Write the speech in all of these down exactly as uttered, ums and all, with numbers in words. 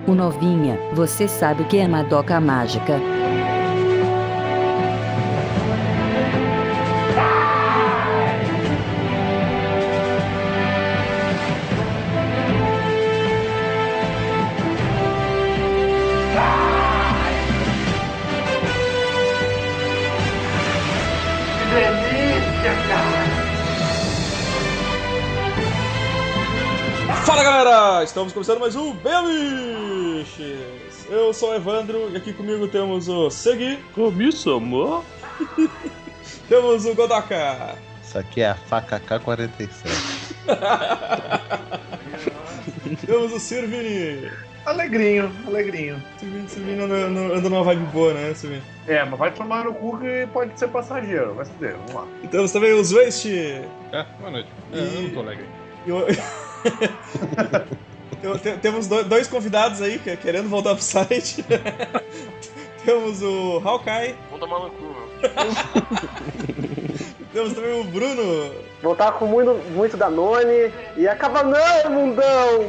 O novinha, você sabe o que é Madoka Mágica. Fala galera, estamos começando mais um Beliches. Eu sou o Evandro e aqui comigo temos o Segui. Comiço, amor. Temos o Godoka. Isso aqui é a faca K quarenta e sete. Temos o Sirvini. Alegrinho, alegrinho. Sirvini, Sirvini anda, anda numa vibe boa, né, Sirvini? É, mas vai tomar no cu que pode ser passageiro, vai se der, vamos lá. E temos também o Zwest. É, boa noite. É, E- Eu não tô alegre. E o- Tem- tem- Temos do- dois convidados aí que- querendo voltar pro site. Temos o Hawkeye. Vou tomar no cu, meu. Temos também o Bruno. Voltar com muito, muito Danone e acaba não, mundão!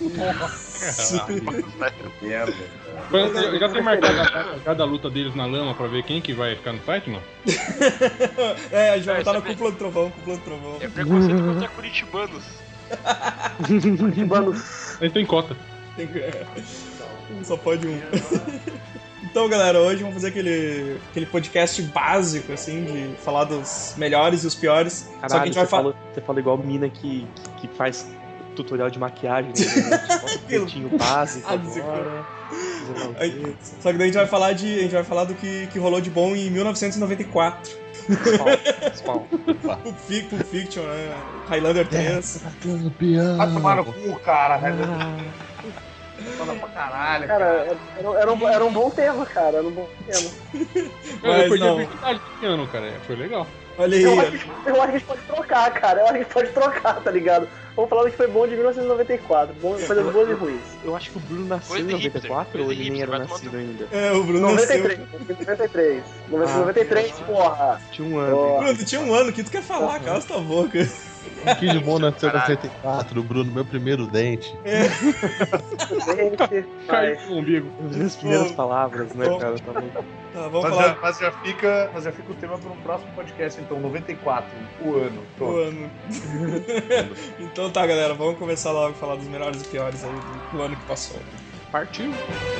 Merda. Já, já tem marcado a- cada luta deles na lama pra ver quem que vai ficar no fight, não? É, a gente vai É, botar na isso é cúpula do trovão, cúpula do trovão. É preconceito contra curitibanos. Mano, Eles têm cota. Tem que- é. Só pode um. Então, galera, hoje vamos fazer aquele, aquele podcast básico, assim, de falar dos melhores e os piores. Caralho, Só que a gente vai você, falar. fala, você fala igual mina que, que, que faz tutorial de maquiagem, né? Bota um peitinho básico Básico. agora. sei lá o quê. Aí- Só que daí a gente vai falar de. A gente vai falar do que, que rolou de bom em mil novecentos e noventa e quatro. Spawn, Spawn. Pulp Fic- Pulp Fiction, né? Highlander três. Vai tomar no cu, cara, velho. Foda pra caralho, cara, cara. era, era, um, era um bom tema, cara, era um bom tema. Eu, Mas eu perdi não. a virgindade esse ano, cara. Foi legal. Olha aí. Eu acho, que, eu acho que a gente pode trocar, cara, eu acho que a gente pode trocar, tá ligado? Vamos falar do que foi bom de mil novecentos e noventa e quatro, bom, coisas boas e ruins. Eu acho que o Bruno nasceu Coisa em de noventa e hipster, quatro coisa ou de ele nem hipster, era vai tomar nascido ainda? É, o Bruno noventa e nasceu. três, noventa e três. noventa e três, porra. Tinha um ano. Ó. Bruno, tu tinha um ano, o que tu quer falar? Cala essa tua boca. O que de bom nasceu em Caralho. noventa e quatro, Bruno, meu primeiro dente. Gente, vai. Caiu no umbigo. As minhas primeiras Ô, palavras, né, ô. cara? Tá bom. Tá, vamos Mas falar já, mas, já fica, mas já fica o tema para um próximo podcast, então, noventa e quatro, o ano. do Pronto. ano. Então tá, galera, vamos começar logo a falar dos melhores e piores aí do, do ano que passou. Partiu.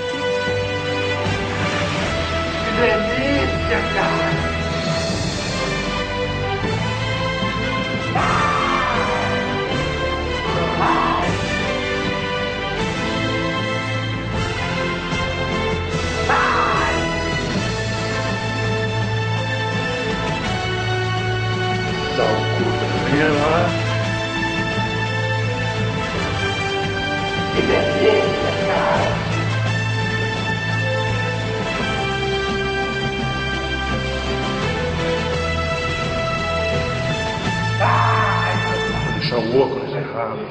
Deixar o óculos errado.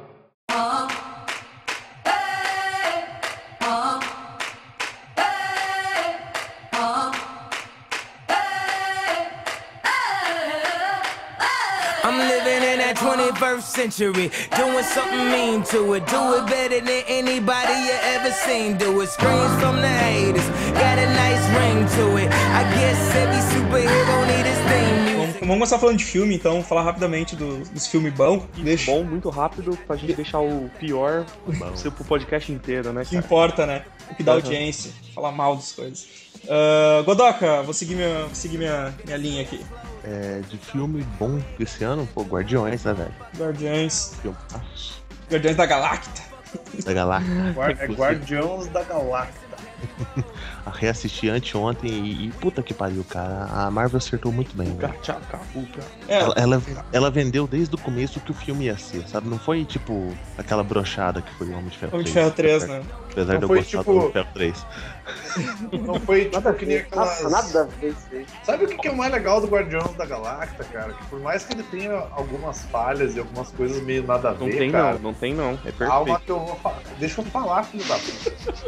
I'm living in that twenty-first century, doing something mean to it. Do it better than anybody you ever seen. Do it. Screams from the haters, got a nice ring to it. I guess every superhero need his theme Vamos, music. vamos começar falando de filme, então, falar rapidamente do- dos filmes bons. Deixa Bom, muito rápido, pra gente deixar o pior ser pro podcast inteiro, né, o que cara? importa, né? O que dá Aham. audiência, falar mal das coisas. Ah, Godoka, vou seguir, minha, vou seguir minha, minha linha aqui. É, de filme bom esse ano, pô, Guardiões, né, velho? Guardiões. Filmaço Guardiões da Galacta. da Galáxia. Guar- É Guardiões da Galáctica. Reassisti anteontem e, e puta que pariu, cara. A Marvel acertou muito bem, velho. Tchacapuca. É, Ela, ela, ela vendeu desde o começo o que o filme ia ser, sabe? Não foi tipo aquela brochada que foi o Homem de Ferro Homem de três. Ferro três, né? Apesar Não de eu foi, gostar tipo- do Homem de Ferro três. Não foi Nada a tipo que nem ver, aquelas. nossa, nada a ver isso aí. Sabe o que que é o mais legal do Guardiões da Galáctica, cara? Que por mais que ele tenha algumas falhas e algumas coisas meio nada a Não ver, tem cara. não, não tem não. É Calma perfeito. que eu vou falar. Deixa eu falar, filho da puta.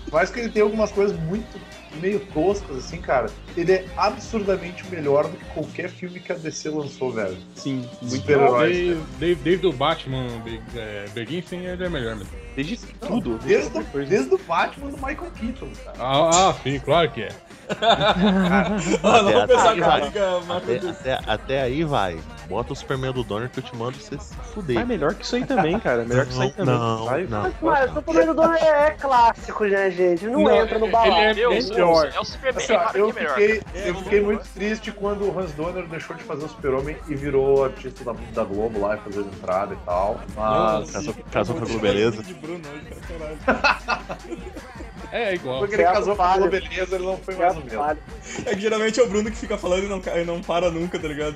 Por mais que ele tenha algumas coisas muito meio toscas, assim, cara, ele é absurdamente melhor do que qualquer filme que a D C lançou, velho. Sim, muito Super-heróis. Desde, desde, desde o Batman Be- é, Begins, sim, ele é melhor mesmo. Desde tudo. Desde, o- desde o Batman do Michael Keaton, cara. Ah, ah, sim, claro que é. Ah, não Até- vou pensar até- que vai. liga Até, até, até aí vai. Bota o Superman do Donner que eu te mando você se fuder. Ah, melhor que isso aí também, cara. Melhor que isso aí Não, também. não, Vai, não. vai. Mas o Superman do Dono é, é clássico, né, gente? Não, Não, entra no ele balaio. é Meu, melhor. é o Superman, Assim, ó, claro eu que é melhor. fiquei, cara. eu fiquei muito triste quando o Hans Donner deixou de fazer o Super-Homem e virou artista da, da Globo lá e fazendo entrada e tal. Mas. Casou, casou com a Globo, beleza? De Bruno hoje, cara, caralho. É igual. Porque ele Certo, casou com a falha. Globo, beleza, ele não foi mais o mesmo. É que geralmente é o Bruno que fica falando e não, ca- e não para nunca, tá ligado?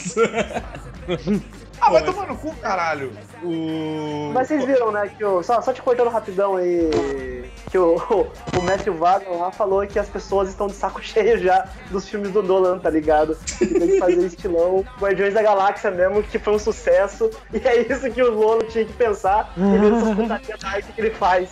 Ah, vai tomar no cu, caralho. O... Mas vocês viram, né, que o. Só, só te cortando rapidão aí. Que o, o Matthew Vaughn lá falou que as pessoas estão de saco cheio já dos filmes do Nolan, tá ligado? Que tem que fazer estilão Guardiões da Galáxia mesmo, que foi um sucesso. E é isso que o Nolan tinha que pensar e ver essas putarias da arte que ele faz.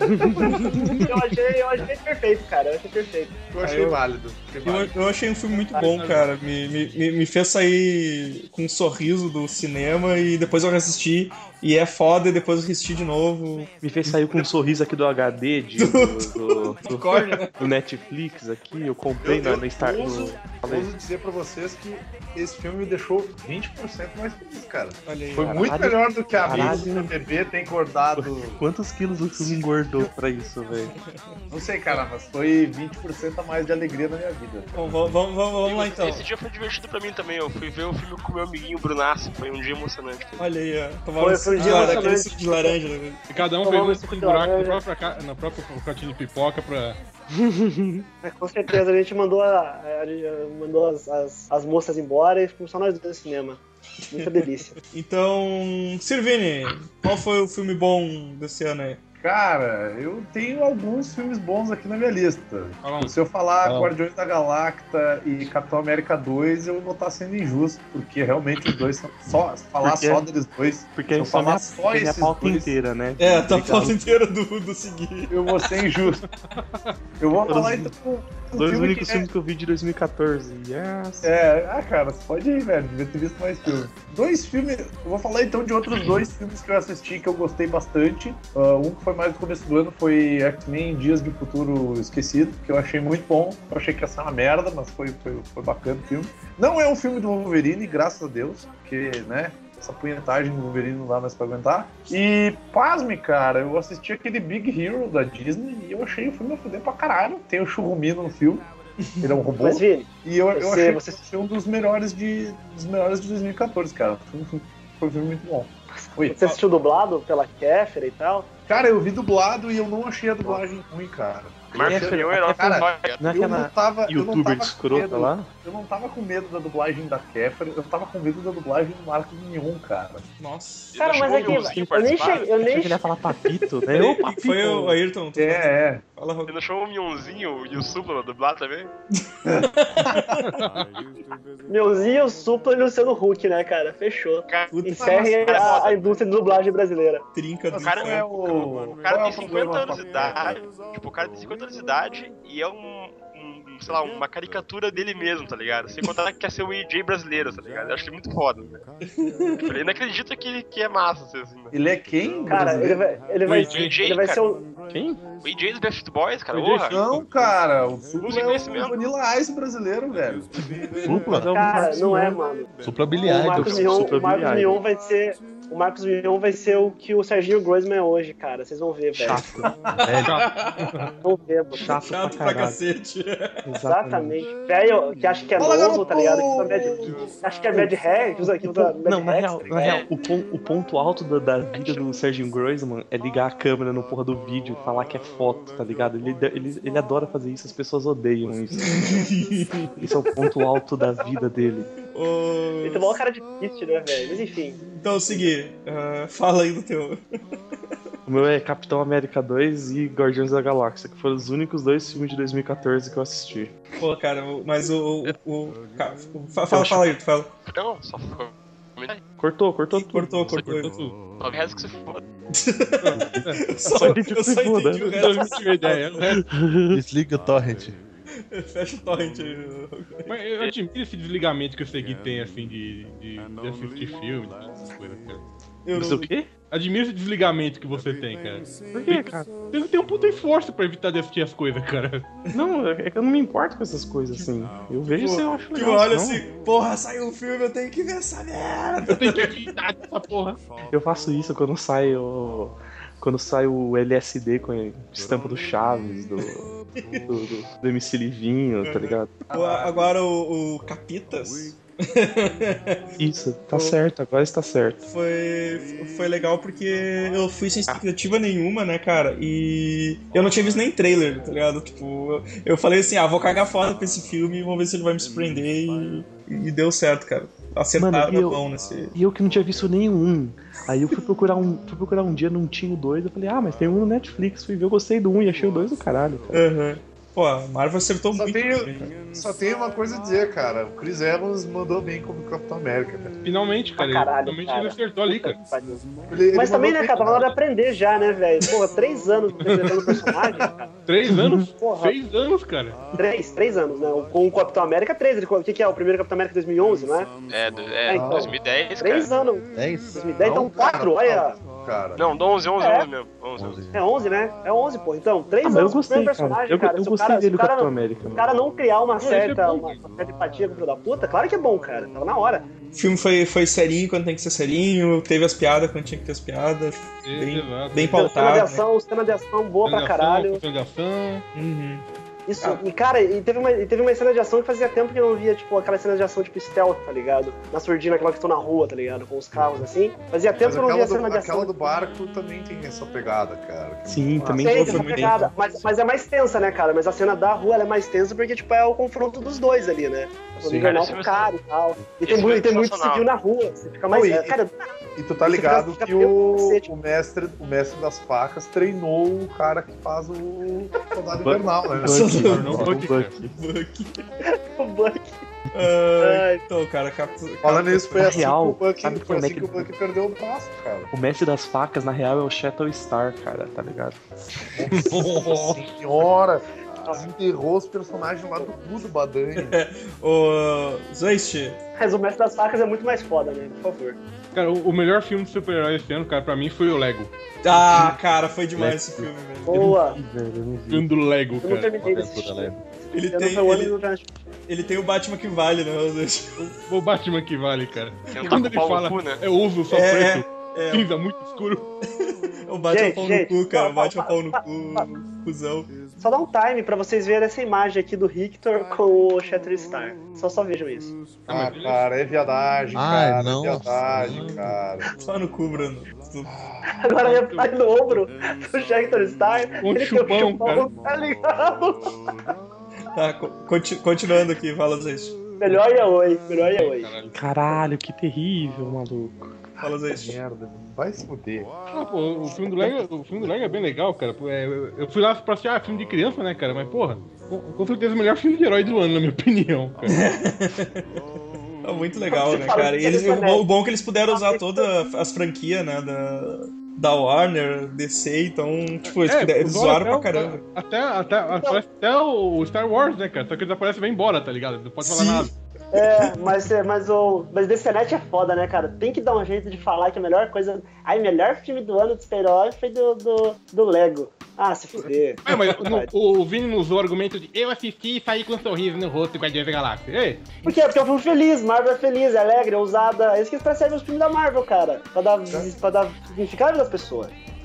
eu, achei, eu achei perfeito, cara. Eu achei perfeito. Eu achei eu- válido. Achei Eu, válido. eu achei um filme muito bom, cara. Me, me, me- me fez sair com um sorriso do cinema e depois eu reassisti. E é foda, e depois eu assisti de novo. Me fez sair com um sorriso aqui do H D de, do, do, do, Corre, né? do Netflix aqui. Eu comprei Eu, na, eu, na Star. eu ouso, No, falei, ouso dizer pra vocês que esse filme me deixou vinte por cento mais feliz, cara. Olha aí. Foi Caralho, muito melhor do que a caralho. Amigos do B B tem engordado. quantos quilos o filme engordou pra isso, velho? Não sei, cara, mas foi vinte por cento a mais de alegria na minha vida. Bom, vamos, vamos, vamos, vamos lá então. Esse dia foi divertido pra mim também. Eu fui ver o filme com meu amiguinho Brunassi. Foi um dia emocionante. Olha aí, ó. Foi- Tomava foi um suco dia de lar- emocionante. aquele suco de laranja, né? E cada um Tomamos pegou suco um de buraco na laranja. própria, ca- na própria pocatinha de pipoca pra. É, com certeza, a gente mandou, a, a gente mandou as, as, as moças embora e ficamos só nós dois no cinema. Muita delícia. Então, Sirvini, qual foi o filme bom desse ano aí? Cara, eu tenho alguns filmes bons aqui na minha lista. Fala um. Se eu falar Fala um. Guardiões da Galacta e Capitão América dois, eu vou estar sendo injusto, porque realmente os dois são só falar Porque- só deles dois. Porque se a eu gente só falar minha, só minha esses pauta dois, inteira, né? É, tá a Obrigado. pauta inteira do, do seguir. eu vou ser injusto. Eu vou falar então um Dois filme únicos que é- filmes que eu vi de dois mil e catorze. Yes. É, ah, cara, você pode ir, velho. Devia ter visto mais filmes. Dois filmes. Eu vou falar então de outros dois filmes que eu assisti que eu gostei bastante. Uh, um que foi mais no começo do ano foi X-Men Dias de Futuro Esquecido, que eu achei muito bom. Eu achei que ia ser uma merda, mas foi, foi, foi bacana o filme. Não é um filme do Wolverine, graças a Deus, porque, né? Essa punhetagem do Wolverine não dá mais pra aguentar. E, pasme, cara, eu assisti aquele Big Hero da Disney e eu achei o filme a fuder pra caralho. Tem o Churrumino no filme. Ele é um robô. Mas, Vini, E eu, eu Você- achei você- que foi um dos melhores de, dos melhores de dois mil e catorze, cara. Foi um, foi um filme muito bom. Oi. você assistiu dublado pela Kéfera e tal? Cara, eu vi dublado e eu não achei a dublagem ruim, cara. Marcos Kéfera- Mion é herói cara, herói. Não é Eu não aquela tava, eu não youtuber tava com escrota medo, lá? eu não tava com medo da dublagem da Kéfera, eu tava com medo da dublagem do Marcos Mion, cara. Nossa. Cara, mas aqui, eu nem cheguei. Eu Achei nem que ele ia falar papito, né? Peraí, Ô, que papito! foi o Ayrton. tu É, é. Fala, Você não chamou o Mionzinho e o Supla pra dublar também? Meuzinho, Supla e Luciano Huck, né, cara? Fechou. Cara, Encerre cara, a, a foda. indústria de dublagem brasileira. Trinca do O cara Qual é o, O cara qual é tem o cinquenta problema anos de com a idade. Tipo, o cara tem cinquenta anos de idade e é um, um, sei lá, uma caricatura dele mesmo, tá ligado? Sem contar que quer ser o E J brasileiro, tá ligado? Eu acho ele muito foda, né? Tipo, ele não acredita que, que é massa, assim, né? Ele é quem? Cara, ele vai, ele vai, O E J, ele vai ser cara. um. Quem? O E J dos Backstreet Boys, cara, O E J porra. Não, cara, o Supla Música é desse o mesmo. Vanilla Ice brasileiro, velho. Supla? Cara, não é, mano. Supla O biliar. Marcos Super Mion, o Marcos biliar. Mion vai ser. O Marcos Mion vai ser o que o Serginho Groisman é hoje, cara. Vocês vão ver, velho. Chato. Vão ver, mano. Chato, Chato pra pra caralho. cacete. Exatamente. Velho, que acha que é Fala, novo, garoto! tá ligado? Que usa Mad, que acha que é Mad Hair, que usa, que usa Mad Não, na Hair, real, tá na ligado? real o, pon- o ponto alto da, da vida do Serginho Groisman é ligar a câmera no porra do vídeo e falar que é foto, tá ligado? Ele, ele, ele adora fazer isso, as pessoas odeiam isso. Isso é o ponto alto da vida dele. Ô, Ele tem maior cara de triste, né, velho? Mas enfim. Então, seguir. Uh, fala aí do teu. O meu é Capitão América dois e Guardiões da Galáxia, que foram os únicos dois filmes de dois mil e catorze que eu assisti. Pô, cara, o- mas o. o, o, ca- o- fa- fala, fala aí, tu fala. Não, só foi Cortou, cortou tudo. Cortou, cortou. Cortou tudo. Só o resto que se foda. Eu só, Só entendi eu o só que se foda. entendi o Eu não resto. tive ideia. né? Desliga o torrent. Fecha o torrent aí. Mas eu admiro esse desligamento que o Segui tem, assim, de, de, de assistir filme, essas coisas, cara. Eu Mas não- o quê? Admiro esse desligamento que você tem, cara. Por quê, cara? Você tem um puta esforço pra evitar de assistir as coisas, cara. Não, é que eu não me importo com essas coisas, assim. Eu vejo se eu acho Que legal. olha senão- assim, porra, saiu um filme, eu tenho que ver essa merda. Eu tenho que evitar essa porra. Eu faço isso quando sai o. Quando sai o L S D com a estampa do Chaves, do. do, do, do M C Livinho, tá ligado? O- Agora o, o Capitas Isso, tá certo, agora está certo. foi, foi legal porque eu fui sem expectativa nenhuma, né, cara? E eu não tinha visto nem trailer, tá ligado? Tipo, eu, eu falei assim, ah, vou cagar foda pra esse filme e vamos ver se ele vai me surpreender e, e deu certo, cara. Acertaram Mano, na eu- mão nesse... E eu que não tinha visto nenhum. Aí eu fui procurar um, fui procurar um dia, não tinha o dois. Eu falei, ah, mas tem um no Netflix. Fui ver, eu gostei do um e achei o dois do caralho. Cara. Aham. Pô, a Marvel acertou Só muito. tenho, bem, cara. só tenho uma coisa a dizer, cara. O Chris Evans mandou bem como Capitão América, cara. Finalmente, cara. Pra caralho, Finalmente cara. ele acertou ali, cara. Ele- ele Mas também, mandou né, bem, cara, tava na hora de aprender já, né, velho? Porra, três anos interpretando o personagem, cara. Três anos? Porra. Seis anos, cara. Três, três anos, né? Com o Capitão América, três. Ele- O que, que é? O primeiro Capitão América dois mil e onze, não é? É, do- É, é então. dois mil e dez, Três cara. anos. É isso? dois mil e dez, então Não, cara, quatro, olha. cara. Não, onze, onze, É. onze mesmo. onze, onze. É onze, né? É onze, pô. Então, três Ah, mas eu anos pro gostei, primeiro cara. personagem, Eu, cara. eu Se o gostei cara, se dele, o o cara, Capitão não- América. o mano. cara não criar uma esse é certa, bom, uma, cara. uma certa empatia com o filho da puta, claro que é bom, cara. Tava na hora. O filme foi, foi serinho quando tem que ser serinho, teve as piadas quando tinha que ter as piadas. Bem, Exato. bem Cena de pautado. Né? ação, cena de ação boa pra caralho. Consolidação. Uhum. Isso, Ah. e cara, e teve, uma, e teve uma cena de ação que fazia tempo que eu não via, tipo, aquela cena de ação tipo stealth, tá ligado? Na surdina, aquela que estão na rua, tá ligado? Com os carros assim. Fazia tempo Mas que eu não via aquela, cena do, de aquela ação. do barco também tem essa pegada, cara. Sim, também Tem foi essa muito pegada, mas, mas é mais tensa, né, cara? Mas a cena da rua ela é mais tensa porque, tipo, é o confronto dos dois ali, né? O Sim. jornal Cara, com o esse cara e tal. E tem, esse muito, foi tem muito sensacional. civil na rua. Você fica mais. Não, e- é, cara, E tu tá Você ligado fica- que fica o, cacete. o, mestre, o mestre das facas treinou o cara que faz o Soldado Invernal, né? Bucky, Não, o Bucky, Bucky. Bucky. o Buck. Ah, então, cara, cap... Falando nisso, foi Na assim, real, que, o Bucky, sabe foi como é assim que- que o Bucky perdeu o braço, cara. O mestre das facas, na real, é o Shatterstar, cara, tá ligado? Nossa senhora! Enterrou os personagens lá do cu do Badanha. Ô, Zeist, Mas o Mestre das Facas é muito mais foda, né? Por favor. Cara, o, o melhor filme de super-herói esse ano, cara, pra mim foi o Lego. ah, cara, foi demais esse filme, velho. Boa. Ih, velho, eu não O vi. filme do Lego, Eu não cara. terminei de Aventura assistir. leve. Ele Eu não tem, foi o ano ele, do Transformers. ele tem o Batman que vale, né, o Zeist? O Batman que vale, cara. Tem um Quando taco ele pau no fala, cu, né? eu uso só É, preto, é. cinza, muito escuro. O Batman Gente, pau gente, no cu, cara. O pa- Batman pa- pau no pa- cu, cuzão. Só dá um time pra vocês verem essa imagem aqui do Victor com o Shatterstar. Só só vejam isso. Ah, cara, é viadagem, Ai, cara. não. É viadagem, cara. Só no cu, Bruno. Agora repare no ombro do Shatterstar. Um ele chupão, tem um chupão, cara. tá ligado? Tá, co- conti- continuando aqui, fala, Zeist. Melhor Yaoi, melhor Yaoi. Caralho. Caralho, que terrível, maluco. Fala, Zeist. Merda, vai se fuder. Ah, pô, o filme do Lego, o filme do Lego é bem legal, cara. Pô, é, eu, eu fui lá pra assistir, ah, filme de criança, né, cara? Mas, porra, com, com certeza o melhor filme de herói do ano, na minha opinião, cara. É muito legal, né, cara? E eles, o, bom, o bom é que eles puderam usar todas as franquias, né, da, da Warner, D C, então, tipo, eles, puderam, eles usaram zoaram até pra o- caramba. Até, até, aparece até o Star Wars, né, cara? Só que eles aparecem e vão embora, tá ligado? Não pode falar Sim. nada. É, mas, é, mas o mas D C Net é foda, né, cara? Tem que dar um jeito de falar que a melhor coisa. Ai, o melhor filme do ano de super-herói foi do, do, do Lego. Ah, se fuder. É, mas no- o Vini não usou o argumento de eu assisti e saí com um sorriso no rosto com a Guardiões da Galáxia. Ei, Por quê? Porque é um filme feliz, Marvel é feliz, é alegre, é ousada. É isso que percebe os filmes da Marvel, cara. Pra dar, pra dar significado das pessoas.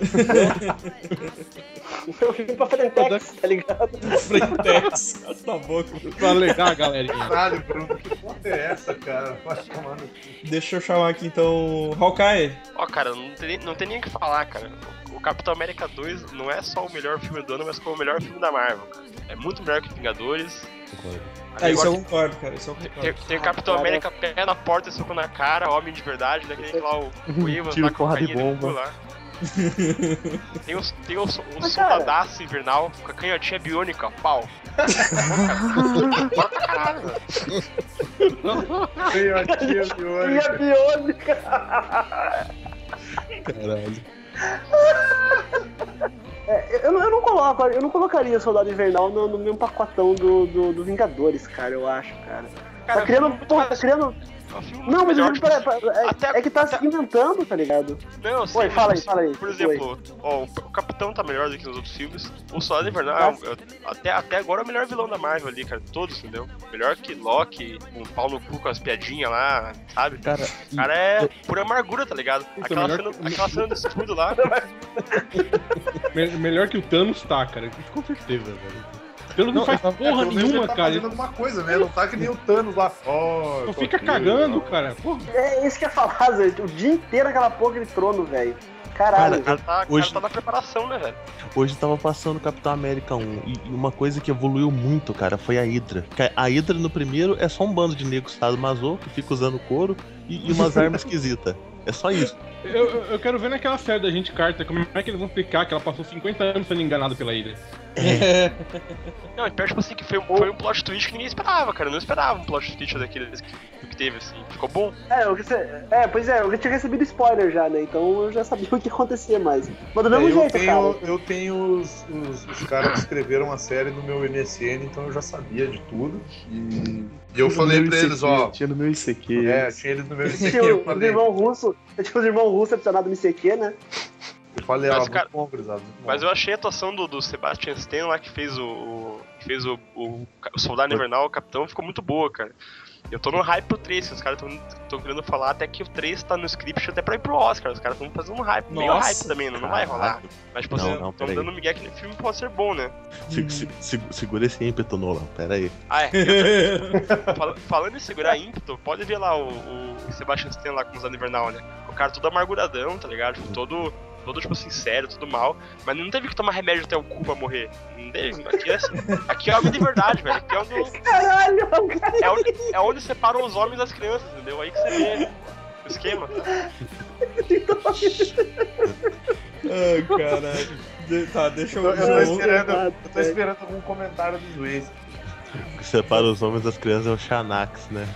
É um filme pra Frentex, tá ligado? Frentex, tá bom. pra alegar, galerinha. Caralho, Bruno, que porra é essa, cara? Vai tomar no cu. Deixa eu chamar aqui, então, Hawkeye. Ó, cara, não tem, não tem nem o que falar, cara. O Capitão América dois não é só o melhor filme do ano, mas como o melhor filme da Marvel, cara. É muito melhor que Vingadores. Ah, isso eu Agora, concordo, cara, isso eu tem, concordo. tem o Capitão cara. América pé na porta, soco na cara, homem de verdade, daquele que lá, o, o Evans Tiro, lá com porra de carinha bomba. cu lá. Tem o, tem o, o Mas, cara- soldadaço invernal com a canhotinha biônica, pau. Bora pra caralho, velho. Canhotinha Minha biônica. biônica. Caralho. É, eu, não- eu não coloco, eu não colocaria Soldado Invernal no, no mesmo pacotão do, do, do Vingadores, cara, eu acho, cara. Cara, Tá criando. é um filme Porra, muito tá criando. É um filme muito Não, mas melhor, eu tipo, pera- pera- é, até- é que tá até- se inventando, tá ligado? Não, sim, Oi, mas, fala aí, tipo, fala aí. Por exemplo, ó, o Capitão tá melhor do que nos outros filmes. O Soldado Invernal, é, é, até, até agora, é o melhor vilão da Marvel ali, cara. Todos, entendeu? Melhor que Loki, com o pau no cu com as piadinhas lá, sabe? Cara, O cara é pura amargura, tá ligado? Aquela melhor cena, que- aquela cena do escudo lá. Me- melhor que o Thanos tá, cara. Isso com certeza, velho. O Thanos não, Não, faz é, porra pelo menos nenhuma, ele tá cara. fazendo alguma coisa, né? Não tá que nem o Thanos lá. Ó, Só tô fica aqui, cagando, ó. cara. Porra. É isso que eu ia falar, Zé. O dia inteiro aquela porra de trono, velho. Caralho. O cara tá, o Hoje- cara tá na preparação, né, velho? Hoje tava passando Capitão América um, e e uma coisa que evoluiu muito, cara, foi a Hydra. Que A Hydra no primeiro é só um bando de negros sadomaso que fica usando couro e, e umas armas esquisitas. É só isso. Eu, eu, eu quero ver naquela série da Gente Carter como é que eles vão explicar que ela passou cinquenta anos sendo enganada pela Hydra. Não, e pior, tipo assim, que foi, um- foi um plot twist que ninguém esperava, cara. Eu não esperava um plot twist daqueles que, que teve, assim. Ficou bom. É, eu, é, pois é, eu já tinha recebido spoiler já, né? Então eu já sabia o que ia acontecer mais. Mas do É, mesmo eu, jeito, tenho, cara. eu tenho os, os, os caras que escreveram a série no meu M S N, então eu já sabia de tudo. E, e eu falei pra eles, ó. Tinha no meu I C Q. É, tinha eles no meu M S N. Tinha Eu os falei, irmãos russos, tinha os irmãos russos adicionados no I C Q, né? eu falei, Mas, ó, cara, muito bom, gurizada, muito bom. Mas eu achei a atuação do, do Sebastian Stan lá, que fez o. o- que fez o, o, o Soldado Invernal, o Capitão, ficou muito boa, cara. Eu tô no hype pro três, os caras tão querendo falar até que o três tá no script até pra ir pro Oscar. Os caras tão fazendo um hype, meio Nossa, hype também, não, não vai rolar. Mas, tipo, Não, assim, não, tão peraí. dando migué que o filme pode ser bom, né? Se- se- se- segura esse ímpeto, Nolan. Pera aí. Ah, é. Fal- Falando em segurar ímpeto, pode ver lá o, o Sebastian Stan lá com o Soldado Invernal, né? O cara todo amarguradão, tá ligado? Tipo, todo, todo, tipo assim, sério, tudo mal. Mas não teve que tomar remédio até o cu pra morrer. Não teve. Aqui é, aqui é homem de verdade, velho. Aqui é onde, Caralho, é onde, é onde separam os homens das crianças, entendeu? Aí que você vê o esquema. Ai, caralho. De- Tá, deixa eu. Eu, eu tô eu- esperando, eu tô esperando algum comentário dos Waze. O que separa os homens das crianças é o Xanax, né?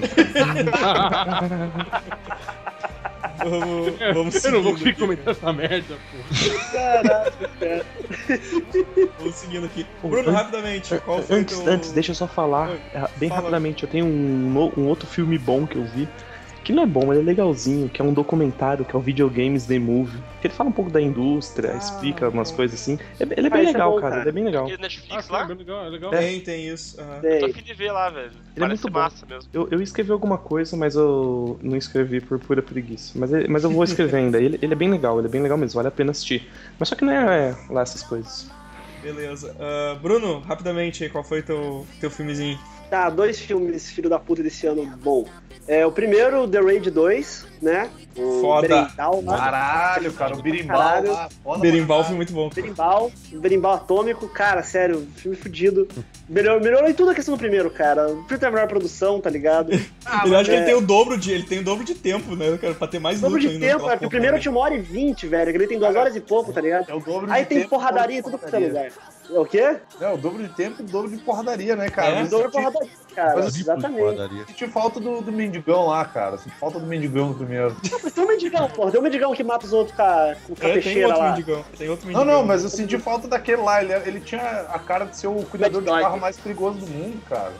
Vamos, vamos Eu não vou seguindo conseguir aqui. comentar essa merda, pô. caralho, cara. Vamos seguindo aqui. Bruno, rapidamente, qual foi Antes, teu... antes, deixa eu só falar, Oi, é, bem fala. rapidamente, eu tenho um, no- um outro filme bom que eu vi, que não é bom, ele é legalzinho, que é um documentário, que é o Videogames The Movie, que ele fala um pouco da indústria, Ah, explica umas coisas assim. É- Ele é Ah, bem isso é legal, bom, cara, cara. ele é bem legal. Aquele Ah, Netflix sim, é lá, bem legal, é legal. Tem, tem isso. aham. tô a Sei. fim de ver lá, velho. é Parece muito bom. massa mesmo. Eu, eu escrevi alguma coisa, mas eu não escrevi por pura preguiça. Mas, ele- mas eu vou escrever ainda. Ele, ele é bem legal, ele é bem legal mesmo, vale a pena assistir. Mas só que não é, é lá essas coisas. Beleza. Ah, Bruno, rapidamente aí, qual foi teu, teu filmezinho? Tá, dois filmes, filho da puta, desse ano bom. É, o primeiro, The Raid dois, né? O Foda. Berimbau lá. Caralho, cara, o Birimbau Caralho. lá. Foda Berimbau pra foi muito bom. Berimbau, Berimbau Atômico, cara, sério, filme fudido. Melhor, melhorou em tudo a questão do primeiro, cara. O filme tem a melhor produção, tá ligado? Ah, eu mas acho que é- ele tem o dobro de, ele tem o dobro de tempo, né, cara, pra ter mais Dobro luta de ainda tempo, naquela é, porque o porra, primeiro né? tinha uma hora e vinte, velho. Ele tem duas horas e pouco, tá ligado? É o dobro Aí de tem tempo, porradaria em dobro tudo de quanto é porradaria. lugar. É o quê? É, o dobro de tempo e o dobro de porradaria, né, cara? É, Mas Dobro eu de porradaria, cara. Mas Exatamente. senti falta do, do mendigão lá, cara. Senti falta do mendigão no primeiro. Mas tem um mendigão, porra. Tem um mendigão que mata os outros com a, com a É, tem peixeira outro lá. mendigão. Tem outro Não, mendigão. não, mas eu senti falta daquele lá. Ele, ele tinha a cara de ser o cuidador de Dog. carro mais perigoso do mundo, cara.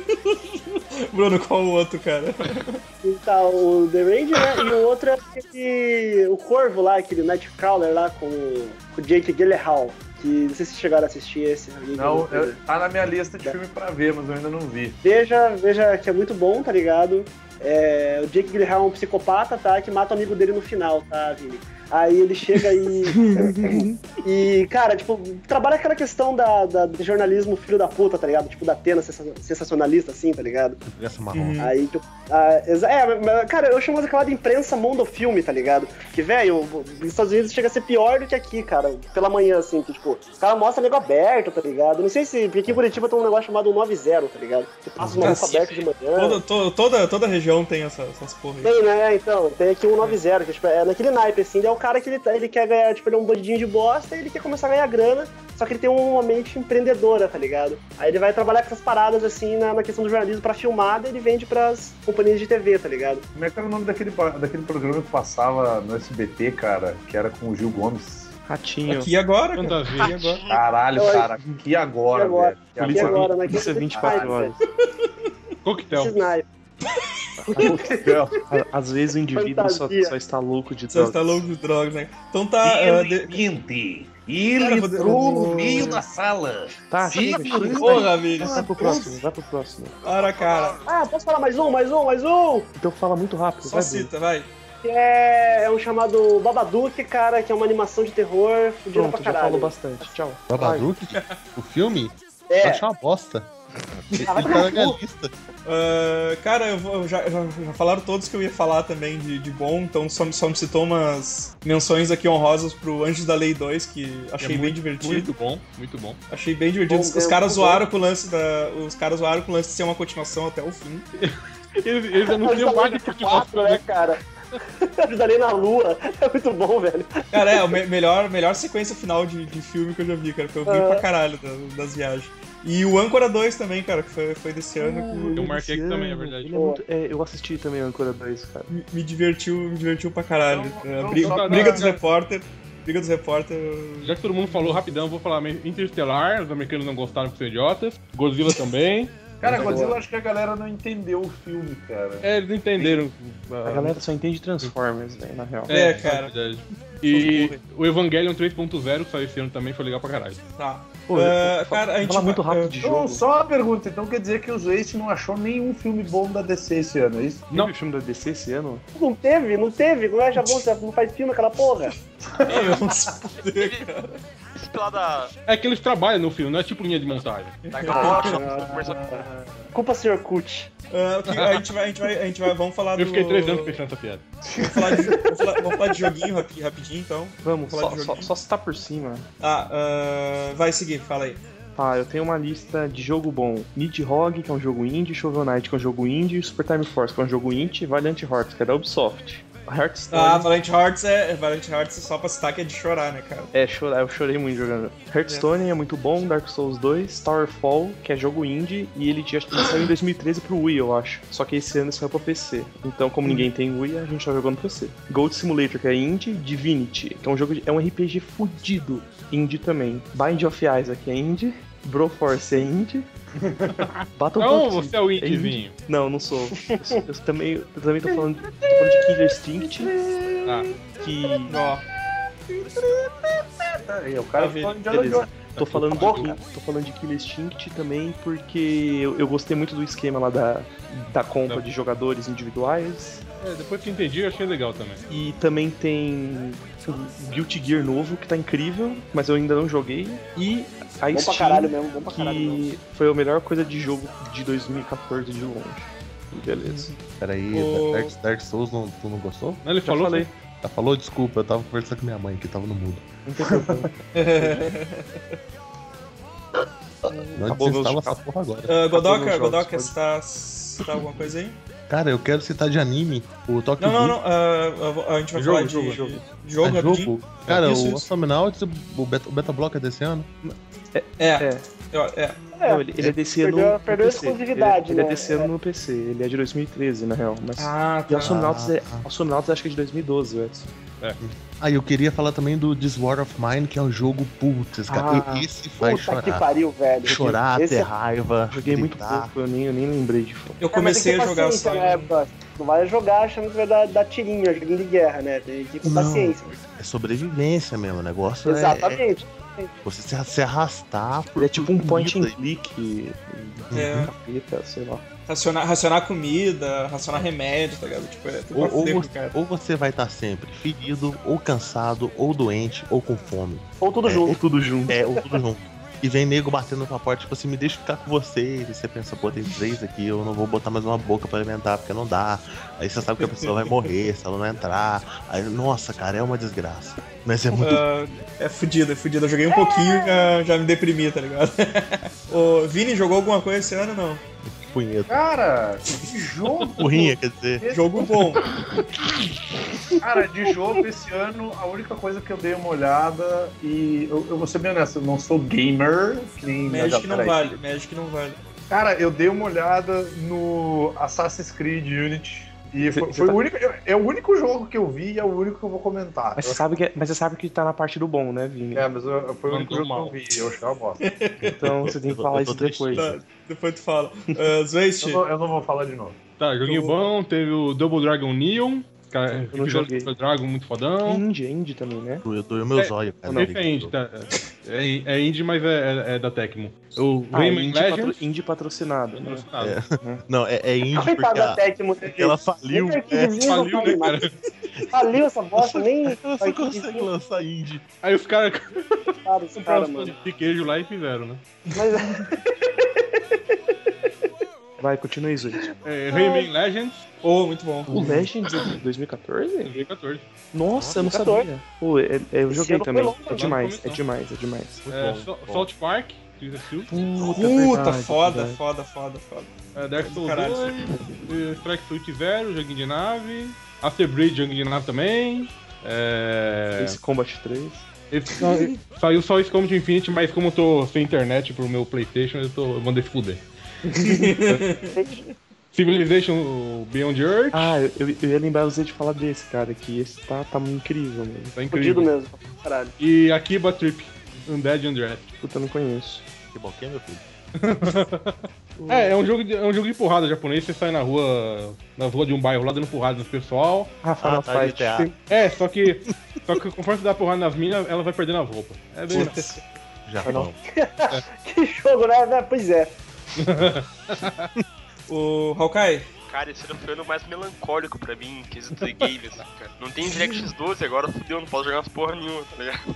Bruno, qual o outro, cara? E tá o The Raid, né? E o outro é aquele. O Corvo lá, aquele Nightcrawler lá com, com o Jake Gyllenhaal. Que não sei se chegaram a assistir esse. alguém Não, viu? eu- tá na minha lista de filme pra ver, mas eu ainda não vi. Veja, veja que é muito bom, tá ligado? É, o Jake Gyllenhaal é um psicopata, tá? Que mata o amigo dele no final, tá, Vini? Aí ele chega e. e, cara, tipo, trabalha aquela questão da, da, do jornalismo filho da puta, tá ligado? Tipo, da Atena sensa- sensacionalista, assim, tá ligado? Essa marrom. Uhum. Aí, tipo, ah, exa- é, mas, cara, eu chamo aquela de imprensa mundo filme, tá ligado? Que, velho, os Estados Unidos chega a ser pior do que aqui, cara, pela manhã, assim, que, tipo, os caras mostram nego aberto, tá ligado? Não sei se, porque aqui em Curitiba tem um negócio chamado nove zero, tá ligado? Que passa uma roupa Cacete. aberta de manhã. Toda, to- toda, toda região tem essa, essas porra aí. Tem, né? Então, tem aqui um nove zero, que tipo, é naquele naipe, assim, é o cara que ele, tá- ele quer ganhar, tipo, ele é um bandidinho de bosta e ele quer começar a ganhar grana, só só que ele tem uma mente empreendedora, tá ligado? Aí ele vai trabalhar com essas paradas, assim, na, na questão do jornalismo pra filmar, e ele vende pras companhias de T V, tá ligado? Como é que era o nome daquele, daquele programa que passava no S B T, cara? Que era com o Gil Gomes. Ratinho. Aqui agora, cara. Fantasia. Aqui agora. Caralho, cara. Que agora, E agora? velho. Que E agora. agora, né? Isso é vinte e quatro horas. Coquetel. Snipe. À- Às vezes o indivíduo só, Fantasia. só está louco de Só drogas. está louco de drogas, né? Então tá. ah, de- Mente. Cara, Ele vou- entrou vou- no meio da sala. Tá, Sim, chega, chega. Porra, Vini. Vai pro próximo, vai pro próximo. Para, cara. Ah, posso falar mais um, mais um, mais um? Então fala muito rápido, Só vai. cita, vai. Que é, é um chamado Babadook, cara, que é uma animação de terror fudida pra Pronto, já caralho. falou bastante. Tchau. Babadook? O filme? É. Eu acho uma bosta. Ele Ah, vai tá tomar na no cu. lista. Ah, cara, eu vou, já, já, já falaram todos que eu ia falar também de, de bom, então só, só me citou umas menções aqui honrosas pro Anjos da Lei dois, que achei É bem muito, divertido. Muito bom, muito bom. Achei bem divertido. Bom, Os, os bom, caras bom. zoaram com o lance da. Os caras zoaram com o lance de ser uma continuação até o fim. Eles, eles anunciam mais de quatro, né, cara? Ajudarei na lua. É muito bom, velho. Cara, é a me- melhor, melhor sequência final de, de filme que eu já vi, cara. Que eu vi Ah. pra caralho das, das viagens. E o Âncora dois também, cara, que foi, foi desse ano. Que Eu marquei aqui também, é verdade. Ele é muito- é, eu assisti também o Ancora dois, cara. me, me divertiu, me divertiu pra caralho. Não, É, não, briga, só pra- briga dos repórter. Briga dos repórter. Já que todo mundo falou rapidão, vou falar mesmo. Interestelar, os americanos não gostaram porque são idiotas. Godzilla também. Cara, Godzilla, acho que a galera não entendeu o filme, cara. É, eles não entenderam. A galera só entende Transformers, velho, na real. É, cara. verdade. E o Evangelion três ponto zero, que saiu esse ano também, foi legal pra caralho. Tá. Pô, Ah, fala- cara, a gente fala muito vai- rápido de Então, jogo. só uma pergunta. Então quer dizer que o Zweiss não achou nenhum filme bom da D C esse ano, é isso? Não. Teve filme da D C esse ano? Não teve, não teve. Não é já bom, você não faz filme aquela porra. É, vamos se fuder, cara. Esse lá da. É que eles trabalham no filme, não é tipo linha de montagem. da Ah, Galáxia, conversando. Culpa, senhor Kut. Ah, o que- a gente vai, a gente vai, a gente vai, vamos falar do. Eu fiquei três anos pensando nessa piada. Vamos falar de, vamos falar, vamos falar de joguinho rapi- rapidinho, então. Vamos, Falar só, de só, joguinho. só citar por cima. Ah, ah, vai seguir, fala aí. Tá, eu tenho uma lista de jogo bom. Nidhogg, que é um jogo indie, Shovel Knight, que é um jogo indie, Super Time Force, que é um jogo indie, Valiant Hearts, que é da Ubisoft. Hearthstone. Ah, Valiant Hearts é. Valiant Hearts é só pra citar que é de chorar, né, cara? É, chorar, eu chorei muito jogando. Hearthstone é. muito bom, Dark Souls dois, Towerfall, que é jogo indie, e ele, tinha, ele saiu em dois mil e treze pro Wii, eu acho. Só que esse ano ele saiu pra P C. Então, como ninguém tem Wii, a gente tá jogando no P C. Gold Simulator, que é indie, Divinity, que é um jogo de, é um R P G fudido, indie também. Bind of Isaac é indie, Broforce é indie. Battletoads Não, você é o indiezinho. Não, não sou. Eu, sou- eu também, eu também tô falando, tô falando de Killer Instinct, Ah, que... Ó, Aí, o cara Tá falando de Indiana Beleza. Jones. Tô falando, Acabou, de, cara. tô falando de Killer Instinct também porque eu, eu gostei muito do esquema lá da, da compra Não. de jogadores individuais. é, depois que entendi, eu achei legal também. E também tem o Guilty Gear novo, que tá incrível, mas eu ainda não joguei. E a Bom pra Steam, caralho mesmo, bom pra caralho mesmo. que foi a melhor coisa de jogo de dois mil e quatorze de longe. Beleza. Peraí, O- Dark, Dark Souls não, tu não gostou? Não, ele Já falou. falei. Ela falou, desculpa, eu tava conversando com minha mãe, que tava no mudo. Não tem problema. Não Acabou desinstala meus- essa porra agora. Ah, Godoka, meus jogos, Godoka, pode. você tá, você tá alguma coisa aí? Cara, eu quero citar de anime o Tokyo Não, não, Ghoul. não. ah, eu vou- a gente vai Jogo, falar de jogo, jogo, jogo. jogo É rapidinho. jogo? Cara, Isso, o isso. Astronaut, o Beta, o Beta Block é desse ano? É, É, eu- é. não, ele, ele é desse ano perdeu- no perdeu a P C. exclusividade, ele, é- ele né? é desse ano no P C, ele é de dois mil e treze, na real. Mas... Ah, E Astronauts, é, Ah. Astronauts acho que é de dois mil e doze, Edson. Ah, e eu queria falar também do This War of Mine, que é um jogo, putz, cara, Ah, esse faz Puta que chorar. pariu, velho. Chorar, Esse ter é- raiva, Joguei muito gritar. pouco, eu nem, eu nem lembrei de falar. Eu É, mas tem que comecei ter a jogar paciência, só. né, pô? Não vai jogar achando que vai dar, dar tirinho, joguinho de guerra, né? Tem que ir com Não. paciência. É sobrevivência mesmo, o negócio é- Exatamente. é você se, se arrastar por Ele é tipo um point and comida. click, É. um capeta, sei lá. Racionar, racionar comida, racionar remédio, tá ligado? Tipo, é tudo Ou, pra ou, fuder com o você, cara. ou você vai estar sempre ferido, ou cansado, ou doente, ou com fome. Ou tudo É, junto. Ou tudo junto. É, ou tudo junto. E vem nego batendo na tua porta, tipo assim, me deixa ficar com vocês. E você pensa, pô, tem três aqui, eu não vou botar mais uma boca pra alimentar, porque não dá. Aí você sabe que a pessoa vai morrer se ela não entrar. Aí, nossa, cara, é uma desgraça. Mas é muito. Ah, é fudido, é fudido. Eu joguei um pouquinho e já, já me deprimi, tá ligado? Ô, Vini, jogou alguma coisa esse ano ou não? punheta. Cara, que jogo! Porrinha, quer dizer. Jogo bom. Cara, de jogo esse ano, a única coisa que eu dei uma olhada, e eu, eu vou ser bem honesto, eu não sou gamer, que nem Magic não peraí. vale, Magic não vale. Cara, eu dei uma olhada no Assassin's Creed Unity. E foi, Você foi tá- o único, é o único jogo que eu vi e é o único que eu vou comentar. Mas você Eu- sabe que, mas você sabe que tá na parte do bom, né, Vini? É, mas eu- foi o único Mandou jogo mal. que eu vi, eu achei uma bosta. Então você tem que Eu- falar eu tô isso depois. Tá, depois tu fala. Uh, Zwest, Eu não, eu não vou falar de novo. Tá, joguinho Eu- bom, teve o Double Dragon Neon. Cara, Eu não fizeram joguei. Double Dragon muito É fodão. indie, é indie também, né? Doeu, doeu meu É, zóio, cara. Esse é indie, tá? É, é indie, mas é, é- é da Tecmo. O Ah, Rayman indie, patro, Legends. indie patrocinado, né? Ah, Não, é, é indie porque Coitada da a- Tecmo. ela faliu. Nem É, arquivo vivo Faliu, né, faliu, cara? Faliu essa bosta, nem ela só consegue lançar indie. Aí os caras cara, esse compraram cara, os mano. pães de queijo lá e fizeram, né? Mas Vai, continue isso, gente. É, Rayman Legends, oh, muito bom. O Legends é de dois mil e quatorze? dois mil e quatorze. Nossa, eu não dois mil e quatorze. sabia. Pô, é- é, eu Esse joguei ano foi também. longo, É né? demais, é Começou. demais, é demais. É, bom, Sa- bom. South Park, Season two. Puta, Puta, verdade, foda, verdade. foda, foda, foda. É, Dark Souls Caralho. dois, eh, Strike Suit Zero, joguinho de nave. After Bridge, joguinho de nave também. É... Ace Combat três. Esse sa- saiu só esse Combat Infinity, mas como eu tô sem internet pro meu PlayStation, eu, tô, eu mandei se fuder. Civilization Beyond Earth, Ah, eu, eu- eu ia lembrar você de falar desse, cara, que esse tá, tá incrível, mano. tá fudido incrível. mesmo. Caralho. E Akiba Trip, Undead Undraft. Puta, eu não conheço. Que bom que é, meu filho. É, é um jogo de, é um jogo de porrada japonês, você sai na rua, na rua de um bairro lá dando porrada no pessoal. Ah, Final Ah, tá, Fight. G T A. É, só que, só que conforme você dá porrada nas minas, ela vai perdendo as roupas. É bem. Japão. Que jogo, né? né? Pois é. O Hawkeye, Cara, esse ano foi o ano mais melancólico pra mim, em quesito de games, assim, cara. Não tem DirectX doze agora, fudeu, não posso jogar umas porra nenhuma, tá ligado?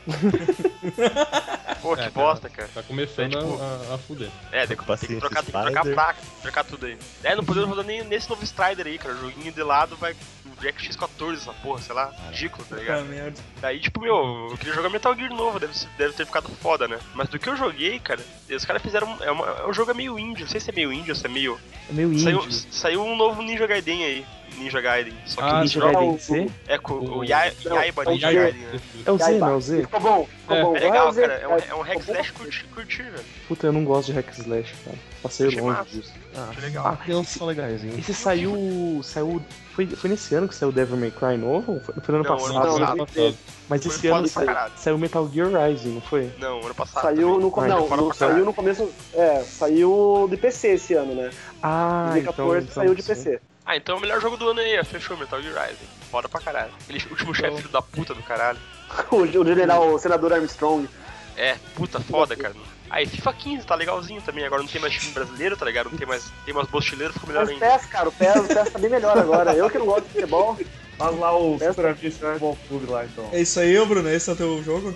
Pô, que É, bosta, cara. Tá começando É, tipo, a, a fuder. É, tem, tem que trocar, tem que trocar a placa, trocar tudo aí. É, não podemos rodar nem nesse novo Strider aí, cara. O joguinho de lado vai. O DirectX quatorze, essa porra, sei lá. Ridículo, tá puta ligado? merda. Daí, tipo, meu, eu queria jogar Metal Gear novo, deve, ser- deve ter ficado foda, né? Mas do que eu joguei, cara, os caras fizeram. É, uma, é um jogo meio indie, não sei se é meio indie ou se é meio. É meio indie. Saiu, saiu um novo Ninja Gaiden aí. Ninja Gaiden. Só que Ah, Ninja joga- Gaiden C? é com o O- Yai- Não, Yaiba é o Ninja G. Gaiden, né? É o Z, Yaiba. não é o Z? Ficou bom, ficou É, bom. É legal, Mas, cara. É um, é, é um hack ficou slash bom. curtir, curtir, velho. Puta, eu não gosto de hack slash, cara. Passei Achei longe massa. disso. Achei legal. Tem uns são legaisinhos. Esse saiu. saiu. Foi, foi nesse ano que saiu Devil May Cry novo? Foi, foi no ano Não, passado. ano Não, passado. não, Mas Foi esse foda ano pra saiu, caralho. saiu Metal Gear Rising, não foi? Não, ano passado. Saiu também. no, com- Ah, não, então fora no- pra caralho. saiu no começo. É, saiu de P C esse ano, né? Ah, Em dois mil e quatorze então, saiu de então, P C. Ah, então é o melhor jogo do ano aí, fechou Metal Gear Rising. Foda pra caralho. Aquele último chefe filho da puta do caralho. O, o general, o senador Armstrong. É, puta foda, cara. Aí FIFA quinze tá legalzinho também, agora não tem mais time brasileiro, tá ligado? Não tem mais. Tem umas bostileiras, ficou melhor Mas o ainda. P E S, cara, o P E S, o P E S tá bem melhor agora. Eu que não gosto de futebol. Faz lá o Essa- Super Amigos Futebol Clube lá, então. É isso aí, ô Bruno? Esse é o teu jogo?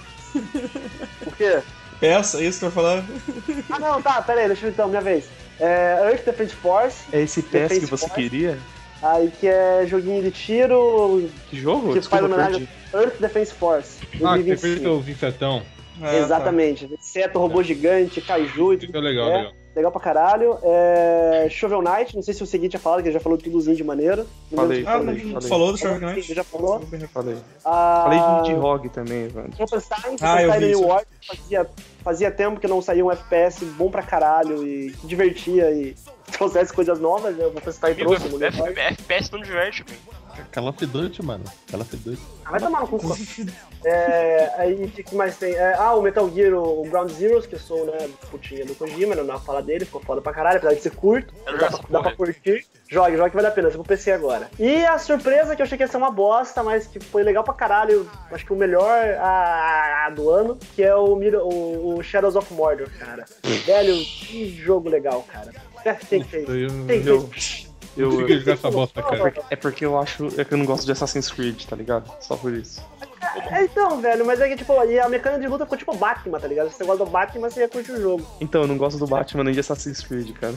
Por quê? Peça, é isso que eu ia falar? Ah, não, tá, pera aí, deixa eu então, minha vez. É, Earth Defense Force, É esse P E S que Defense você Force. queria? aí que é joguinho de tiro, Que jogo? que Desculpa, faz homenagem perdi. Earth Defense Force. Ah, que tem dois mil e vinte e cinco. feito os insetão. Ah, Exatamente. Inseto, robô gigante, kaiju e tudo. Fica é legal, é. legal. Legal pra caralho. É... Shovel Knight, não sei se o Segui tinha falado, que ele já falou tudozinho de maneira. Não Falei, lembro se Ah, falei, não falei. falou do Shovel Sim, Knight? já falou. Falei. Ah, Falei de Nidhogg também, Evandro. Wolfenstein, Ah, eu Wolfenstein vi New isso. Order, fazia, fazia tempo que não saía um F P S bom pra caralho e que divertia e trouxesse coisas novas, né? O Wolfenstein Amigo, trouxe no New F- Order. F P S não diverte, velho. Call of Duty, mano. Call of Duty. Ah, vai tomar no cu. É, aí o que que mais tem? É, ah, o Metal Gear, o Ground Zeroes, que eu sou, né, putinha do Kojima, não dá pra falar dele, ficou foda pra caralho, apesar de ser curto. Eu Dá jogo pra, essa dá pra porra. curtir. Jogue, jogue que vale a pena, você pro P C agora. E a surpresa que eu achei que ia ser uma bosta, mas que foi legal pra caralho, acho que o melhor a, a do ano, que é o, Mir- o, o Shadows of Mordor, cara. Velho, que jogo legal, cara. Tem que ter. Eu, Tem que eu, ter. eu, eu jogar essa bosta, cara. É porque eu acho é que eu não gosto de Assassin's Creed, tá ligado? Só por isso. É, É, então, velho, mas é que, tipo, e a mecânica de luta ficou tipo Batman, tá ligado? Se você gosta do Batman, você ia curtir o jogo. Então, eu não gosto do Batman nem de Assassin's Creed, cara.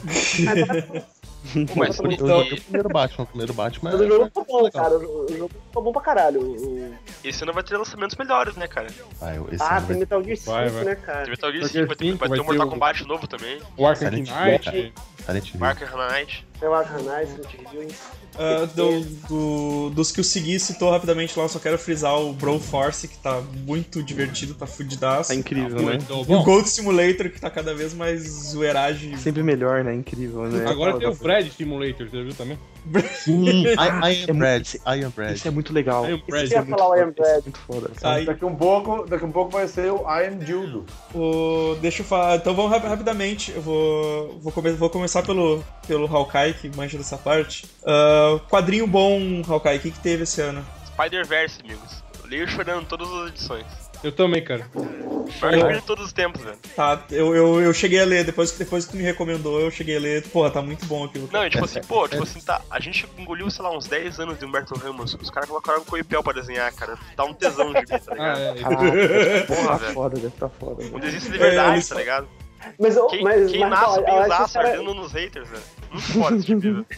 Mas Eu então, joguei o primeiro Batman, o primeiro Batman. Mas o jogo ficou bom, legal. cara. O, o jogo ficou bom pra caralho. O... esse ano vai ter lançamentos melhores, né, cara? Ah, eu- esse Ah, ano tem vai- Metal Gear cinco, Vai, vai. né, cara? Tem Metal Gear Metal cinco, vai ter, cinco, vai ter vai um Mortal ter o- Kombat novo também. O Arkham Silent Knight. Silent Hill. Arkham Knight. Tem o Arcanine, Silent Hill. Ah, do, do- dos que o Segui citou rapidamente lá, eu só quero frisar o Brawl Force, que tá muito divertido, tá fudidaço. Tá incrível, né? Muito E o bom. Gold Simulator, que tá cada vez mais zoeiragem. Sempre melhor, né? Incrível, né? Agora tem o Foda. Brad Simulator, você viu também? Sim, I, I É am muito- Brad. I am Brad. Isso é muito legal. Aí o Isso Brad Isso que eu é ia muito... falar, o I Am Isso é Brad. muito foda. Aí, Daqui um pouco, daqui um pouco vai ser o I Am Dildo. o, deixa eu falar, então vamos rap- rapidamente, eu vou, vou, come- vou começar pelo, pelo Hawkeye, que manja dessa parte. Ah, quadrinho bom, Hawkeye, o que, que teve esse ano? Spider-Verse, amigos. Eu leio chorando todas as edições. Eu também, cara. Maior livro de todos os tempos, velho. Tá, eu, eu, eu cheguei a ler, depois, que- depois que tu me recomendou, eu cheguei a ler. Porra, tá muito bom aquilo. Não, e tipo assim, pô, tipo assim, tá. A gente engoliu, sei lá, uns dez anos de Humberto Ramos. Os caras colocaram um coipel pra desenhar, cara. Dá um tesão de mim, tá Ah, ligado? é. Caraca, deve Porra, tá velho. foda, deve tá foda. Um existe de verdade, É, eles- tá ligado? Mas, eu- Quem, mas, quem mas, nasce ó, bem eu acho que usar, os cara- ardendo nos haters, velho. Muito foda esse gibi, velho.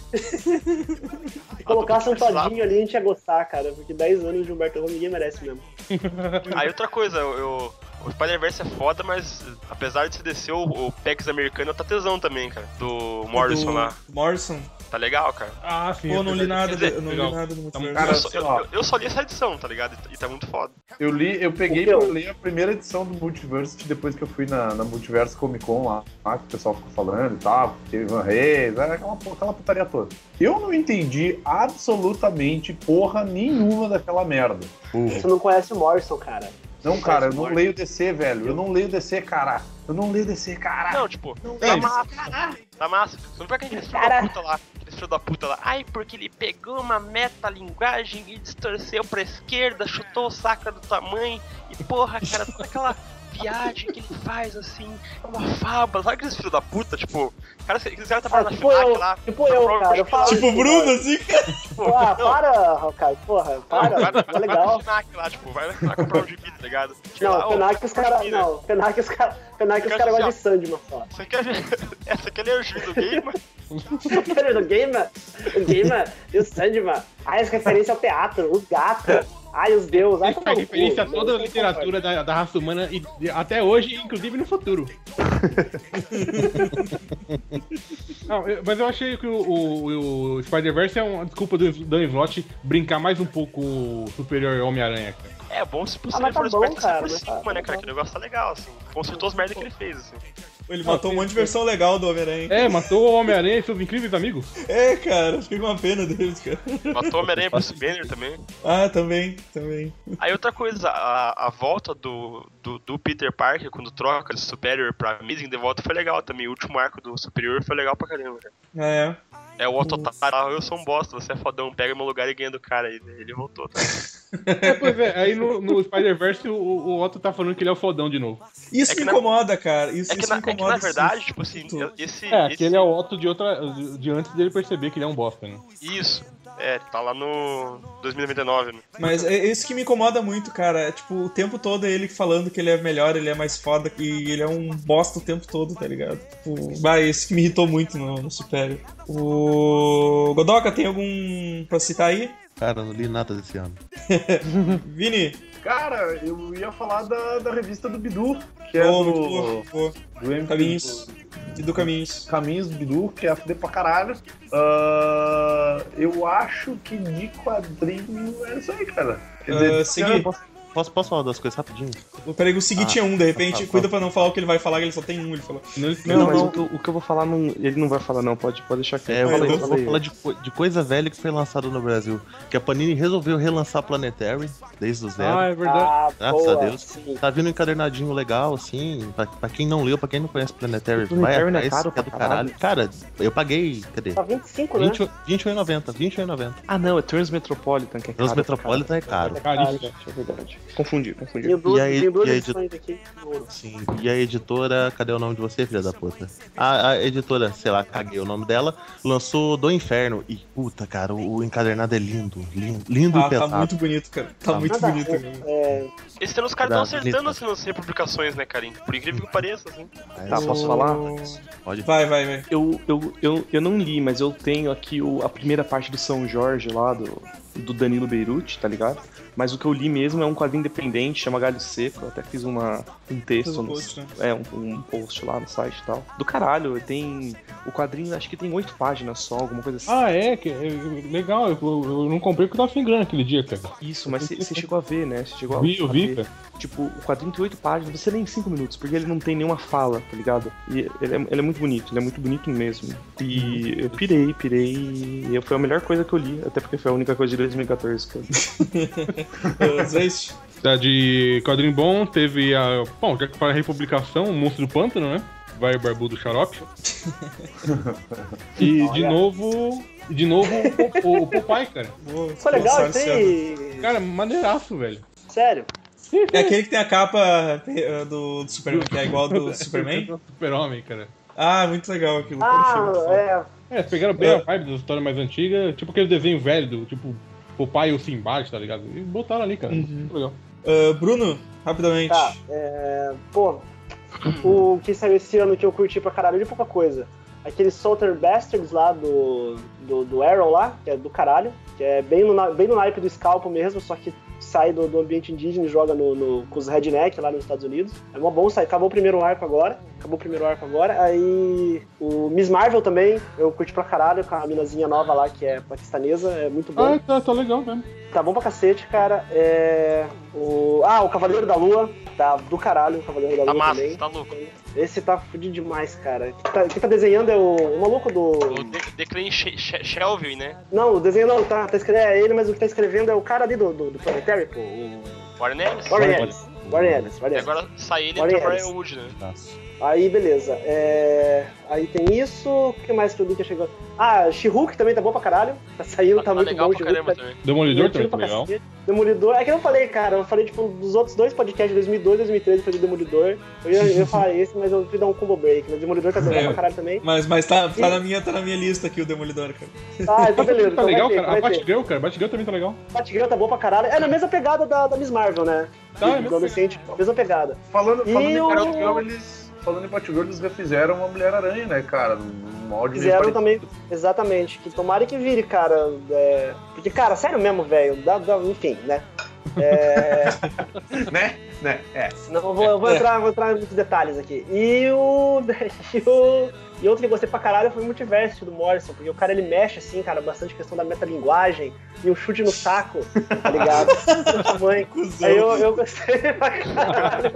se colocasse um todinho ali, a gente ia gostar, cara. Porque dez anos de Humberto Ramos ninguém merece mesmo. Aí outra coisa, eu, eu- o Spider-Verse é foda, mas apesar de se descer o, o Pex americano, tá tesão também, cara. Do Morrison Do lá. Morrison. Tá legal, cara. Ah, sim. Pô, não li nada, Quer dizer, eu não li legal. nada no Tá multiverso. Cara, eu, só, sei eu, lá. eu- eu só li essa edição, tá ligado? E, e tá muito foda. Eu li, eu peguei Meu. pra ler a primeira edição do Multiversity depois que eu fui na, na Multiverso Comic Con lá, lá, que o pessoal ficou falando e tal, teve Van Reis, era aquela, aquela putaria toda. Eu não entendi absolutamente porra nenhuma daquela merda. Você não conhece o Morrison, cara. Não, cara, eu não leio D C, velho. Eu não leio D C, cara. Eu não leio D C, cara. Não, tipo, Não tá leio. massa. Tá massa. Você não pega aquele filho Cara. da puta lá. Aquele filho da puta lá. Ai, porque ele pegou uma metalinguagem e distorceu pra esquerda, chutou o saco do tamanho. E porra, cara, toda aquela viagem que ele faz assim, é uma fábula. Sabe aqueles filhos da puta? Tipo, cara, esse cara tá Ah, na tipo FNAC eu, lá. tipo tá eu, pro- cara. Eu falo Tipo o isso, Bruno, cara. assim, cara. Tipo, Ah, não, para, Hawkeye, porra, para, vai, vai, tá vai legal. na FNAC lá, tipo, vai lá comprar um gibi, tá ligado? Chega lá, Não, ô, Penac os caras. filha, Não, Penac os caras. Penac os Quero caras assim, gostam de Sandman só. Você quer ver? Essa aqui é o gibi do game? Peraí, do Gamer? O Gamer e o Sandman. Ai, as referências ao teatro, os gatos. Ai, os deuses. Ai, Isso tá é no referência a cu, toda a não, literatura da, da raça humana e e até hoje, inclusive no futuro. Não, eu- mas eu achei que o, o- o Spider-Verse é uma desculpa do Dan Slott brincar mais um pouco o Superior Homem-Aranha, cara. É bom se Ah, possível mas tá for bom, esperto cara, por mas tá- cima, né, tá cara? bom. Que o negócio tá legal, assim. Consertou as merda que ele fez, assim. Ele matou um monte de versão legal do Homem-Aranha. É, matou o Homem-Aranha e seus incríveis amigos. É, cara, fiquei com uma pena deles, cara. Matou o Homem-Aranha e Bruce Banner também. Ah, também, também. Aí outra coisa, a, a volta do, do, do Peter Parker, quando troca de Superior pra Amazing de volta, foi legal também. O último arco do Superior foi legal pra caramba, cara. É. É o Otto Otário, eu sou um bosta, você é fodão, pega meu lugar e ganha do cara aí. Ele voltou, tá? É, pois é, aí no, no Spider-Verse o, o Otto tá falando que ele é o fodão de novo. Isso É que me na- incomoda, cara. Isso, É que, isso na, me é que incomoda. na verdade, sim. tipo assim, Tudo. esse. É, esse... que ele é o Otto de outra. de antes dele perceber que ele é um bosta, né? Isso. É, tá lá no dois mil e noventa e nove, né? Mas é isso que me incomoda muito, cara. É, tipo, o tempo todo é ele falando que ele é melhor, ele é mais foda, que ele é um bosta o tempo todo, tá ligado? Tipo, vai, esse que me irritou muito no, no Superior. O Godoka, tem algum pra citar aí? Cara, eu não li nada desse ano. Vini? Cara, eu ia falar da, da revista do Bidu, que é Pô, do, muito boa, boa. do M- Caminhos. E do Caminhos. Caminhos do Bidu, que é fuder pra caralho. Ah, eu acho que de quadrinho é isso aí, cara. Quer dizer, Ah, seguir. Posso, posso falar das coisas rapidinho? Peraí, o seguinte Ah, tinha um, de repente, tá, tá. cuida pra não falar o que ele vai falar, que ele só tem um, ele falou. Não, Não, Não, mas não. O, que, eu- o que eu vou falar, não, ele não vai falar não, pode, pode deixar aqui. É, eu Fala vou, aí, eu fala vou aí. falar de, co- de coisa velha que foi lançada no Brasil. Que a Panini resolveu relançar Planetary desde o zero. Ah, é verdade. Ah, Graças boa, a Deus. sim. Tá vindo um encadernadinho legal, assim. Pra, pra quem não leu, pra quem não conhece Planetary, vai Planetary não é atrás, caro que é do pra caralho. Cara, eu paguei, cadê? Tá vinte e cinco, né? vinte e um e noventa, vinte e um e noventa. Ah, não, é Transmetropolitan que é caro. Transmetropolitan é caro. Caríssimo. É verdade. Confundi, confundi. Tenho duas, E aí- tenho duas e aí, edições aqui. Sim. E a editora, cadê o nome de você, filha da puta? A, a editora, sei lá, caguei o nome dela, lançou Do Inferno. E puta, cara, o, o encadernado é lindo. Lindo, lindo Ah, e pesado. tá muito bonito, cara. Tá Tá muito Nada, bonito. é, Mesmo. é, Esse ano os caras estão Dá, acertando bonito. assim nas republicações, né, cara? Por incrível que pareça, assim. Mas- Tá, posso falar? Pode. Vai, vai, vai. Eu, eu, eu, eu não li, mas eu tenho aqui o, a primeira parte do São Jorge lá, do, do Danilo Beirute, tá ligado? Mas o que eu li mesmo é um quadrinho independente, chama Galho Seco. Eu até fiz uma, um texto, Fez um no- post, né? é, um, um post lá no site e tal. Do caralho, tem. O quadrinho acho que tem oito páginas só, alguma coisa assim. Ah, é, que, é legal, eu, eu não comprei porque eu tava sem grana aquele dia, cara. Isso, mas você chegou a ver, né? Você chegou a, Vi, eu a vi, ver. cara. Tipo, o quadrinho tem oito páginas, você lê em cinco minutos, porque ele não tem nenhuma fala, tá ligado? E ele é, ele é muito bonito, ele é muito bonito mesmo. E eu pirei, pirei, e foi a melhor coisa que eu li, até porque foi a única coisa de dois mil e quatorze que eu li. Às vezes. Tá, de quadrinho bom, teve a. Bom, já que para a republicação, o Monstro do Pântano, né? Vai o Barbudo Xarope. E de novo. De novo o, o, o Popeye, cara. Vou Foi legal lançar isso esse ano. aí. Cara, maneiraço, velho. Sério. É aquele que tem a capa eh, do, do Superman, que é igual do Superman? Super-Homem, cara. Ah, muito legal aquilo. Ah, é. É, pegaram bem a vibe da história mais antiga, tipo aquele desenho velho do tipo Popeye e o Sinbad, tá ligado? E botaram ali, cara. Muito legal. Uh, Bruno, rapidamente. Tá, é. Pô, o que saiu esse ano que eu curti pra caralho de pouca coisa. Aquele Solter Bastards lá do, do, do Arrow lá, que é do caralho, que é bem no, na- bem no naipe do Scalpo mesmo, só que sai do, do ambiente indígena e joga no, no, com os redneck lá nos Estados Unidos. É mó bom, sai, acabou o primeiro arco agora, acabou o primeiro arco agora. Aí o Miss Marvel também, eu curti pra caralho, com a minazinha nova lá, que é paquistanesa, é muito bom. Ah, tá, tá legal mesmo. Tá bom pra cacete, cara. É. O... Ah, o Cavaleiro da Lua. Tá do caralho, o Cavaleiro da Tá Lua massa, também. tá louco. Esse tá fudido demais, cara. Quem tá, quem tá desenhando é o, o maluco do. O De- Declan She- She- Shelby, né? Não, o desenho não, tá, tá escrevendo é ele, mas o que tá escrevendo é o cara ali do, do, do Planetary, pô. O Warren Ellis. Warren Ellis. Warren Ellis, Warren E Ellis. agora sai ele e Warren entra o Ellis. Brian Wood, né? Aí, beleza. É... Aí tem isso. O que mais que eu li que chegou? Ah, She-Hulk também tá bom pra caralho. Tá saindo, tá, Tá muito legal bom o pra She-Hulk. caramba Tá... também. Demolidor Divertido também tá pra legal. cacete. Demolidor, é que eu falei, cara, eu falei, tipo, dos outros dois podcasts de dois mil e dois, dois mil e treze, eu falei Demolidor. Eu ia, eu ia falar esse, mas eu fui dar um combo break. Mas Demolidor tá legal É. pra caralho também. Mas, mas tá, tá, na minha, tá na minha lista aqui o Demolidor, cara. Ah, então beleza. Tá então legal, vai ter, cara. A vai ter. Batgirl, cara. Batgirl também tá legal. Batgirl tá bom pra caralho. É na mesma pegada da, da Miss Marvel, né? Tá, é Do mesmo. adolescente, mesma pegada. Falando, E falando em o- Batgirl, eles. Falando em Batgirl, eles refizeram uma Mulher-Aranha, né, cara? Um molde meio Fizeram parecido. também, exatamente. Que tomara que vire, cara. é, Porque, cara, sério mesmo, velho. dá- dá- Enfim, né? É... Né? Né? É. Não, eu vou, eu vou entrar, vou entrar em muitos detalhes aqui. E o. E, o... e outro que eu gostei pra caralho foi o Multiverse do Morrison, porque o cara ele mexe assim, cara, bastante questão da metalinguagem e um chute no saco, tá ligado? Do tamanho. Cusão. Aí eu, eu gostei pra caralho.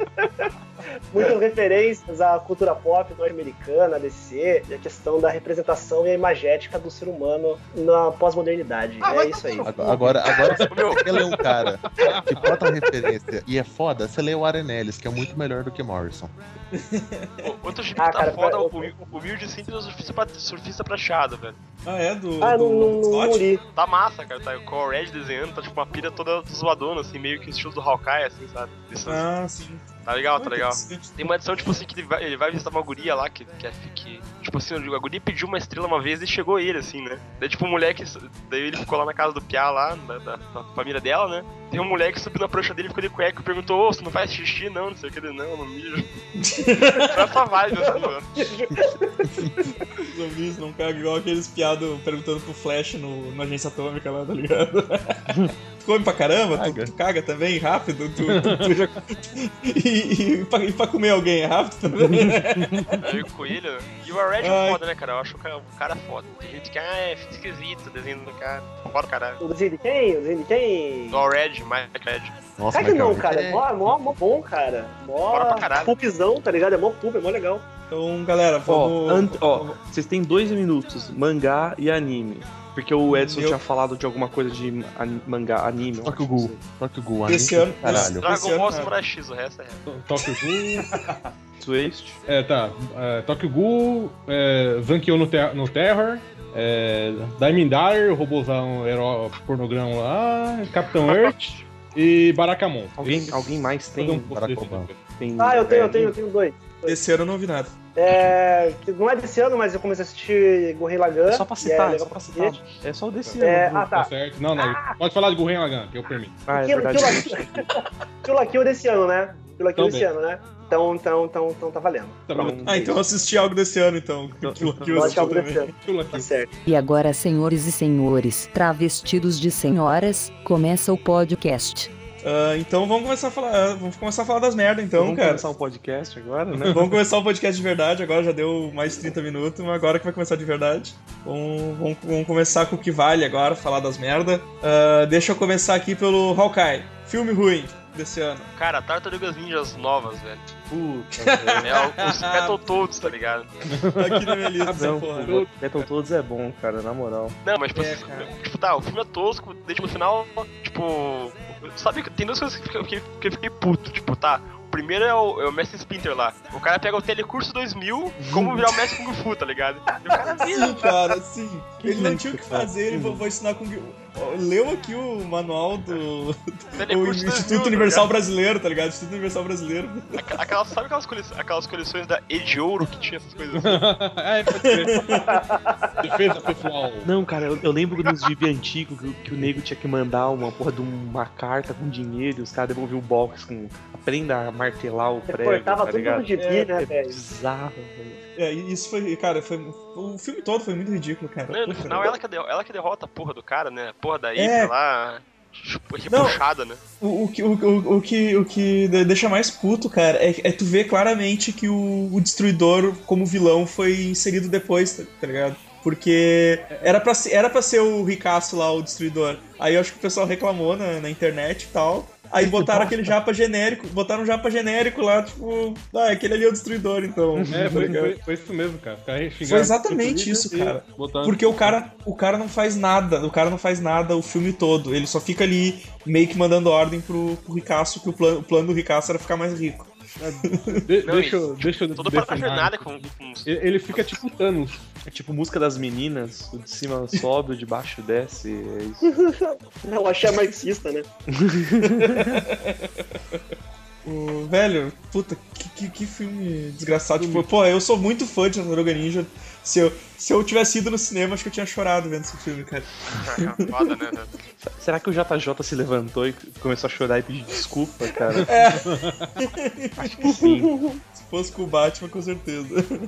Muitas referências à cultura pop norte-americana, D C, e a questão da representação e a imagética do ser humano na pós-modernidade. é isso aí. Agora, agora se você quer ler um cara que bota uma referência e é foda, você lê o Warren Ellis, que é muito melhor do que Morrison. O- Outro gibi Ah, que tá cara, foda, eu- o, o Humilde Simples do surfista, pra- surfista prateado, velho. Ah, é? Do, Ah, do, não, não, do não, não Scott? li. Tá massa, cara. Tá com o Red desenhando, tá tipo uma pilha toda zoadona, assim, meio que o estilo do Hawkeye, assim, sabe? Isso- Ah, sim. Tá legal, tá Ah, legal. interessante. Tem uma edição, tipo assim, que ele vai, ele vai visitar uma guria lá, que, que, é, que tipo assim, a guria pediu uma estrela uma vez e chegou ele, assim, né? Daí, tipo, um moleque, daí ele ficou lá na casa do Piá, lá, da, da, da família dela, né? Tem um moleque que subiu na prancha dele, ficou de cueca e perguntou, ô, você não faz xixi, não? Não sei o que, ele, não, não mijo. Foi essa vibe, assim, mano. Zumbis não caga igual aqueles piados perguntando pro Flash no, na agência atômica lá, tá ligado? Tu come pra caramba? Tu, tu caga também rápido? Tu, tu, tu já... e, e, pra, e pra comer alguém é rápido também? Aí o Coelho. E o Red é Ai. foda, né, cara? Eu acho o cara, o cara foda. Tem gente que, ah, é esquisito o desenho do cara. Foda, caralho. O desenho de quem? O desenho de quem? No Red, Mike Red. Nossa, Claro que não, Michael, cara. é- É mó, mó, mó bom, cara. Mó Bora pra caralho. pulpzão, tá ligado? É mó pulp, é mó legal. Então, galera, Ó, vamos... ant- ó, vocês têm dois minutos, mangá e anime. Porque o Edson Meu- tinha falado de alguma coisa de an- mangá, anime. eu Toca o acho, Gu, não sei. toca o Gu, Esse anime, ano- caralho. Esse Dragon ano, Ball cara. Samurai X, o resto é reto. Tokyo Ghoul. Twist. É, tá. É, Tokyo Ghoul, é, Zankyo no, ter no Terror, é, Diamond Dyer, o robôzão herói pornogrão lá, Capitão Earth. e Barakamon. Alguém, alguém mais tem? Um Barack Obama. tem Ah, eu tenho, é, eu tenho, eu tenho dois. Esse ano eu não vi nada. É, que não é desse ano, mas eu comecei a assistir Gurren Lagann. É só pra e citar, é, legal só pra pra citar. cacete. É só o desse É, ano. ah, tá. Tá certo. Não, não. Pode falar de Gurren Lagann, que eu permito. Ah, é Kill, verdade. Kill la Kill desse ano, né? Kill la Kill Também. desse ano, né? Então, então, então, então tá valendo. Tá Pronto. bom. Ah, então eu assisti algo desse ano, então. Que eu que eu Pode assisti algo desse também. ano. Kill la Tá Kill. certo. E agora, senhores e senhores, travestidos de senhoras, começa o podcast. Ah, então vamos começar a falar. Vamos começar a falar das merdas, então, Vamos cara. começar um podcast agora, né? Vamos começar o podcast de verdade, agora já deu mais de trinta minutos, mas agora que vai começar de verdade. Vamos, vamos, vamos começar com o que vale agora, falar das merda. Ah, deixa eu começar aqui pelo Hawkeye. Filme ruim desse ano. Cara, Tartarugas Ninjas novas, velho. Puta, velho. É, os Battletoads, tá ligado? Aqui na minha lista, essa Não, porra. o Battletoads é bom, cara, na moral. Não, mas tipo, É, assim, cara. tipo, tá, o filme é tosco, desde no final, tipo. Sabe que tem duas coisas que eu fiquei, que eu fiquei puto, tipo, tá. O primeiro é o, é o Mestre Splinter lá. O cara pega o Telecurso dois mil, como virar o Mestre Kung Fu, tá ligado? E o cara vira, Sim, cara, sim. Ele não isso, tinha o que cara, fazer, ele que vai vai ensinar com. Ó, leu aqui o manual do. Telecurso o dois Instituto mil, Universal tá ligado? Brasileiro, tá ligado? Instituto Universal Brasileiro. Aquela- Aquelas, sabe aquelas, cole, aquelas coleções da E de Ouro que tinha essas coisas assim? É, pode ser. Defesa pessoal. Não, cara, eu, eu lembro nos gibi antigos que, o- que o nego tinha que mandar uma porra de uma carta com dinheiro e os caras devolviam o box com. Aprenda a martelar o prego, Cortava tá tudo ligado? no gibi, É, né, É velho? bizarro, velho. É, e isso foi, cara, foi. O filme todo foi muito ridículo, cara. Né, no Puta, final, ela que, de- ela que derrota a porra do cara, né? A porra da É. April lá. chup- Repuxada, né? O, o, que, o, o, o que, o que de- deixa mais puto, cara, é, é tu ver claramente que o, o Destruidor, como vilão, foi inserido depois, tá, tá ligado? Porque era pra, ser, era pra ser o ricaço lá, o Destruidor. Aí eu acho que o pessoal reclamou na, na internet e tal. Aí botaram aquele japa genérico, botaram um japa genérico lá, tipo, ah, aquele ali é o Destruidor, então. É, tá foi, ligado? foi, foi isso mesmo, cara. Os caras Foi xingaram exatamente o isso, Twitter cara. e botaram- Porque o cara, o cara não faz nada, o cara não faz nada o filme todo. Ele só fica ali meio que mandando ordem pro, pro ricaço, que o plano, o plano do ricaço era ficar mais rico. De- Não, deixa, e eu- deixa eu Toda defender. parafernália com, com os- Ele ele fica tipo Thanos. É tipo música das meninas, o de cima sobe, o de baixo desce, é isso. Eu achei marxista, né? O, velho, puta, que, que, que filme desgraçado. Tipo, pô, eu sou muito fã de Tartaruga Ninja. Se eu, se eu tivesse ido no cinema, acho que eu tinha chorado vendo esse filme, cara. Foda, né? né? Será que o J J se levantou e começou a chorar e pedir desculpa, cara? É, Acho que sim. se fosse com o Batman, com certeza.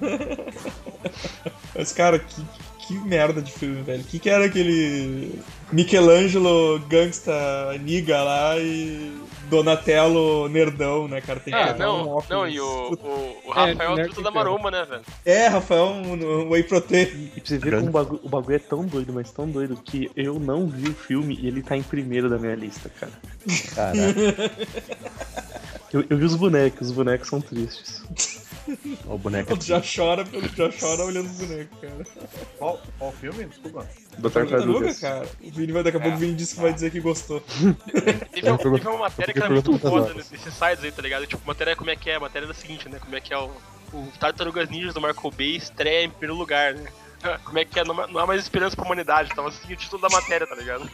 Mas, cara, que, que merda de filme, velho. O que, que era aquele Michelangelo gangsta niga lá e Donatello nerdão, né, cara? Tem que É, botar um não, óculos. não, e o, o, o É, Rafael né, é, truta da que ferro. maromba, né, velho? É, Rafael, um, um whey protein. E pra você ver como o bagulho, o bagulho é tão doido, mas tão doido, que eu não vi o filme e ele tá em primeiro da minha lista, cara. Caraca. Eu, eu vi os bonecos, os bonecos são tristes. Ó, o boneco. Tu já chora, já chora olhando os bonecos, cara. Qual, qual filme? Desculpa. Do Tartaruga, Tartarugas. cara. O Vini vai, daqui a pouco o Vini disse que vai dizer que gostou. Teve, Eu um- pergunto- teve uma matéria que eu era muito pergunto quantas foda horas. nesses sites aí, tá ligado? Tipo, matéria como é que é? A matéria era a seguinte, né? Como é que é o, o Tartarugas Ninjas do Michael Bay estreia em primeiro lugar, né? Como é que é? Não, não há mais esperança pra humanidade. Tava assim o título da matéria, tá ligado?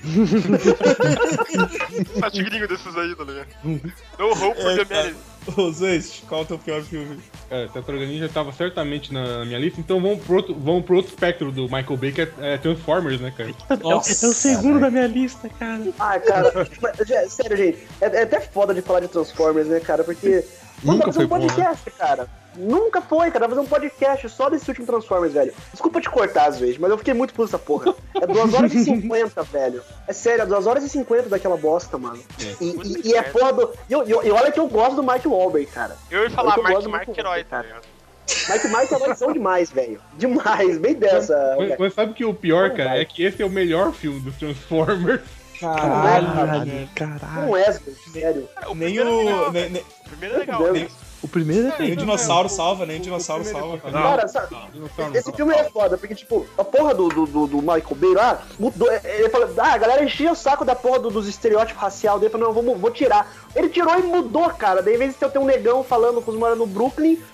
Site gringo desses aí, tá ligado? No hope for É, the cara. humanity. Ô, Zeist, qual é o teu pior filme? Cara, Tartaruga Ninja tava certamente na minha lista, então vamos pro outro, vamos pro outro espectro do Michael Bay, que é, é Transformers, né, cara? Nossa, É o segundo da minha lista, cara. Ah, cara, mas, é, sério, gente, é, é até foda de falar de Transformers, né, cara? Porque. Mano, Nunca dá pra fazer um foi bom, podcast, cara. Nunca foi, cara. Dá pra fazer um podcast só desse último Transformers, velho. Desculpa te cortar às vezes, mas eu fiquei muito puto dessa porra. É duas horas e cinquenta, velho. É sério, é duas horas e cinquenta daquela bosta, mano. E, e- e é porra do. E, eu- eu- e olha que eu gosto do Mike Wahlberg, cara. Eu ia falar Eu Mark gosto Mark muito, Herói, tá cara. ligado? Mike Mike é são demais, velho. Demais, bem dessa. Mas, mas sabe que o pior, Não cara, vai. é que esse é o melhor filme dos Transformers. Caralho, Caralho, velho. caralho. Não é, velho, sério. É, o Nem primeiro é o. legal, Nem, nem, O primeiro é legal. Meu né? Deus. O primeiro é nem o dinossauro o- salva, nem o o- dinossauro o primeiro salva, é cara. Cara, sabe, esse filme é foda, porque, tipo, a porra do, do, do, do Michael Bay lá mudou. Ele falou, ah, a galera enchia o saco da porra do- dos estereótipos raciais dele, falou, não, vou, vou tirar. Ele tirou e mudou, cara. Daí, em vez de eu ter um negão falando com os moradores no Brooklyn,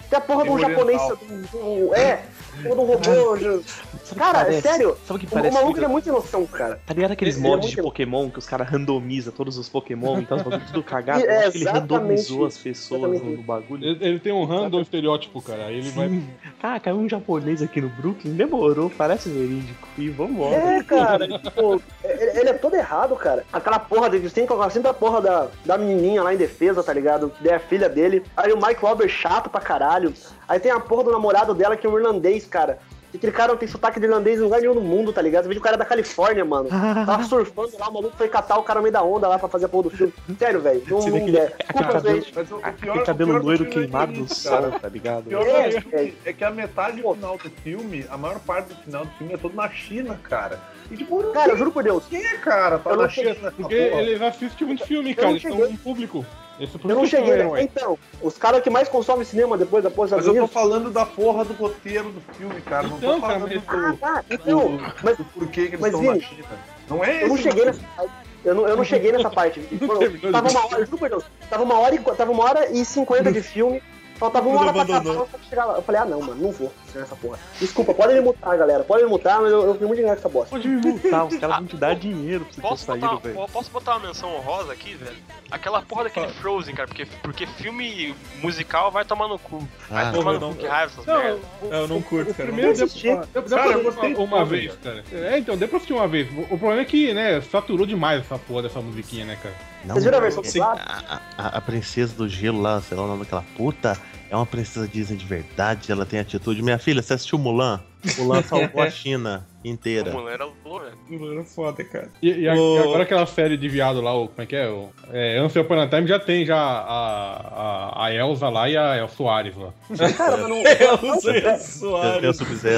Tem a porra Tem de um japonês. oriental. Um, um, é, porra de um robô. já- Sabe o que Cara, é parece? sério. Sabe o que O, parece? o maluco filho? ele é muito noção, cara. Tá ligado aqueles Ele é mods muito- de Pokémon que os caras randomizam todos os Pokémon, então os bagulhos tudo cagado? É, Eu acho que ele exatamente randomizou as isso, pessoas exatamente no, no isso. bagulho. Ele, ele tem um random estereótipo, cara. Aí ele vai. Sim. Cara, caiu um japonês aqui no Brooklyn, demorou, parece verídico. E vambora. É, cara, tipo, ele, ele é todo errado, cara. Aquela porra dele, tem que colocar sempre a porra da, da menininha lá em defesa, tá ligado? Que é a filha dele. Aí o Mike Wahlberg chato pra caralho. Aí tem a porra do namorado dela que é um irlandês, cara. E aquele cara não tem sotaque de irlandês em lugar nenhum no mundo, tá ligado? Você vê que o cara é da Califórnia, mano. Tava surfando lá, o maluco foi catar o cara no meio da onda lá pra fazer a porra do filme. Sério, velho. Não, Você não vê aquele- der. aquele Desculpa, cabelo- gente. Mas o, o pior, Aquele o cabelo pior do loiro filme é queimado que no isso, sol, cara. tá ligado? O pior É, do filme é. é que a metade do final do filme, a maior parte do final do filme é todo na China, cara. E tipo, não Cara, eu juro por Deus. sei quem é, cara, tá Eu na não sei, China. Porque essa porra. eles assistem muito filme, Eu cara. não Eles são cheguei- um público. Esse Eu público não cheguei, são né? ué. Então, os caras que mais consomem cinema depois da porra dos Mas Estados eu tô Unidos. falando da porra do roteiro do filme, cara. Não Então, tô cara, falando mas- do, Ah, tá. Então, mas do porquê que eles mas, estão na Vini, China. Não é eu não esse cheguei o nessa parte. Eu não, eu não cheguei nessa parte. terminou Tava de- uma hora, eu juro por Deus, tava uma hora e, tava uma hora e cinquenta de filme. Faltava uma hora pra acabar, Abandonou. pra chegar lá. Eu falei, ah não, mano, não vou assistir essa porra. Desculpa, podem me mutar, galera. Podem me mutar, mas eu, eu fiquei muito indignado com essa bosta. Pode me multar, os caras vão te dar dinheiro pra você ter Posso saído, botar, velho. posso botar uma menção honrosa aqui, velho? Aquela porra daquele Frozen, cara, porque, porque filme musical vai tomar no cu. Vai Ah, tomar eu no não- cu, que raiva essas Não, merdas. É, eu não curto, cara. Primeiro Eu deu, assisti. deu, deu Cara, pra eu gostei assistir uma de vez, tudo, cara. É, então, deu pra assistir uma vez. O problema é que, né, saturou demais essa porra dessa musiquinha, né, cara? Não, Vocês viram a versão Sim. dublada? a, a, a princesa do gelo lá, sei lá o nome daquela puta, é uma princesa Disney de verdade, ela tem atitude. Minha filha, você assistiu Mulan? Mulan salvou a China A inteira. mulher era louca, velho. Era foda, cara. E, e a- O- e agora aquela série de viado lá, o, como é que é? O, é Ansel Upon Time já tem já a, a, a Elsa lá e a El Soares lá. Cara, mas não. Eu não, sei, não, Soares. Tem o Sub-Zero.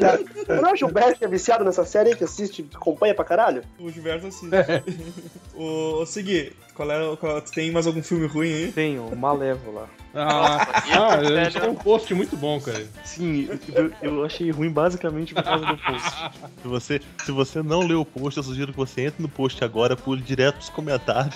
não é o Gilberto que é viciado nessa série aí, que assiste, acompanha pra caralho? O Gilberto assiste. o, o Segui, qual é, qual, tem mais algum filme ruim aí? Tem, o Malévola. Ah, e ah essa a gente série- tem um post muito bom, cara. Sim, eu, eu achei ruim basicamente por causa do post. Se você, se você não leu o post, eu sugiro que você entre no post agora, pule direto pros comentários.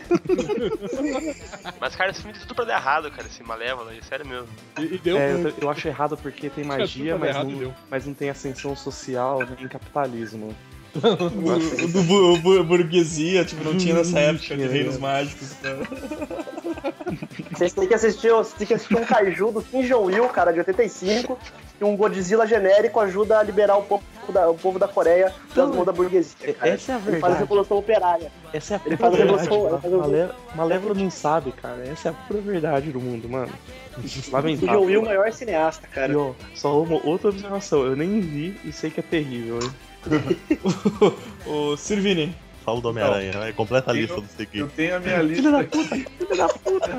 Mas, cara, esse filme tem tudo pra dar errado, cara, esse Malévola aí, sério mesmo. E, e deu É, um- eu, eu acho errado porque tem magia, tudo mas errado não, deu. mas não tem ascensão social nem capitalismo. O do bu- bu- burguesia, tipo, não tinha nessa época de tinha, reinos é. mágicos. Tá? Vocês têm que assistir, vocês têm que assistir um Kaiju do Kim Jong-il, cara, de oitenta e cinco, e um Godzilla genérico ajuda a liberar o povo da, o povo da Coreia das mãos da burguesia, cara. Essa é a Ele faz a verdade. revolução operária. Essa é a Ele pura faz a verdade. revolução- ele faz a- Malé- Malévola não sabe, cara. Essa é a pura verdade do mundo, mano. Kim Lamentável. Jong-il é o maior cineasta, cara. E, ó, só uma outra observação. Eu nem vi e sei que é terrível, hein? O Sirvini. Fala do Homem-Aranha, vai, completa a lista do Eu Segui. tenho a minha lista aqui. Filho da puta!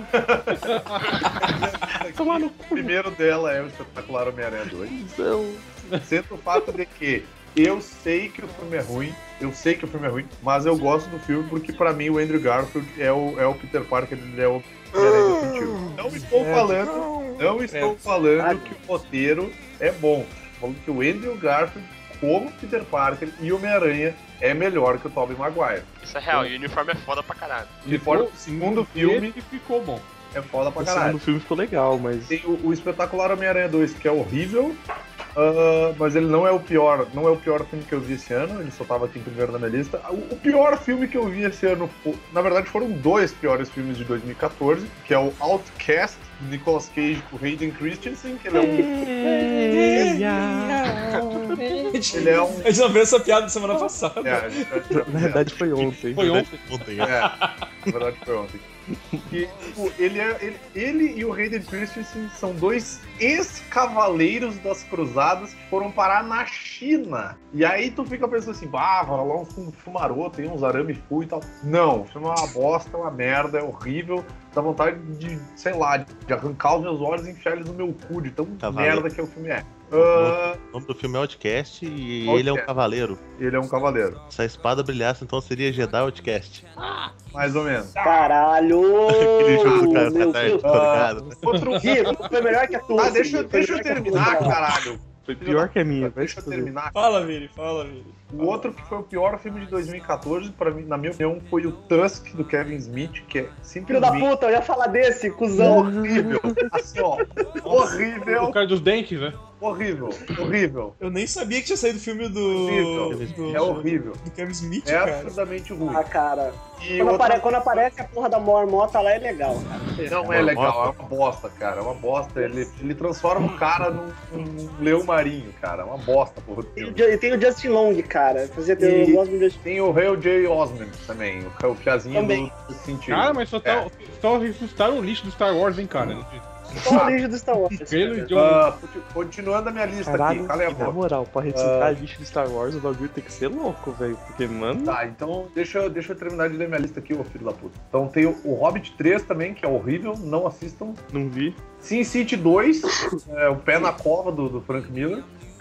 Tomar no O primeiro dela é o Espetacular Homem-Aranha dois. Não. Sendo o fato de que eu sei que o filme é ruim, eu sei que o filme é ruim, mas eu gosto do filme porque pra mim o Andrew Garfield é o, é o Peter Parker, ele é o Homem-Aranha definitivo. Não estou falando, não estou falando que o roteiro é bom. Estou falando que o Andrew Garfield, como Peter Parker e Homem-Aranha, é melhor que o Tobey Maguire. Isso é real, e o uniforme é foda pra caralho. De fora, o segundo filme Esse ficou bom. é foda pra O caralho. segundo filme ficou legal, mas. Tem o, o Espetacular Homem-Aranha dois, que é horrível, ah, mas ele não é o pior, não é o pior filme que eu vi esse ano, ele só tava aqui em primeiro na minha lista. O, o pior filme que eu vi esse ano, fo- na verdade foram dois piores filmes de dois mil e quatorze, que é o Outcast, do Nicolas Cage com o Hayden Christensen, que ele é um... ele é um... A gente já viu essa piada semana passada. É, a gente já- já- Na verdade foi ontem. Foi ontem. Ontem, É, na verdade foi ontem. Que, tipo, ele, é, ele, ele e o Hayden Christensen são dois ex-cavaleiros das cruzadas que foram parar na China. E aí tu fica pensando assim, ah, vai lá um filme maroto, tem uns arame full e tal. Não, o filme é uma bosta, é uma merda, é horrível. Dá vontade de, sei lá, de arrancar os meus olhos e enfiar eles no meu cu, de tão Cavaleiro. merda que o filme é. Ah, O nome do filme é Outcast e Outcast. ele é um cavaleiro. ele é um cavaleiro, Se a espada brilhasse, então seria Jedi Outcast. mais ou menos. Caralho! Aquele jogo do cara Meu tá certo, Deus. tá ligado? Outro Gui, foi melhor que a tua. Ah, deixa, eu- Gui, foi deixa eu melhor que a terminar, tua. caralho. Foi pior que a minha. Deixa eu terminar. Fala, Vini, fala, Vini. O outro que foi o pior filme de dois mil e quatorze, pra mim, na minha opinião, foi o Tusk, do Kevin Smith, que é Filho simplesmente da puta, eu ia falar desse, cuzão. horrível. Assim, ó, horrível, O cara dos dentes, né? horrível, horrível. Eu nem sabia que tinha saído o filme do. Horrível. do É horrível. do Kevin Smith, É cara. absolutamente ruim. Ah, cara. E Quando, outra- apare- quando aparece a porra da Mormota lá é legal, cara. Não é legal, é uma bosta, cara. É uma bosta. Ele, ele transforma o cara num, num leão marinho, cara. É uma bosta, porra. do E filme. o Ju- e tem o Justin Long, cara. Fazia E- eu gosto do Justin Tem o Hale J. Osment também, o, o piazinho Também. do, do sentido. Cara, mas só, tá, É. só ressuscitaram o lixo do Star Wars, hein, cara. Long. O lixo do Star Wars. Pelo cara. John. Ah, conti- continuando a minha lista Caralho, aqui, calem a e na boca. moral, pra ressuscitar a lista do Star Wars, o bagulho tem que ser louco, velho. Porque, mano. Tá, então deixa, eu- deixa eu terminar de ler minha lista aqui, ô filho da puta. Então tem o, o Hobbit três também, que é horrível, não assistam. Não vi. Sin City dois, é, o pé na cova do, do Frank Miller.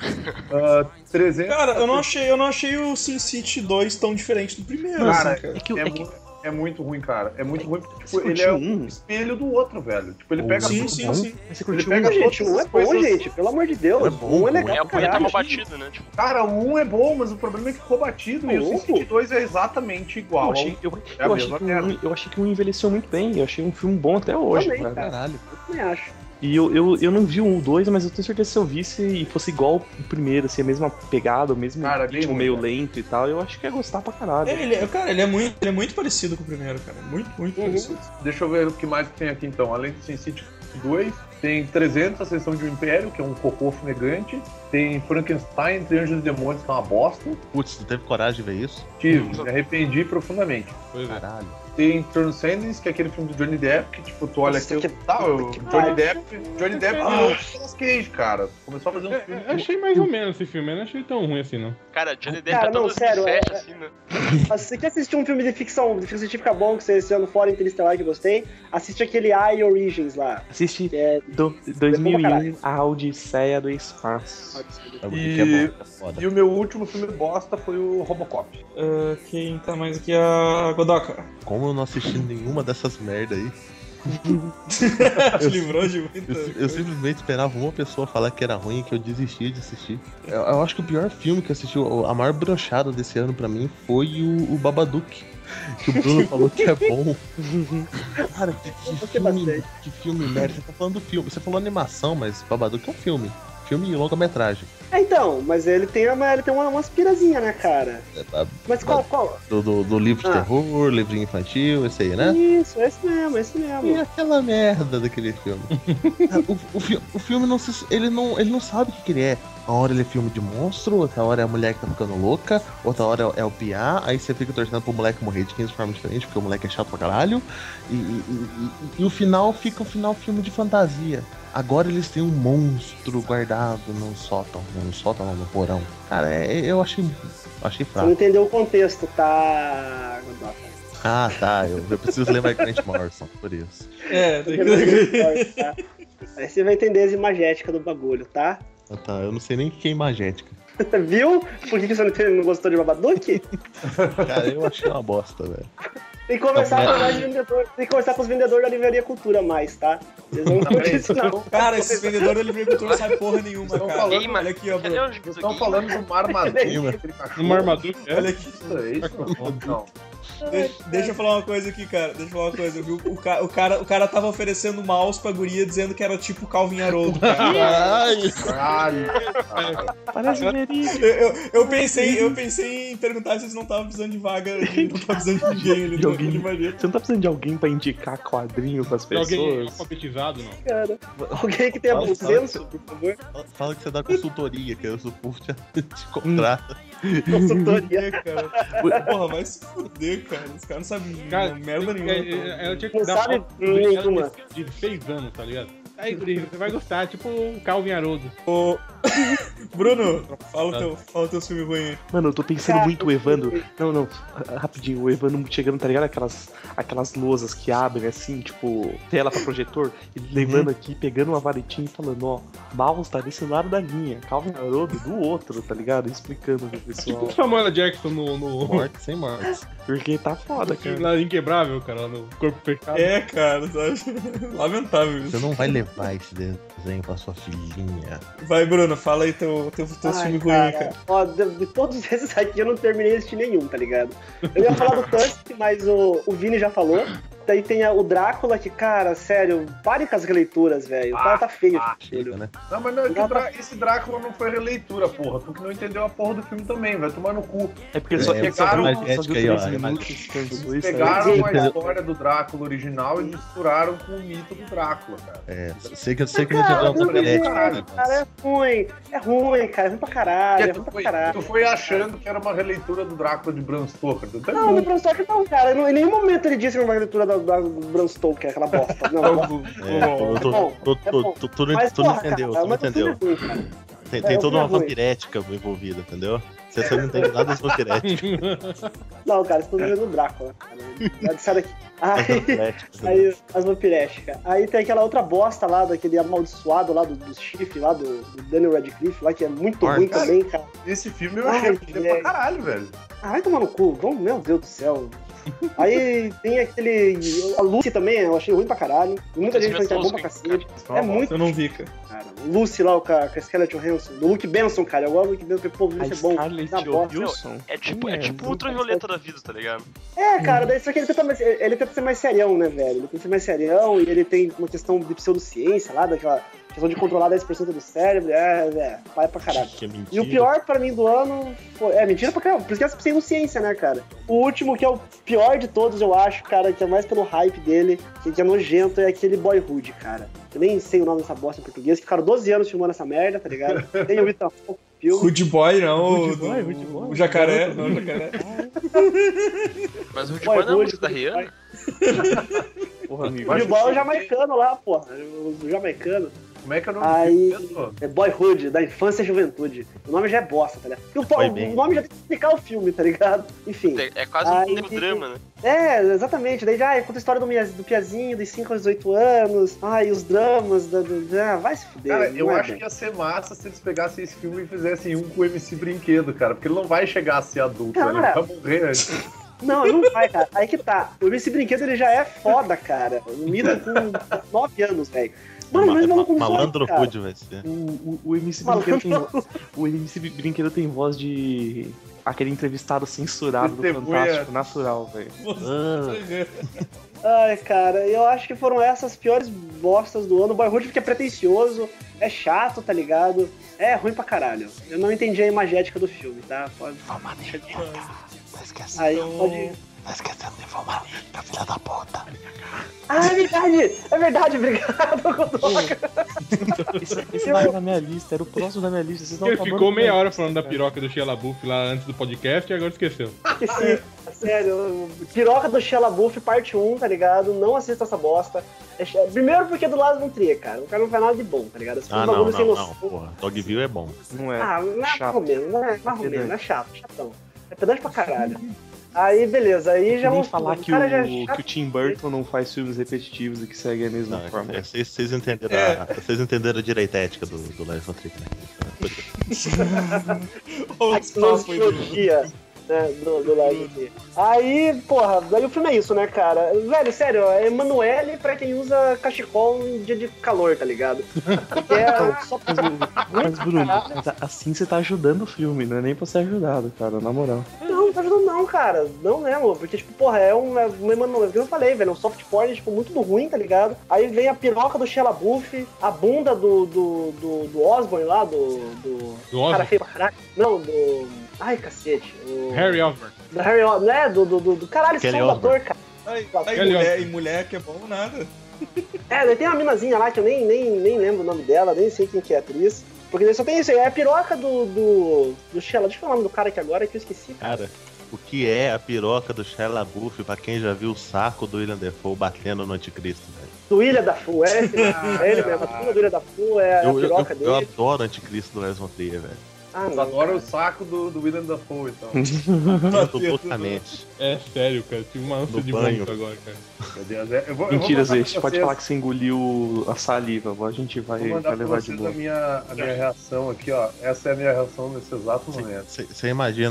Ah, trezentos. Cara, eu não achei, eu não achei o Sin City dois tão diferente do primeiro, Cara, assim, cara. É que, É, é que mu- é muito ruim, cara. É muito ruim porque tipo, Você ele é curtiu um um? espelho do outro, velho. Tipo, ele Oh, pega Sim, tudo sim, bom. sim. Você Ele curtiu pega um? Gente, um é bom, Coisas- gente. Pelo amor de Deus. É bom, um é É, legal, o punho caralho. tava batido, né? Tipo, Cara, um é bom, mas o problema é que ficou batido. E o Sin Louco. City dois é exatamente igual. Eu achei, eu, É a eu achei mesma que merda. um, eu achei que um envelheceu muito bem. Eu achei um filme bom até hoje, Também, cara. cara. Caralho. Eu também acho. E eu, eu, eu não vi o dois, mas eu tenho certeza que se eu visse e fosse igual o primeiro, assim, a mesma pegada, o mesmo Cara, bem ritmo ruim, meio cara. lento e tal, eu acho que ia gostar pra caralho. É, ele, é- cara, ele é, muito, ele é muito parecido com o primeiro, cara. Muito, muito Uhum. parecido. Deixa eu ver o que mais tem aqui então. Além do Sin City dois, tem trezentos, a Sessão de um Império, que é um cocô fumegante. Tem Frankenstein, Entre Anjos e Demônios, que é uma bosta. Putz, tu teve coragem de ver isso? Tive, me arrependi profundamente. Pois é. Caralho. Tem Transcendence, que é aquele filme do Johnny Depp, que tipo, tu olha Nossa, aqui, que- tá, o que Johnny pariu. Depp, Johnny Depp Ah. virou o Nicolas Cage, cara. Começou a fazer um É, filme. é, eu achei mais ou menos esse filme, eu não achei tão ruim assim, não. cara, Johnny Depp Cara, tá não, todo sério, dois mil e sete, é- assim, né? Ah, se você quer assistir um filme de ficção, de ficção científica bom, que você esse ano fora Interestelar que eu gostei, assiste aquele I Origins lá. Assiste Que é... do, dois mil e pra um, caralho. A Odisseia do Espaço. É muito E- que é bom, é foda. E o meu último filme bosta foi o Robocop. Ah, quem tá mais aqui é a Godoka. Como eu não assisti nenhuma dessas merda aí, Te livrou de muita eu, eu coisa. simplesmente esperava uma pessoa falar que era ruim e que eu desistia de assistir. Eu, eu acho que o pior filme que eu assisti, o- a maior brochada desse ano pra mim foi o, o Babadook. Que o Bruno falou que é bom. Cara, que, que gostei filme, bastante. que filme merda. Você tá falando do filme. Você falou animação, mas Babadook é um filme. Filme e longa-metragem. É, então, mas ele tem, uma, ele tem uma, umas pirazinhas, né, cara? É, a- Mas qual, qual? Do, do, do livro de Ah. terror, livrinho infantil, esse aí, né? Isso, esse mesmo, esse E mesmo. aquela merda daquele filme. o, o, fi- o filme não se, ele não ele não sabe o que, que ele é. Uma hora ele é filme de monstro, outra hora é a mulher que tá ficando louca, outra hora é, é o piá, aí você fica torcendo pro moleque morrer de quinze formas diferentes, porque o moleque é chato pra caralho. E, e, e- e- e o final fica um final filme de fantasia. Agora eles têm um monstro guardado no sótão. No sótão, não, no porão. Cara, é- eu achei. Achei Você fraco. não entendeu o contexto, tá? Godoka? Ah, tá. Eu, eu preciso lembrar Grant Morrison, por isso. É, tem que... Tá? Aí você vai entender as imagéticas do bagulho, tá? Ah, tá. Eu não sei nem o que é imagética. Viu? Por que que você não, tem- não gostou de Babadook? Cara, eu achei uma bosta, velho. Tem que conversar Não, com é- mais vendedor, tem que conversar com os vendedores da Livraria Cultura mais, tá? Eles não vão te ensinar. Cara, esses vendedores da livracultura não sabem porra nenhuma, Estão cara. falando- Game, Olha aqui, ó, cadê Bruno. os Vocês estão falando do Marmaduke, aquele cachorro. No Marmaduke, é? Olha aqui. Isso é isso? Não. Deixa, deixa eu falar uma coisa aqui, cara. Deixa eu falar uma coisa. Eu vi o, o, ca- o cara, o cara tava oferecendo mouse pra guria dizendo que era tipo Calvin Haroldo, cara. Caralho! Caralho. Parece verídico. Eu, eu, eu pensei, eu pensei em perguntar se eles não estavam precisando de vaga, de- não estavam precisando de ninguém ali De no alguém. Livraria. Você não tá precisando de alguém pra indicar quadrinho pras Tem alguém pessoas? alfabetizado, não. Cara, alguém que tenha Fala, bom fala. senso, por favor. Fala- Fala que você dá consultoria, que aí o povo te, te contrata. Consultoria. É, cara. Porra, vai se fuder, cara. Os caras não sabem Cara, merda tem- nenhuma. é- é- ela tinha que Não dar sabe pra- ela nenhuma. de, de seis anos, tá ligado? Aí, guri, você vai gostar, tipo o Calvin Haroldo. Ô, Bruno, fala o teu, fala o teu filme ruim aí. Mano, eu tô pensando Cara, muito o Evandro. Não, não, ra- rapidinho, o Evandro chegando, tá ligado? Aquelas, aquelas lousas que abrem assim, tipo, tela pra projetor, e levando aqui, pegando uma varetinha e falando, ó, mouse tá desse lado da linha, Calvin Haroldo do outro, tá ligado? Explicando pro pessoal. Tipo o Samuel Jackson no, no, Morte sem morte. Porque tá foda, cara. na Inquebrável, cara, lá no Corpo Fechado. É, cara, sabe? Lamentável Você isso. não vai levar esse desenho pra sua filhinha. Vai, Bruno, fala aí teu, teu, teu Ai, filme ruim aí, cara. Ó, de, de todos esses aqui eu não terminei de assistir nenhum, tá ligado? Eu ia falar do Tusk, mas o, o Vini já falou. Daí tem a, o Drácula, que, cara, sério, pare com as releituras, velho. O cara tá feio. Ah, filho. né? Não, mas não, é que o Drá- esse Drácula não foi releitura, porra. Tu que não entendeu a porra do filme também, vai tomar no cu. É porque só, É, só, pegaram- só, só Imagética viu aí, ó, três imagética. minutos, cansou e saiu. Pegaram a Entendeu? história do Drácula original e misturaram com o mito do Drácula, cara. É, sei que, sei que não Cara, entendeu não uma entendi, frenética, né? cara, é ruim. É ruim, cara. É ruim pra caralho. É Porque ruim tu, pra foi, caralho. tu foi achando que era uma releitura do Drácula de Bram Stoker. Tu Não, no Bram Stoker não, cara. Não, em nenhum momento ele disse que era uma releitura da, da Bram Stoker, aquela bosta. Não, Então, não. É, tu- tu- bom, tu- é tu- bom. tu- tu não- Mas, tu não porra, entendeu, cara, tu não mas o filme entendeu. é ruim, cara. Tem, É, tem o toda filme uma é ruim. vampirética envolvida, entendeu? Você, você não entende nada das vampiréticas. Não, cara, vocês estão vendo o Drácula, cara. Sai daqui. As Aí, vampiréticas, né? aí as vampiréticas. Aí tem aquela outra bosta lá, daquele amaldiçoado lá do, do chifre lá, do, do Daniel Radcliffe lá, que é muito Porra, ruim cara. também, cara. Esse filme eu Ai, achei ruim pra velho. caralho, velho. Ah, vai tomar no cu. Vamos, meu Deus do céu. Aí tem aquele. A Lucy também, eu achei ruim pra caralho. Muita gente falou que é bom pra cacete. É muito. Eu não vi, cara. Cara, o Lucy lá, com a, com a Scarlett Johansson. Do Luke Benson, cara. Eu gosto do Luke Benson, porque, pô, o A Lucy é bom. Scarlett Tá bosta. Johansson. É tipo, é Quem tipo ultravioleta da vida, tá ligado? É, cara, daí, só que ele tenta, mais- ele tenta ser mais serião, né, velho? Ele tenta ser mais serião e ele tem uma questão de pseudociência lá, daquela questão de controlar dez por cento do cérebro. É, é, pai pra caralho. Que é mentira. E o pior pra mim do ano foi. É, mentira pra caralho. Por isso que é pseudociência, né, cara? O último, que é o pior de todos, eu acho, cara, que é mais pelo hype dele, que, que é nojento, é aquele Boyhood, cara. Eu nem sei o nome dessa bosta em português, que ficaram doze anos filmando essa merda, tá ligado? Tem o Ethan Hawke no filme. Hood Boy, não. Hood o- Boy, do- Hood Boy. O jacaré. Não, o jacaré. Mas o Rude Boy não é a música da Rihanna. Porra, amigo. O Hood Boy é o jamaicano lá, porra. O jamaicano. Como é que é o nome Aí, do filme mesmo? é Boyhood, da infância e juventude. O nome já é bosta, tá ligado? E o, Foi o bem. nome já tem que explicar o filme, tá ligado? Enfim. É, é quase Aí- um neodrama, né? É, exatamente. Daí já ah, conta a história do, Mia- do Piazinho, dos cinco aos dezoito anos. Ai, os dramas. Da, do, ah, vai se fuder. Cara, não eu é acho bom. que ia ser massa se eles pegassem esse filme e fizessem um com o M C Brinquedo, cara. Porque ele não vai chegar a ser adulto, Cara. ele vai morrer antes. Não, ele não vai, cara. Aí que tá. Esse brinquedo ele já é foda, cara. O Mito com nove anos, velho. Mano, mas Ma- maluco ma- não Malandro cara. Hood vai ser. O, o, o M C Malandro. Brinquedo tem, vo- o M C Brinquedo tem voz de aquele entrevistado censurado do Testemunha. Fantástico Natural, velho. Ah, Ai, cara, eu acho que foram essas piores bostas do ano. O Boyhood porque é pretencioso, é chato, tá ligado? É ruim pra caralho. Eu não entendi a imagética do filme, tá? Pode. Aí, pode. tá esquecendo de formalista, filha da puta. Ah, é verdade! É verdade, obrigado, Godoka. Esse, esse não era na minha lista, era o próximo da minha lista. Vocês não Ele acabando ficou com meia a hora lista, falando da cara. piroca do Shia LaBeouf lá antes do podcast e agora esqueceu. Esqueci. Sério, piroca do Shia LaBeouf, parte um, tá ligado? Não assista essa bosta. É ch- Primeiro porque é do Lars von Trier, cara. O cara não faz nada de bom, tá ligado? Esse Ah, filme é um não, bagulho sem não, não, noção. porra. Dogville é bom. Não é. Ah, não é chato. marromeno, não é marromeno, Pedante. é chato, chatão. É pedante pra caralho. Aí, beleza, aí já Nem vamos falar que cara o, já é que chato. o Tim Burton não faz filmes repetitivos e que segue a mesma Não, forma. é, vocês, vocês entenderam, É. a, vocês entenderam a direita ética do, do Lars von Trier, né? Olha A os papos aí do- trilogia, né, do, do Lars von Trier. Aí, porra, aí o filme é isso, né, cara? Velho, sério, é Emanuele pra quem usa cachecol em dia de calor, tá ligado? Que é só pra... Mas, Bruno, mas assim você tá ajudando o filme, não é nem pra ser ajudado, cara, na moral. Não, não tá ajudando não, cara. Não mesmo, porque, tipo, porra, é um, é um Emanuele, que eu falei, velho, é um soft porn, tipo, muito do ruim, tá ligado? Aí vem a piroca do Shia LaBeouf, a bunda do, do, do, do Osborne lá, do... Do, Do cara Osborne? feio pra caralho. Não, do... Ai, cacete. O... Harry Osborn. Do Harry Osborne, né? Do, do, do, do caralho, esse Kelly salvador, cara. Aí, Kelly aí mulher, e mulher que é bom nada. É, daí tem uma minazinha lá que eu nem, nem, nem lembro o nome dela, nem sei quem que é a atriz. Porque daí só tem isso aí, é a piroca do, do, do Shia. Deixa eu falar o nome do cara aqui agora que eu esqueci, cara. Cara, o que é a piroca do Shia LaBeouf pra quem já viu o saco do William Dafoe batendo no anticristo, velho? Do Ilha da Fu, é, esse, é ele mesmo. A turma do Ilha da Fu é a Eu, eu, eu, piroca eu dele. adoro o anticristo do Lars von Trier, velho. Ah, Eu não. adoro o saco do, do William Dafoe, então. Tanto loucamente. É sério, cara. Tive uma ânsia No de banho. vômito agora, cara. Meu Deus, é- eu vou, eu vou Mentira, mandar Zé, pra você pode vocês- falar que você engoliu a saliva, agora a gente vai, Vou vai mandar pra levar de vocês boa. a minha, a minha reação aqui, ó. Essa é a minha reação nesse exato momento. Você imagina,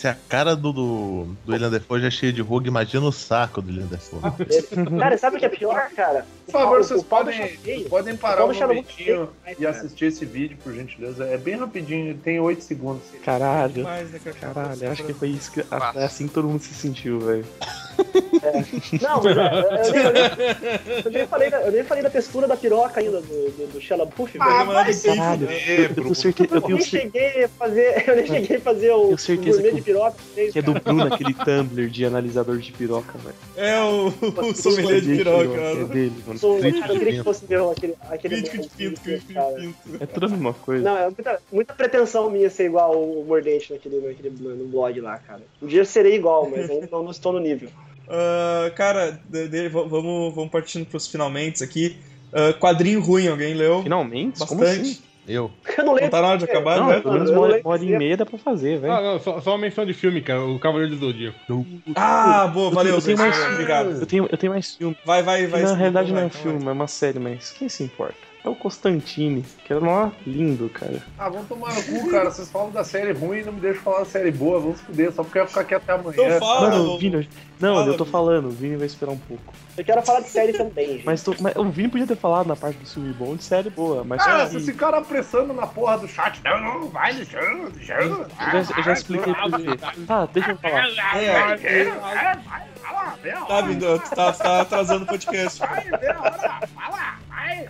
Se a cara do, do, do William Dafoe já é cheia de ruga, imagina o saco do William Dafoe. Cara, sabe o que é pior, cara? Por favor, O- vocês o pau podem, deixa feio. podem O parar pau um deixa muito momentinho feio, né, e cara? assistir esse vídeo, por gentileza. É bem rapidinho, tem oito segundos. Caralho. Demais, né, cara? Caralho, acho que foi isso que. É assim que todo mundo se sentiu, velho. Não, mas é, eu, nem, eu, nem, eu, nem falei da, eu nem falei da textura da piroca ainda do, do, do Shia LaBeouf, velho. Ah, vai se Caralho, fuder, eu tenho Bruno. certeza, eu Eu tenho nem certeza cheguei a fazer, eu nem cheguei a fazer o, Tenho o certeza gourmet que de o- piroca. que é do Bruno, aquele Tumblr de analisador de piroca, velho. É o, o sommelier de piroca, É mano. dele, mano. Sou, Crítico cara, eu de queria que pinto. fosse meu aquele, aquele Crítico de pinto, crítico de cara. pinto. É tudo a mesma coisa. Não, é muita, muita pretensão minha ser igual o Mordente naquele, naquele no blog lá, cara. Um dia eu serei igual, mas ainda não, não estou no nível. Ah, cara, de- de- v- vamos, vamos partindo pros finalmente aqui. Ah, quadrinho ruim, alguém leu? Finalmente? Como Bastante. assim? Eu. Eu não lembro. Não tá na hora de acabar, Não, né? pelo menos eu uma, lembro uma hora e que- meia dá pra fazer, velho. Ah, não, só, só uma menção de filme, cara. O Cavaleiro do Zodíaco. Ah, boa, valeu, eu tenho Zé, mais- obrigado. Eu tenho, eu tenho mais filme. Vai, vai, vai. Que na sim, realidade então não é um vai, então filme, é uma série, mas quem se importa? É o Constantine, que era mó lindo, cara. Ah, vamos tomar no cu, cara. Vocês falam da série ruim e não me deixam falar da série boa. Vamos se fuder, só porque eu ia ficar aqui até amanhã. Então fala, Mano, ô, o Vini. Não, fala, eu tô Vini. falando, o Vini vai esperar um pouco. Eu quero falar de série também, gente. Mas, tô- mas o Vini podia ter falado na parte do filme bom de série boa, mas Cara, só vocês que- ficaram apressando na porra do chat. Não, não, vai, deixando, deixando. eu já, eu já expliquei por quê. Tá, deixa eu falar. É, Vai, vai, vai, fala, vem a tá hora, vindo, tu tá, tá atrasando o podcast. vai, vem a hora, fala, vai.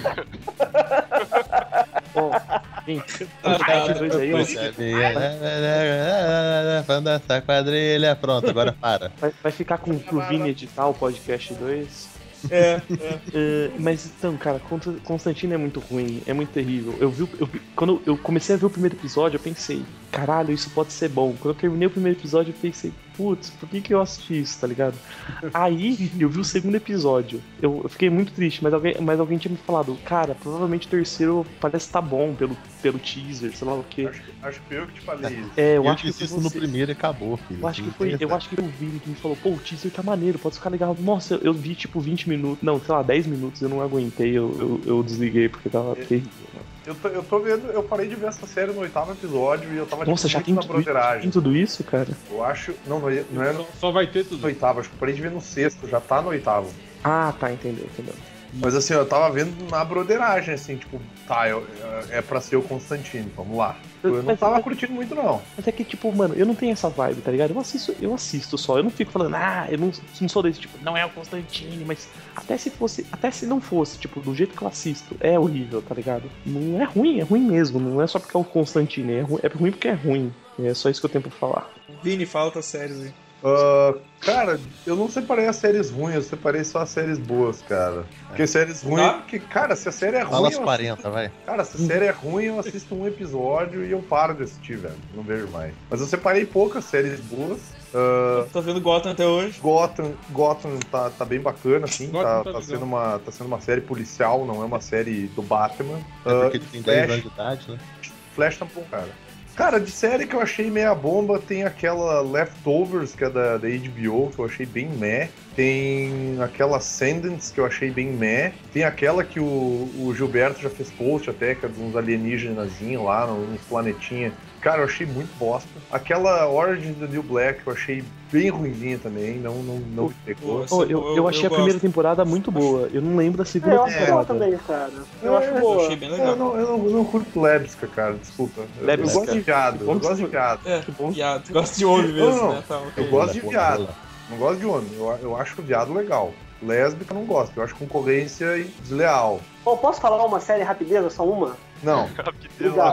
Ó, Vini, Tá, parte dois aí, ó, Vamos dançar quadrilha. Pronto, agora para. vai, vai ficar com pro Vini editar o podcast dois. É, é. É, mas então, cara, Const- Constantino é muito ruim, é muito terrível. Eu vi, eu vi- quando eu comecei a ver o primeiro episódio, eu pensei, caralho, isso pode ser bom. Quando eu terminei o primeiro episódio, eu pensei, putz, por que que eu assisti isso, tá ligado? Aí, eu vi o segundo episódio. Eu, eu fiquei muito triste, mas alguém, mas alguém tinha me falado, cara, provavelmente o terceiro parece tá bom pelo, pelo teaser, sei lá o quê. Acho, acho que foi eu que te falei isso. É, eu Eu acho que disse foi isso no você. primeiro e acabou, filho. Eu acho que foi, eu acho que foi o Vini que me falou, pô, o teaser tá maneiro, pode ficar legal. Nossa, eu vi tipo vinte minutos, não, sei lá, dez minutos, eu não aguentei, eu, eu, eu desliguei porque tava terrível. Mano. Eu tô, eu tô vendo, eu parei de ver essa série no oitavo episódio e eu tava Nossa, tipo, já muito tem na tudo, isso, broderagem. tem tudo isso, cara? Eu acho. Não, não é, não é no Só, só vai ter tudo. oitavo, acho que eu parei de ver no sexto, já tá no oitavo. Ah, tá, entendeu, entendeu. Mas assim, eu tava vendo na broderagem, assim, tipo, tá, eu, é pra ser o Constantino, vamos lá. Eu não Mas- tava mas- curtindo muito, não. Mas é que, tipo, mano, eu não tenho essa vibe, tá ligado? Eu assisto, eu assisto só, eu não fico falando, ah, eu não, não sou desse, tipo, não é o Constantine, mas até se fosse, até se não fosse, tipo, do jeito que eu assisto, é horrível, tá ligado? Não é ruim, é ruim mesmo, não é só porque é o Constantine, é ruim, é ruim porque é ruim. É só isso que eu tenho pra falar. Vini, fala outras séries aí. Ah, cara, eu não separei as séries ruins, eu separei só as séries boas, cara. Porque séries ruins, Tá. porque, cara, se a série é Fala ruim. as eu- quarenta, vai. Cara, se a série é ruim, eu assisto um episódio e eu paro de assistir, velho. Não vejo mais. Mas eu separei poucas séries boas. Ah, Tá vendo Gotham até hoje? Gotham, Gotham tá, tá bem bacana, assim. Gotham Tá, tá tá, legal. sendo uma, tá sendo uma série policial, não é uma série do Batman. É Ah, porque ele tem dez Flash. anos de idade, né? Flash tá bom, cara. Cara, de série que eu achei meia bomba, tem aquela Leftovers, que é da, da H B O, que eu achei bem meh. Tem aquela Ascendants, que eu achei bem meh. Tem aquela que o, o Gilberto já fez post até, que é de uns alienígenazinhos lá, uns planetinha. Cara, eu achei muito bosta. Aquela Origin do New Black, eu achei bem ruimzinha também, não, não, não me pegou. Essa Oh, eu- eu, eu, eu achei a gosto. primeira temporada muito boa, eu não lembro da É, segunda eu acho boa temporada. também, cara. Eu É, acho Eu boa. achei bem Eu legal. não, eu não, eu não curto Lebska, cara, desculpa. Eu, eu Lebska. gosto de viado, Que bom eu que gosto de você- viado. É, Que bom. viado. Tu gosta de homem mesmo, Não, né? Tá, ok. Eu gosto de Porra, viado, rola. não gosto de homem. Eu, eu acho viado legal. Lésbica eu não gosto, eu acho concorrência e desleal. Pô, posso falar uma série rapideza, só uma? Não, Obrigado.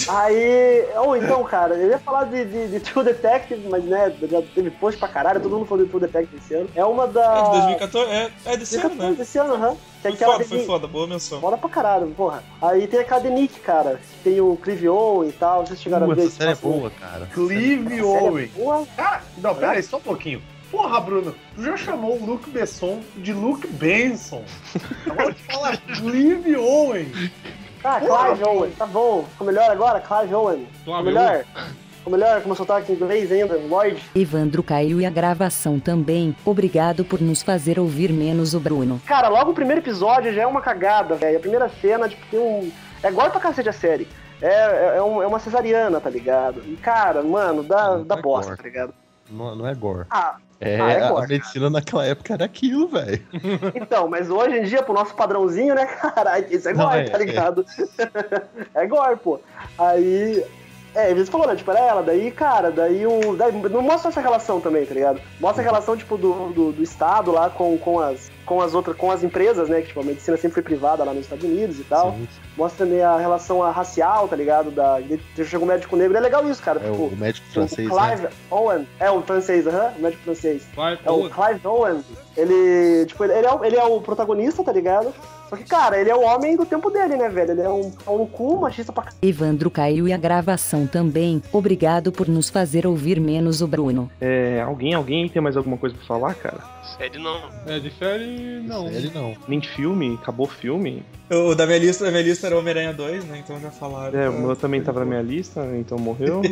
Aí, ou então, cara, eu ia falar de, de, de True Detective, mas né, já teve post pra caralho, todo mundo falou de True Detective esse ano. É uma da. É de dois mil e quatorze? É, é desse ano, né? Desse ano, aham. Que é Foi aquela foda, de- foi foda. Boa menção. Foda pra caralho, porra. Aí tem aquela de Nick, cara. Tem o Clive Owen e tal, vocês chegaram Uh, a ver essa esse série é passou? boa, cara. Clive Série Owen. boa. Cara, não, pera aí, só um pouquinho. Porra, Bruno, tu já chamou o Luke Besson de Luke Benson. Agora tu fala Clive Owen. Tá, Clive Owen, tá bom. Ficou melhor agora? Clive Owen. Ficou Clive melhor? Ficou melhor com o sotaque em inglês ainda, Lloyd? Evandro caiu e a gravação também. Obrigado por nos fazer ouvir menos o Bruno. Cara, logo o primeiro episódio já é uma cagada, velho. A primeira cena, tipo, tem um... É gore pra cacete a série. É, é, é, um, é uma cesariana, tá ligado? E, cara, mano, dá, Não, dá não é bosta, gore. tá ligado? Não, não é gore. Ah, É, ah, é a gore, medicina naquela época era aquilo, velho. então, mas hoje em dia, pro nosso padrãozinho, né, caralho, isso é Não, gore, é, tá ligado? É, é gore, pô. Aí, é, eles falaram, né, tipo, era ela, daí, cara, daí o... Daí, não mostra essa relação também, tá ligado? Mostra a relação, tipo, do, do, do Estado lá com, com, as, com as outras, com as empresas, né, que, tipo, a medicina sempre foi privada lá nos Estados Unidos e tal. Sim. Mostra também a relação a racial, tá ligado? Da, de, chegou um médico negro, é legal isso, cara. É tipo, o médico o francês, Clive né? Owen, é o francês, aham, o médico francês. Clive É o Owen. Clive Owen. Ele, tipo, ele, ele, é, o- ele é o protagonista, tá ligado? Só que, cara, ele é o homem do tempo dele, né, velho? Ele é um, é um cu, machista pra c... Evandro caiu e a gravação também. Obrigado por nos fazer ouvir menos o Bruno. É, alguém, alguém tem mais alguma coisa pra falar, cara? Sério, não. É, de série, não. Ele não. Nem de filme? Acabou o filme? O da minha lista, da minha lista era Homem-Aranha dois, né? Então já falaram. É, o meu também tava na minha lista, então morreu.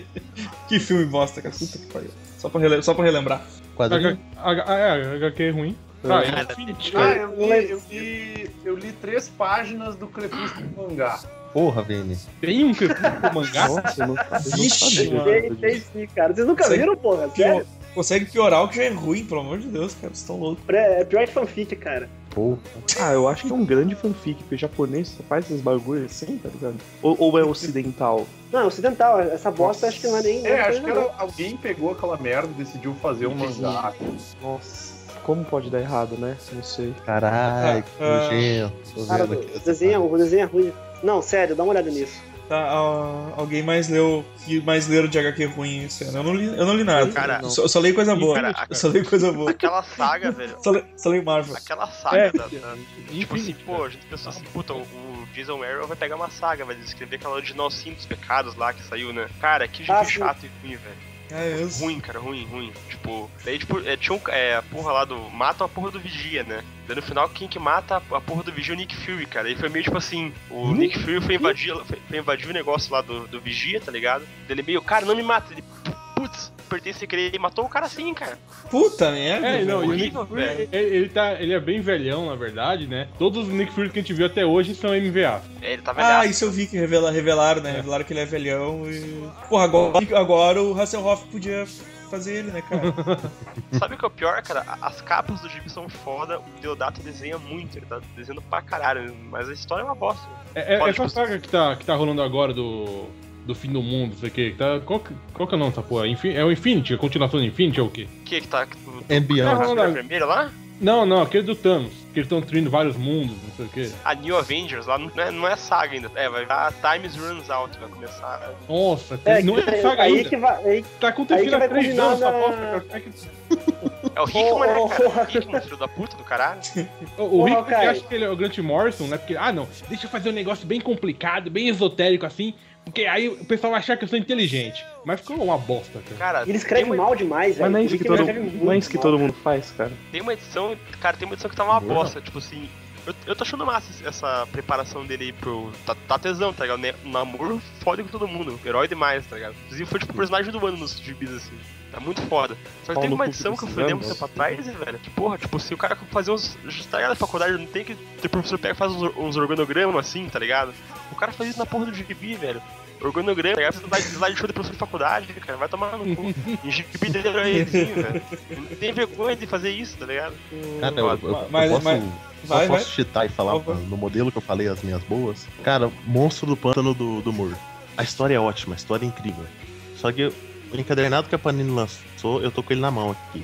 Que filme bosta, cara. Puta que pariu. Só pra, rele... Só pra relembrar. Quadrinho. H- H- é, H Q é ruim. Ah, é Cara, Infinity. Ah, eu li, eu, li, eu li três páginas do Crepúsculo do mangá. Porra, Vini. Tem um Crepúsculo mangá? Nossa, eu não, eu não Vixe, sabia mano. Tem, disso. tem sim, cara. Vocês nunca Consegue- viram, porra? Pior- Sério? Consegue piorar o que já é ruim, pelo amor de Deus, cara. Vocês estão loucos. É pior que fanfic, cara. Porra. Ah, eu acho que é um grande fanfic, porque japonês só faz esses bagulhos assim, tá ligado? Ou, ou é ocidental? Não, é ocidental. Essa bosta acho que não é nem... É, nem acho que coisa, era, alguém pegou aquela merda e decidiu fazer um mangá. Nossa, como pode dar errado, né? Não sei. Caralho, que Ah, nojento. Tô não. Cara, vendo o aqui essa desenho, página. o desenho é ruim. Não, sério, dá uma olhada nisso. Tá, ah, alguém mais leu que mais leram de H Q ruim esse ano? Eu não li, eu não li nada. Cara, eu, só, eu só leio coisa boa. cara, eu só leio coisa boa. Aquela saga, velho. Só, le, só leio Marvel. Aquela saga É, da, da- Tipo assim, Infinity. pô, a gente pensou assim, puta, o, o Jason Aaron vai pegar uma saga, vai escrever aquela original Sim dos Pecados lá que saiu, né? Cara, que Ah, gibi sim. chato e ruim, velho. É isso. Ruim, cara, ruim, ruim. Tipo, daí, tipo, é, tinha um, é, a porra lá do. Mata a porra do Vigia, né? Daí no final, quem que mata a porra do Vigia é o Nick Fury, cara. E foi meio tipo assim: o Nick Fury foi invadir, foi, foi invadir o negócio lá do, do Vigia, tá ligado? Daí ele meio, cara, não me mata. Ele, putz, apertei sem querer e matou o cara assim, cara. Puta merda. É, não, e o velho. Nick horrível, Fury, velho. ele, ele tá, ele é bem velhão, na verdade, né? Todos os Nick Fury que a gente viu até hoje são M V A. É, ele tá Ah, velhaço. isso eu vi que revela, revelaram, né? Revelaram que ele é velhão e. Porra, agora, agora o Hasselhoff podia fazer ele, né, cara? Sabe o que é o pior, cara? As capas do gibi são foda, o Deodato desenha muito, ele tá desenhando pra caralho, mas a história é uma bosta. É, é, Pode, essa tipo, saga que tá, que tá rolando agora do, do fim do mundo, não sei o que, tá, qual, que- qual que é o nome dessa porra? Infin- é o Infinity? A continuação do Infinity ou o quê? O que que tá. O And Beyond. Não, não, não. vermelho lá? Não, não, aquele do Thanos, que eles estão destruindo vários mundos, não sei o quê. A New Avengers lá não é, não é saga ainda. É, vai dar Times Runs Out, vai começar. Nossa, tem, É, não é saga aí ainda. que vai... Aí, Tá aí acontecendo que há vai três culminar anos essa na- bosta, cara. Como é que- É o Hickman, Oh, né, cara? oh, oh. Hickman, filho da puta do caralho. O, o Porra, Rick cara. acha que ele é o Grant Morrison, né? Porque, ah não, deixa eu fazer um negócio bem complicado, bem esotérico assim, porque aí o pessoal vai achar que eu sou inteligente. Mas ficou uma bosta, cara. Cara, Ele escreve tem uma, mal demais, velho. Mas não é O isso que Rick todo, escreve muito não é isso que mal. todo mundo faz, cara. tem uma edição, cara, tem uma edição que tá uma bosta, tipo assim. Eu, eu tô achando massa essa preparação dele aí pro. Tá, tá tesão, tá ligado? Ne- Namoro foda com todo mundo. Herói demais, tá ligado? Inclusive foi tipo o personagem do ano nos gibis assim. Tá muito foda. Só que Pau teve no uma cu edição que eu fui precisando, ler um tempo nossa. atrás, velho. Que porra, tipo, se o cara fazer uns. Tá ligado? Na faculdade não tem que. O professor pega e faz uns, uns organogramas assim, tá ligado? O cara faz isso na porra do gibi, velho. Organograma, tá ligado? Você não dá slide show de professor de faculdade, cara. Vai tomar no cu. Em gibi dele era elezinho, velho. Não tem vergonha de fazer isso, tá ligado? Cara, eu, eu- eu Mas- posso, mas- eu vai, posso vai. citar e falar Por favor. no modelo que eu falei as minhas boas. Cara, Monstro do Pântano do, do Moore. A história é ótima, a história é incrível. Só que o encadernado que a Panini lançou, eu tô com ele na mão aqui.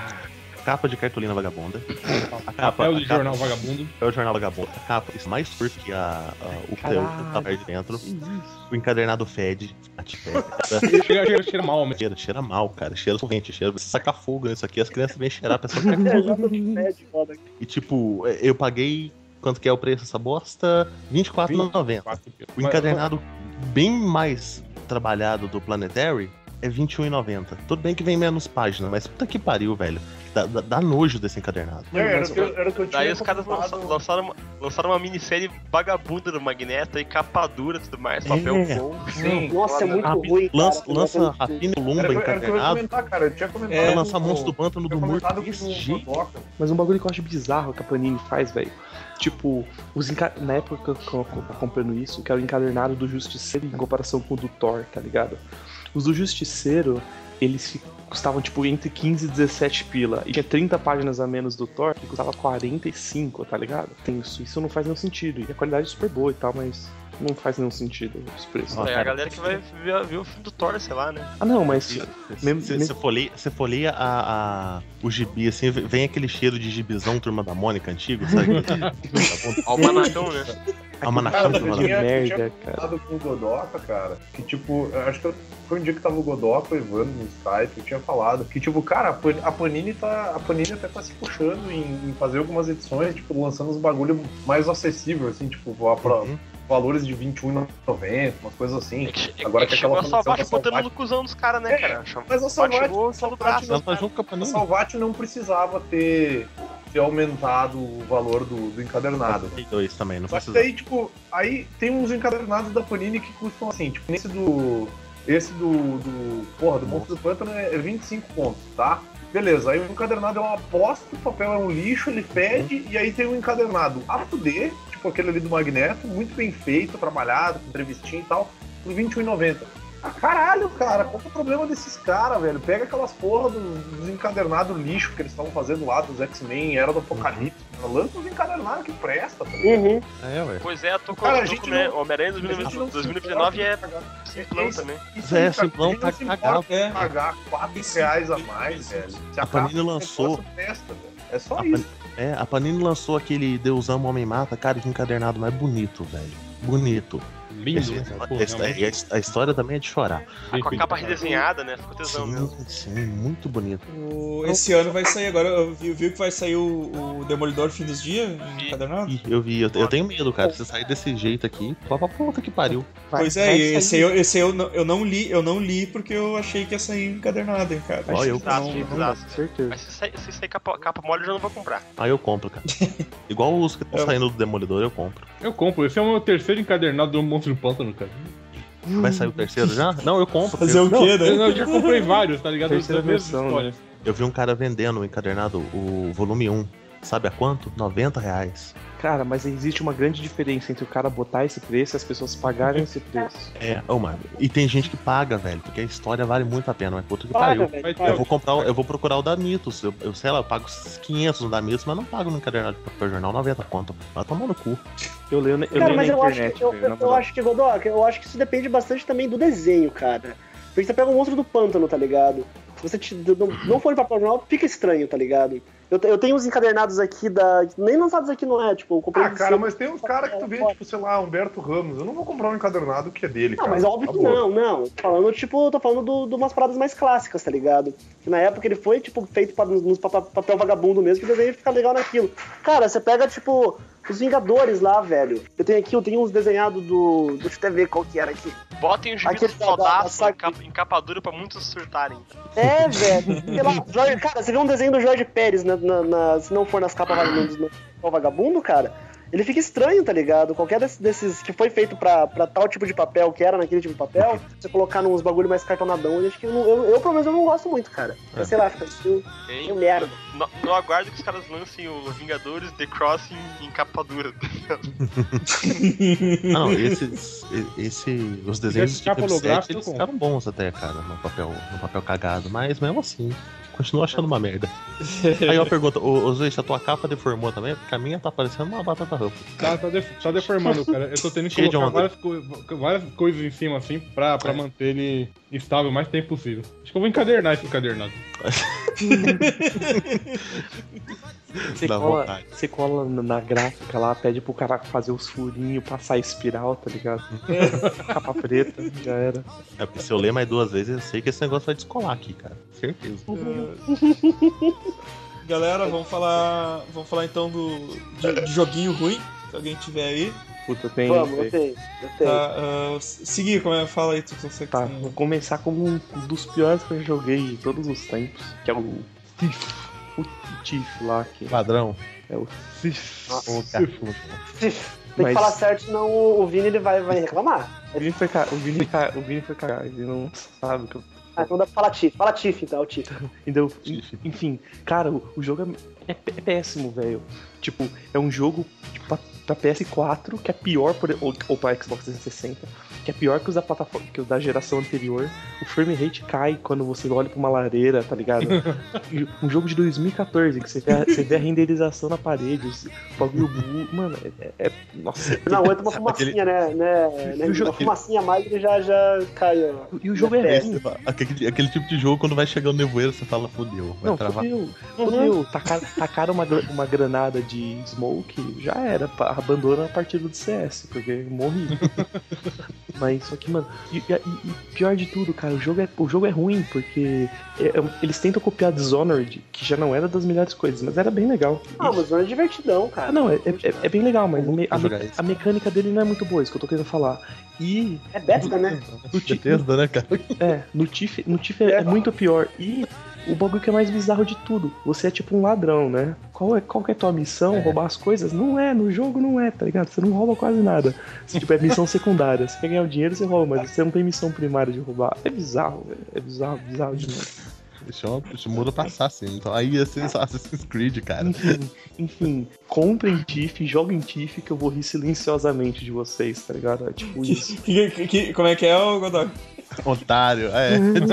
Capa de cartolina vagabunda. A capa, É o a de capa- Jornal Vagabundo. É o Jornal Vagabundo. A capa é mais curta que a, a- o conteúdo que tá perto de dentro. O encadernado fede. A te fede. Cheira, cheira, cheira mal, mas. Cheira, cheira mal, cara. Cheira sorrente, cheira. Você saca fogo nisso aqui, as crianças vêm cheirar, a pessoa quer É, exatamente, é, de foda. E tipo, eu paguei. Quanto que é o preço dessa bosta? vinte e quatro reais e noventa centavos. O encadernado bem mais trabalhado do Planetary é vinte e um reais e noventa centavos. Tudo bem que vem menos páginas, mas puta que pariu, velho. Dá, dá, dá nojo desse encadernado. É, era o que eu, era o que eu tinha Daí os caras comentado. lançaram, lançaram, uma, lançaram uma minissérie vagabunda do Magneto, aí capa dura e tudo mais, É. papel bom. Sim. Nossa, é muito Rapi- ruim, cara. Lança, lança Rapina e Lumba Era, era o que eu ia encadernado. comentar, cara. Eu tinha comentado. É, Vai lançar com- Monstro do Pântano eu do tinha Morto comentado desse com o jeito. Godoka. Mas um bagulho que eu acho bizarro que a Panini faz, velho. Tipo, os enca... na época que eu tava comprando isso, que era o encadernado do Justiceiro em comparação com o do Thor, tá ligado? Os do Justiceiro, eles fi- custavam tipo entre quinze e dezessete pila. E tinha trinta páginas a menos do Thor, que custava quarenta e cinco, tá ligado? Tem isso, isso não faz nenhum sentido. E a qualidade é super boa e tal, mas não faz nenhum sentido os preços. Ó, É a cara, galera que vai ver, ver o filme do Thor, sei lá, né? Ah, não, mas. mesmo- Você mesmo- folheia, você folheia a, a- o gibi, assim, vem aquele cheiro de gibizão Turma da Mônica antigo, sabe? Almanacão, né? Almanacão Cara, Turma eu da tinha, Mônica. eu tinha merda, cara. comentado com o Godoka, cara, que tipo, eu acho que eu- foi um dia que tava o Godoka, o Evandro no Skype, eu tinha falado que, tipo, cara, a Pan- a Panini tá. A Panini até tá se puxando em, em fazer algumas edições, tipo, lançando uns bagulho mais acessível, assim, tipo, a, pra- Uhum. valores de vinte e um reais e noventa centavos, umas coisas assim. É que, Agora é que que chegou a aquela Salvat promoção da botando Salvat- no cuzão dos caras, né, É, cara? Chama- Mas a Salvat, chegou a só no Salvat, braço. Ela tá junto com a a Panini. Salvat não precisava ter, ter aumentado o valor do, do encadernado. Tem dois também, não Só que precisa. daí, tipo, aí tem uns encadernados da Panini que custam assim, tipo, nesse do. Esse do. do porra, do Monstro do Pântano é vinte e cinco pontos, tá? Beleza, aí o encadernado é uma bosta, o papel é um lixo, ele fede, e aí tem um encadernado A to D, tipo aquele ali do Magneto, muito bem feito, trabalhado, com entrevistinha e tal, por vinte e um reais e noventa centavos. Ah, caralho, cara, qual que é o problema desses caras, velho? Pega aquelas porra dos, dos encadernados lixo que eles estavam fazendo lá, dos X-Men, Era do Apocalipse, cara. Lança os encadernados que presta, tá ligado? Uhum. É, ué. Pois é, tô com, Cara, a tô gente com né, não- Homem-Aranha A gente não dois mil e se vinte e nove é importa em simplão Isso- também. Isso É, aí, cara, simplão a gente tá não se importa cagado. É. em pagar quatro reais a mais, velho. Se A Panini capa do lançou- negócio presta, velho. É só A isso. É, a Panini lançou aquele Deus Ama, Homem Mata, cara, que encadernado mais bonito, velho. Bonito. Lindo, Esse- né? a- Porra, essa- realmente. e a, a história também é de chorar. Ah, com a capa redesenhada, né? Ficou tesão mesmo. Sim, sim, muito bonito. O- esse ano vai sair agora. Eu vi, viu que vai sair o, o Demolidor Fim dos Dias encadernado? Ih, eu vi, eu, eu tenho medo, cara. Se sair desse jeito aqui, lá pra puta que pariu. Vai- Pois é, vai e sair. esse aí, eu- esse aí eu, não, eu não li, eu não li porque eu achei que ia sair encadernado, hein, cara. Ó, eu Exato, não, exato. não- Com certeza. Mas se sair, se sair capa, capa mole, eu já não vou comprar. Aí eu compro, cara. Igual os que estão Eu- saindo do Demolidor, eu compro. Eu compro. Esse é o meu terceiro encadernado do Monstro do Pântano, cara. Vai sair o terceiro já? Não, eu compro. Fazer eu, o quê, Eu, né? eu já comprei vários, tá ligado? Terceira Das mesmas versão, histórias. eu vi um cara vendendo o encadernado, o volume um. Sabe a quanto? noventa reais. Cara, mas existe uma grande diferença entre o cara botar esse preço e as pessoas pagarem esse preço. É, ô, mano. E tem gente que paga, velho, porque a história vale muito a pena, mas puta que Paga, pariu. velho. Vai ter Eu paga. vou comprar, o- eu vou procurar o da Mitos. Eu, eu sei lá, eu pago quinhentos no da Mitos, mas não pago no encadernado de papel jornal noventa conto. Vai tomar no cu. Eu leio, eu Cara, leio mas na eu acho, internet, que, eu, velho, na eu, eu verdade. acho que, Godoka, eu acho que isso depende bastante também do desenho, cara. Porque você pega o Monstro do Pântano, tá ligado? Se você te, não, não for de papel jornal, fica estranho, tá ligado? Eu, te- eu tenho uns encadernados aqui da. Nem lançados aqui não é, tipo, eu comprei. Ah, de cara, cedo. mas tem uns caras que tu vê, tipo, sei lá, Humberto Ramos. Eu não vou comprar um encadernado que é dele, Não, cara. mas óbvio que Tá bom. não, não. Tô falando, tipo, tô falando do- de umas paradas mais clássicas, tá ligado? Que na época ele foi, tipo, feito pra, nos pa- papel vagabundo mesmo, que o desenho fica legal naquilo. Cara, você pega, tipo, os Vingadores lá, velho. Eu tenho aqui, eu tenho uns desenhados do. Deixa eu até ver qual que era aqui. Botem o gibi Aquele do da- da- da fodaço saga- em capa- em capa dura pra muitos surtarem. É, velho. Sei lá, Jorge- cara, você vê um desenho do Jorge Pérez, na, na- na- se não for nas capas vagabundas, no no vagabundo, cara, ele fica estranho, tá ligado? Qualquer desses, desses que foi feito pra, pra tal tipo de papel, que era naquele tipo de papel, você colocar nos bagulho mais cartonadão, eu acho que eu, não- eu, eu, pelo menos, eu não gosto muito, cara. É. Mas, sei lá, fica meio, Hein? meio merda. No, no aguardo que os caras lancem o Vingadores The Crossing em capa dura. Não, esses. e- esse, os desenhos Esse de capa Step holográfica eles eu ficaram bons até, cara, no papel, no papel cagado, mas mesmo assim, continuo achando uma merda. Aí eu pergunto, ô, ô Zé, se a tua capa deformou também? Porque a minha tá parecendo uma batata ruffles. Tá, tá, def- tá deformando, cara. Eu tô tendo que Cheio de colocar onda. várias, coi- várias coisas em cima, assim, pra, pra manter ele estável o mais tempo possível. Acho que eu vou encadernar esse encadernado. Você Dá cola, vontade. você cola na- na gráfica lá, pede pro cara fazer os furinhos, passar a espiral, tá ligado? Capa preta, já era. É porque se eu ler mais duas vezes, eu sei que esse negócio vai descolar aqui, cara. Certeza. Galera, vamos falar. Vamos falar então do de, de joguinho ruim. Se alguém tiver aí. Puta, tem. Vamos, eu tenho, eu tenho. Tá, uh, seguir, como é? Fala aí, tu você Tá, vou começar como um dos piores que eu joguei em todos os tempos, que é o Thief. O Thief lá, que Padrão. é o Thief. Ô, cara, Tem Mas- que falar certo, senão o Vini ele vai, vai reclamar. O Vini foi cagar, o Vini, ca- o Vini foi cagar, ele não sabe o que eu... Ah, então dá pra falar Tiff. Fala Tiff, então, é o Tiff. Entendeu? Enfim, cara, o, o jogo é, é pé- é péssimo, velho. Tipo, é um jogo tipo, pra, pra P S quatro, que é pior, por, ou, ou pra Xbox trezentos e sessenta, que é pior que os da plataforma, que os da geração anterior. O frame rate cai quando você olha pra uma lareira, tá ligado? E um jogo de dois mil e quatorze, que você vê a, você vê a renderização na parede, os bagulho bu- mano, é, é- nossa. Não, entra uma fumacinha, né? né, né E o jogo- uma fumacinha a mais ele já, já cai, ó. E o jogo é É, ruim. Aquele, aquele tipo de jogo, quando vai chegando o nevoeiro, você fala, fodeu, vai Não, travar. fodeu, fodeu. Tacaram, tacaram uma, gra- uma granada de smoke, já era, pa- abandona a partida do C S, porque morri. Mas só que, mano, e, e- e pior de tudo, cara, o jogo é, o jogo é ruim, porque é- é- eles tentam copiar Dishonored, que já não era das melhores coisas, mas era bem legal. Ah, mas não é divertidão, cara. Ah, não, é, é, é bem legal, mas a, me- a me- jogar isso. a mecânica dele não é muito boa, isso que eu tô querendo falar. E É Bethesda, né? no Tiff, Bethesda, né, cara? é, no Tiff, no Tiff é, é muito pior. E o bagulho que é mais bizarro de tudo, você é tipo um ladrão, né? Qual é, qual que é a tua missão? Roubar as coisas? Não é, no jogo não é, tá ligado? Você não rouba quase nada. Você, tipo, é missão secundária. Você quer ganhar o dinheiro, você rouba, mas você não tem missão primária de roubar. É bizarro, velho. É bizarro, bizarro demais. Deixa, deixa o mundo passar, assim. Então aí ia ser Assassin's Creed, cara. Enfim, enfim, comprem Tiff, joguem Tiff que eu vou rir silenciosamente de vocês, tá ligado? É tipo isso. Que- que- que- como é que é, ô Godog? Otário, é.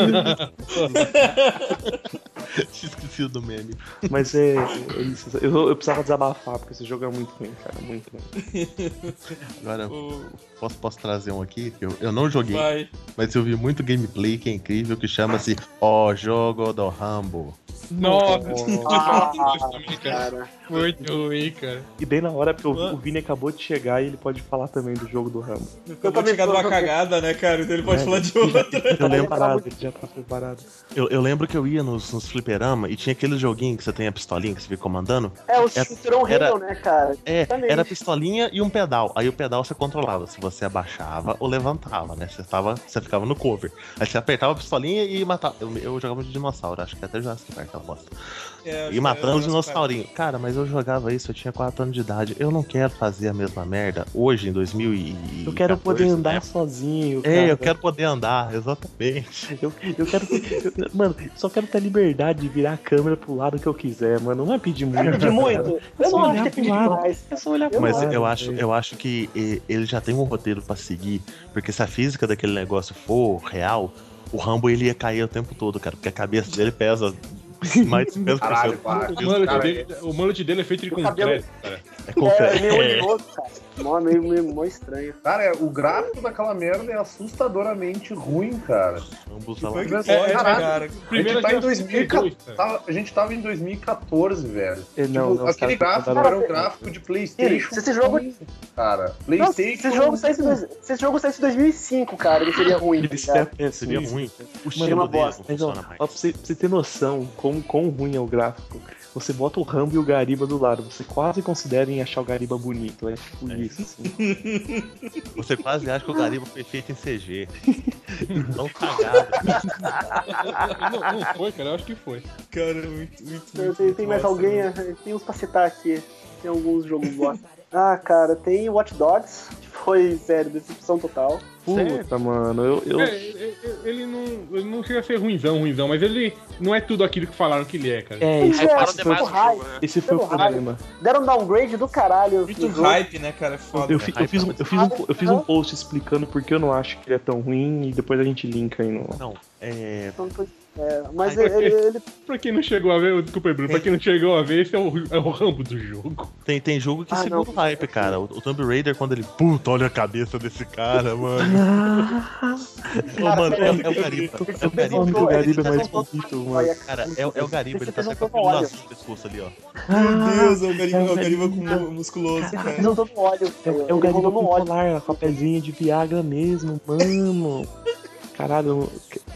Tinha esquecido do meme. Mas é, é isso. Eu, eu precisava desabafar, porque esse jogo é muito ruim, cara. Muito ruim. Agora, O- posso, posso trazer um aqui? Que eu, eu não joguei, Vai. mas eu vi muito gameplay que é incrível, que chama-se O Jogo do Rambo. Nossa, Ah, também, cara. cara. Muito ruim, cara. E bem na hora, porque o, o Vini acabou de chegar e ele pode falar também do jogo do Rambo. Acabou de também chegar tô- numa tô- cagada, né, cara? Então ele pode É. falar de outra. Eu lembro tá parado, muito- ele já tá preparado. Eu, eu lembro que eu ia nos, nos fliperama e tinha aquele joguinho que você tem a pistolinha que você fica comandando. É o Era- Cinturão era- Halo, né, cara? É, Exatamente. era a pistolinha e um pedal. Aí o pedal você controlava se você abaixava ou levantava, né? Você, tava, você ficava no cover. Aí você apertava a pistolinha e matava. Eu, eu jogava de dinossauro, acho que até Jurassic Park aquela bosta. É, E matando os dinossaurinhos. Cara, mas eu jogava isso, eu tinha quatro anos de idade. Eu não quero fazer a mesma merda hoje, em dois mil e... Eu quero poder andar né? sozinho, É, cara. eu quero poder andar, exatamente. Eu, eu quero. eu- mano, só quero ter a liberdade de virar a câmera pro lado que eu quiser, mano. Não vai pedir muito. É pedir muito? cara. Eu só não acho olhar que é pro pedir lado. demais. É só olhar pro Eu Mas lado. eu acho, velho. eu acho que eh, ele já tem um roteiro pra seguir, porque se a física daquele negócio for real, o Rambo ele ia cair o tempo todo, cara, porque a cabeça dele pesa mais de cinquenta por Caralho, cento. para. O mullet, Cara, dele, o mullet dele é feito de O cabelo- concreto, cara. É É, concreto. é meio oleoso, cara. Mó, meio, meio, mó estranho. Cara, é, o gráfico daquela merda é assustadoramente ruim, cara. Ambos Que lá. foi que É, foi, é, cara? caralho. A Primeira gente tá em geração dois mil e quatorze, Play dois, cara. tava- a gente tava em dois mil e quatorze, velho. É, não, Tipo, não, aquele cara, gráfico cara, era um gráfico de PlayStation. Se esse jogo- um, cara, Não, PlayStation. se esse jogo saísse em dois- se esse jogo saísse em dois mil e cinco, cara, ele seria ruim. tá Ele ligado? é, Seria isso. ruim. O é estilo uma dele não bosta. Mas, ó, funciona mais. ó, pra, você, pra você ter noção quão, quão ruim é o gráfico, você bota o Rambo e o Gariba do lado, você quase considera em achar o Gariba bonito. É tipo isso, assim. Você quase acha que o Gariba foi feito em C G. Não cagado. Não, não foi, cara, eu acho que foi. Cara, muito, muito, Tem, muito, tem, muito tem mais massa, alguém? né? Tem uns pra citar aqui. Tem alguns jogos bosta. Ah, cara, tem Watch Dogs, que foi, sério, decepção total. Puta, mano, eu. eu... É, ele, ele não, ele não chega a ser ruimzão, ruimzão, mas ele não é tudo aquilo que falaram que ele é, cara. É, esse, Ele Hyparam é demais o tipo hype. jogo, né? esse foi o pelo problema. Deram um downgrade do caralho. Muito no jogo. hype, né, cara? É foda. Eu, fi- eu fiz, um, eu, fiz um, eu fiz um post explicando por que eu não acho que ele é tão ruim e depois a gente linka aí no. Não, é. Então, é, mas Ai, ele, ele, ele- Pra quem não chegou a ver, desculpa aí, Bruno, pra quem não chegou a ver, esse é o, é o Rambo do jogo. Tem, tem jogo que Ah, segura não. o hype, cara. O, o Tomb Raider, quando ele. Puta, olha a cabeça desse cara, mano. Ô, mano, é, é o Gariba. É o O Gariba. nome do Gariba é Ele mais tá bonito, mano. Cara, é, é o Gariba, ele tá Esse até com a fez um pílula óleo. azul no pescoço ali, ó. Meu Deus, é o Gariba, é é o o Gariba Gariba. com musculoso, cara. não tô no óleo. É, é o ele Gariba rolou com no óleo. colar, com a pezinha de Viagra mesmo, mano. Caralho,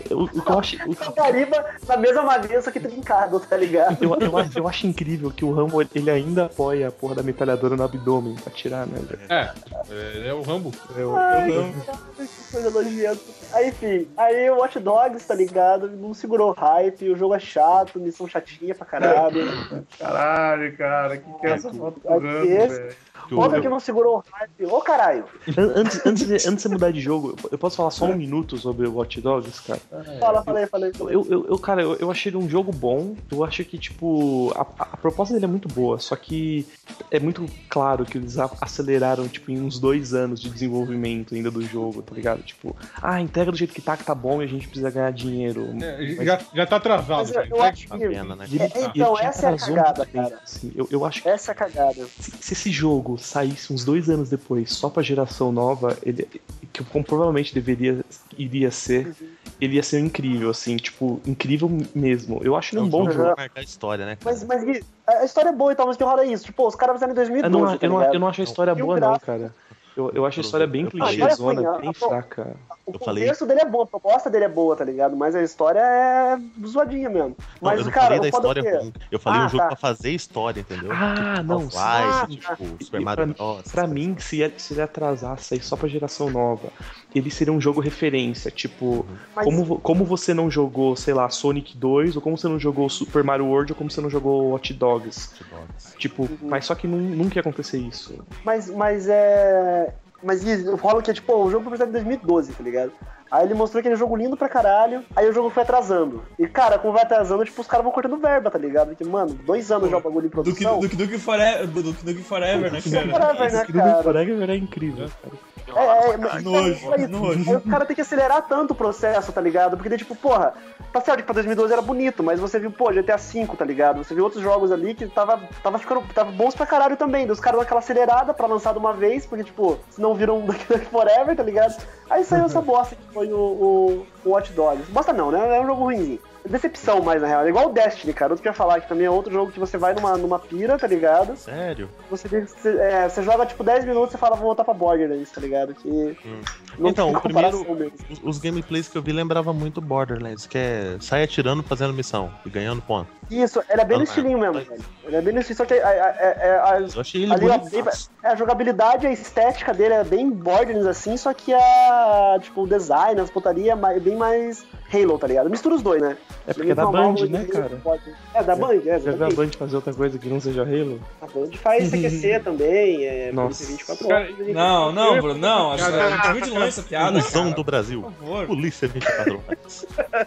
o, o que eu acho. O, A Gariba na mesma maneira, só que trincado, tá ligado? eu, eu, acho, eu acho incrível que o Rambo ele ainda apoia a porra da metralhadora no abdômen pra tirar, né? É, é, é o Rambo. É o, Ai, é o Rambo. que coisa nojenta. Aí, enfim, aí o Watch Dogs, tá ligado? Não segurou o hype, o jogo é chato, missão chatinha pra caralho. Caralho, cara, que que é essa foto do Aqui, Rambo, esse- velho? Outra que não segurou o hype. Ô, caralho. An- Antes, antes, de, antes de você mudar de jogo, eu posso falar só um minuto sobre o Watch Dogs, cara? Fala, falei, falei. falei. Eu, eu, eu, cara, eu, eu achei ele um jogo bom. Eu acho que, tipo, a, a proposta dele é muito boa, só que é muito claro que eles a- aceleraram, tipo, em uns dois anos de desenvolvimento ainda do jogo, tá ligado? Tipo, ah, entrega do jeito que tá, que tá bom e a gente precisa ganhar dinheiro. É, Mas- já, já tá atrasado. Mas eu, cara. eu acho A que. pena, né? E ele- É, e ele então, já essa é a atrasou cagada, muito tempo, cara. assim. Eu, eu acho que Essa é a cagada. se, se esse jogo saísse uns dois anos depois, só pra geração nova, ele, que como provavelmente deveria, iria ser, ele ia ser incrível, assim, tipo, incrível mesmo. Eu acho ele É um um bom jogo jogo. pra marcar a história, né, cara? Mas, mas Gui, a história é boa e tal, mas que rola isso. Tipo, os caras fizeram em dois mil e Eu doze, não, tá eu, não, ligado? eu não acho a história E o boa, não, gráfico- cara. Eu, eu acho a história bem Eu falei- clichêzona, Ah, bem a- fraca. O Eu falei- contexto dele é bom, a proposta dele é boa, tá ligado? Mas a história é zoadinha mesmo. Não, Mas, eu não cara, falei o da foda história é que- ruim. Eu falei Ah, um jogo tá. pra fazer história, entendeu? Ah, não. Half-Life, Ah, tipo, Super E Mario pra, Bros. pra mim, se ele, se ele atrasasse aí só pra geração nova, ele seria um jogo referência. Tipo, Mas- como, vo- como você não jogou, sei lá, Sonic dois, ou como você não jogou Super Mario World, ou como você não jogou Watch Dogs. Tipo, Uhum. mas só que não, nunca ia acontecer isso. Mas, mas é. Mas Gui, rola que é tipo, o jogo foi apresentado em dois mil e doze, tá ligado? Aí ele mostrou aquele jogo lindo pra caralho, aí o jogo foi atrasando. E, cara, como vai atrasando, tipo, os caras vão cortando verba, tá ligado? Porque, mano, dois anos já o bagulho em Do que produção. do que Duke Forever, do que Duke Forever, né, cara? Forever, né, Esse Duke cara? Forever é incrível, cara. É, é, mas- Que nojo, é que isso. nojo. Aí o cara tem que acelerar tanto o processo, tá ligado? Porque daí, tipo, porra, tá certo que pra dois mil e doze era bonito, mas você viu, pô, G T A cinco, tá ligado? Você viu outros jogos ali que tava, tava ficando, tava bons pra caralho também. Daí os caras dão aquela acelerada pra lançar de uma vez, porque, tipo, senão viram Duke Forever, tá ligado? Aí saiu essa bosta que foi o, o, o Watch Dogs. Bosta não, né? É um jogo ruimzinho. Decepção mais, na real. É igual o Destiny, cara. Outro que eu ia falar, que também é outro jogo que você vai numa, numa pira, tá ligado? Sério? Você, você, é, você joga, tipo, dez minutos e você fala, vou voltar pra Borderlands, tá ligado? Que não Então, tem o primeiro, comparação mesmo. os, os gameplays que eu vi lembrava muito Borderlands, que é sai atirando, fazendo missão e ganhando ponto. Isso, ele é bem no Ah, estilinho é. mesmo, velho. Ele é bem no estilinho, só que a, a, a, a, Eu achei ele ali, ó, bonito. bem- é, a jogabilidade, a estética dele é bem Borderlands assim, só que a, tipo, o design, as putaria é bem mais Halo, tá ligado? Mistura os dois, né? É porque é da Band, né, cara? É, da Band, é, Já viu a exatamente. Band fazer outra coisa que não seja Halo? A Band faz C Q C também, é Nossa. vinte e quatro Cara, horas. Não, não, Bruno, não. A Cara, gente tá muito de longe essa piada, Ilusão cara. do Brasil. Por favor. Polícia vinte e quatro horas.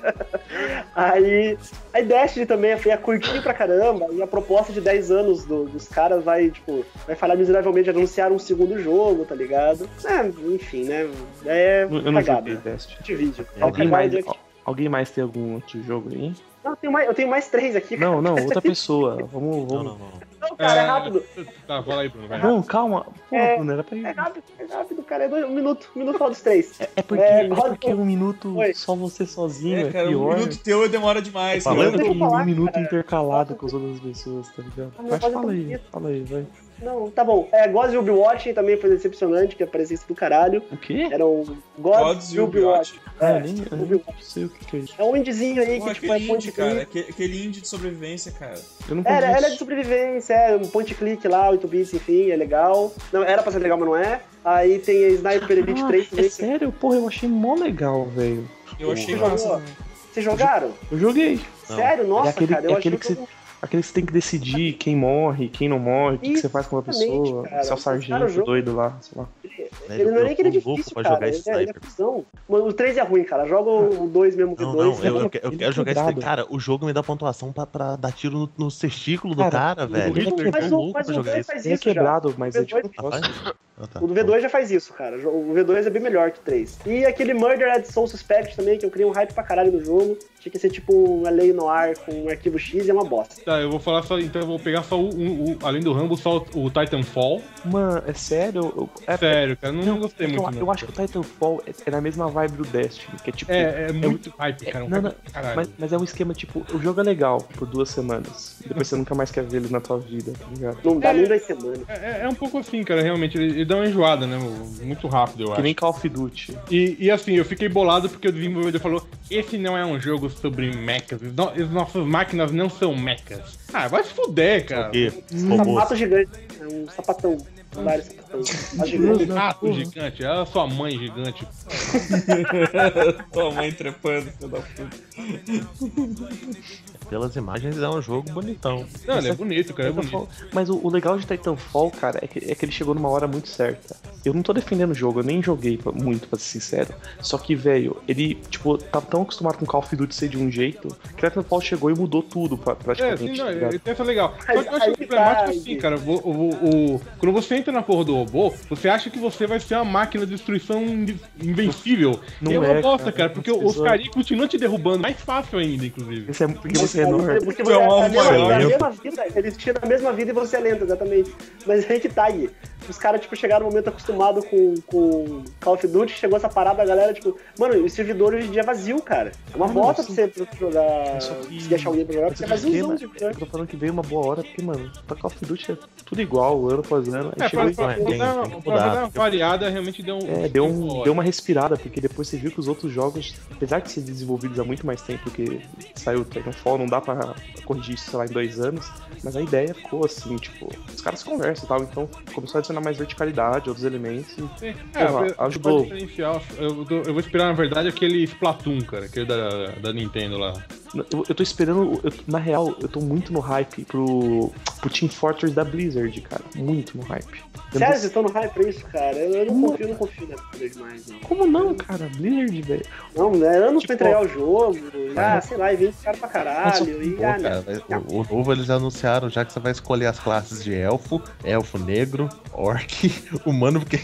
Aí, aí Destiny também é curtinho pra caramba, e a proposta de dez anos do- dos caras vai, tipo, vai falhar miseravelmente de anunciar um segundo jogo, tá ligado? É, enfim, né? É Eu não cagada. joguei Destiny. De vídeo. Alguém mais, Cagada de- alguém mais tem algum outro jogo aí? Não, eu tenho mais, eu tenho mais três aqui, cara. Não, não, outra pessoa. Vamos, Não, vamos. não, não. Não, cara, é rápido. Tá, fala aí, Bruno, vai. Não, calma. Pô, É- Bruno, era pra ir. É rápido, é rápido, cara. É dois, um minuto. Um minuto fala dos três. É porque, É, é roda- porque um minuto Oi. só você sozinho é, É, cara, um pior. minuto teu demora demais, Falando cara. Falando Deixa que eu falar, um minuto cara. intercalado com as outras pessoas, tá ligado? Ah, não, Mas pode fala aí, acontecer. fala aí, vai. Não, tá bom. É, Gods Will Be Watching também foi decepcionante, que apareceu isso do caralho. O quê? Era um Gods, Gods Will Will Be Be Watching. Ah, É, eu nem, eu Will nem Be Watching. sei o que, que é isso. É um indiezinho aí Pô, que, tipo, é aquele point indie, cara. click. Aquele, aquele indie de sobrevivência, cara. Eu não Era, conheço. ela é de sobrevivência, é um point click lá, oito bits, enfim, é legal. Não, era pra ser legal, mas não é. Aí tem a Sniper Elite Ah, três é também. que- sério? Porra, eu achei mó legal, velho. Eu achei Jogou? massa. Vocês jogaram? Eu joguei. Não. Sério? Nossa, é aquele, cara, eu é achei aquele o que você, jogo- aquele que você tem que decidir quem morre, quem não morre, o que, que você faz com uma Exatamente, pessoa. cara. Você é o Cara, sargento o jogo- doido lá, sei lá. Ele não é nem que ele é eu tô louco difícil, pra cara. jogar Ele é, ele é Sniper. cuzão. Mano, o três é ruim, cara. Joga o dois mesmo que o Não, dois. não, eu, eu, Ele- que- eu ele quero é jogar esse. quebrado. Cara, o jogo me dá pontuação pra, pra dar tiro no, no testículo do Cara, cara, o velho. Hitler- Eu Mas tô o, louco mas pra o jogar dois isso. faz Ele é isso já. quebrado, mas é tipo. Ah, Nossa, faz? Ah, tá. O do V dois já faz isso, cara. O V dois é bem melhor que o três. E aquele Murdered Soul Suspect também, que eu criei um hype pra caralho no jogo. Tinha que ser tipo um L A Noir com um arquivo X e é uma bosta. Tá, eu vou falar só, então eu vou pegar só o, o- o- além do Rambo, só o, o Titanfall. Mano, é sério? Eu- É, Sério, cara, não, não gostei é que muito, eu, não. eu acho que o Titanfall é, é na mesma vibe do Destiny, que é tipo. É, é muito hype, cara. Um Não, hype não, pra caralho. mas, mas é um esquema tipo, o jogo é legal por duas semanas. Depois você nunca mais quer ver ele na tua vida, tá ligado? Não dá É. nem duas semanas. É, é um pouco assim, cara, realmente. Ele, ele dá uma enjoada, né? Muito rápido, eu Que acho. nem Call of Duty. E, e assim, eu fiquei bolado porque o desenvolvedor falou: esse não é um jogo sobre mechas, no- as nossas máquinas não são mechas. Ah, vai se fuder, cara. E, Um robôs. sapato gigante, é um sapatão. Vários sapatões. Tá gigante. Rato gigante, é a sua mãe gigante. Tua mãe trepando, filho da puta. Pelas imagens é um jogo bonitão. Não, ele é bonito, cara, é bonito. Titanfall- Mas o, o legal de Titanfall, cara, é que, é que ele chegou numa hora muito certa. Eu não tô defendendo o jogo, eu nem joguei pra- muito, pra ser sincero. Só que, velho, ele, tipo, tava tão acostumado com Call of Duty ser de um jeito, que Titanfall chegou e mudou tudo, pra, É, praticamente. sim, não, tá ligado? ele tem essa legal. Só Aí- que eu acho aí problemático tá, assim, aí. cara. O, o, o- quando você entra na porra do robô, você acha que você vai ser uma máquina de destruição in- invencível. Não e é uma é, bosta, cara. cara, porque As os pessoas- caras continuam te derrubando mais fácil ainda, inclusive. Esse é porque você é enorme. Porque Tu você é um a alvo mesma, maior. a mesma vida, eles tiram a mesma vida e você é lento, exatamente. Mas aí que tá aí. Os caras, tipo, chegaram no momento acostumado com, com Call of Duty, chegou essa parada, a galera, tipo, mano, o servidor hoje em dia é vazio, cara. É uma Não, bosta sim. pra você pra você jogar, Só que- se achar alguém pra jogar, porque é Mas vaziozão porque, de né, servidor. eu tô falando que veio uma boa hora, porque, mano, pra Call of Duty é tudo igual, ano após ano. Aí É, chegou pra, e- pra, tem- pra dar, tem que pra mudar, dar uma porque- variada, realmente deu um. É, deu, um, deu uma respirada, porque depois você viu que os outros jogos, apesar de serem desenvolvidos há muito mais tempo que saiu o Titanfall, não dá pra corrigir isso, sei lá, em dois anos, mas a ideia ficou assim, tipo, os caras conversam e tal, então começou a adicionar mais verticalidade, outros elementos, e Sim. Porra, É, ajudou. pode diferenciar. Eu, tô- eu vou esperar, na verdade, aquele Splatoon, cara, aquele da, da Nintendo lá. eu, eu tô esperando, eu- na real, eu tô muito no hype pro, pro Team Fortress da Blizzard, cara, muito no hype. Eu Sério, não- vocês estão no hype pra isso, cara? Eu, eu não confio, não confio nessa coisa demais, não. Como não, cara? Blizzard, velho. Não, né? Anos Tipo, pra entregar o jogo, ah, sei lá, e vem cara pra caralho, e Pô, ah, cara, o, o novo eles anunciaram já que você vai escolher as classes de elfo, elfo negro, orc, humano, porque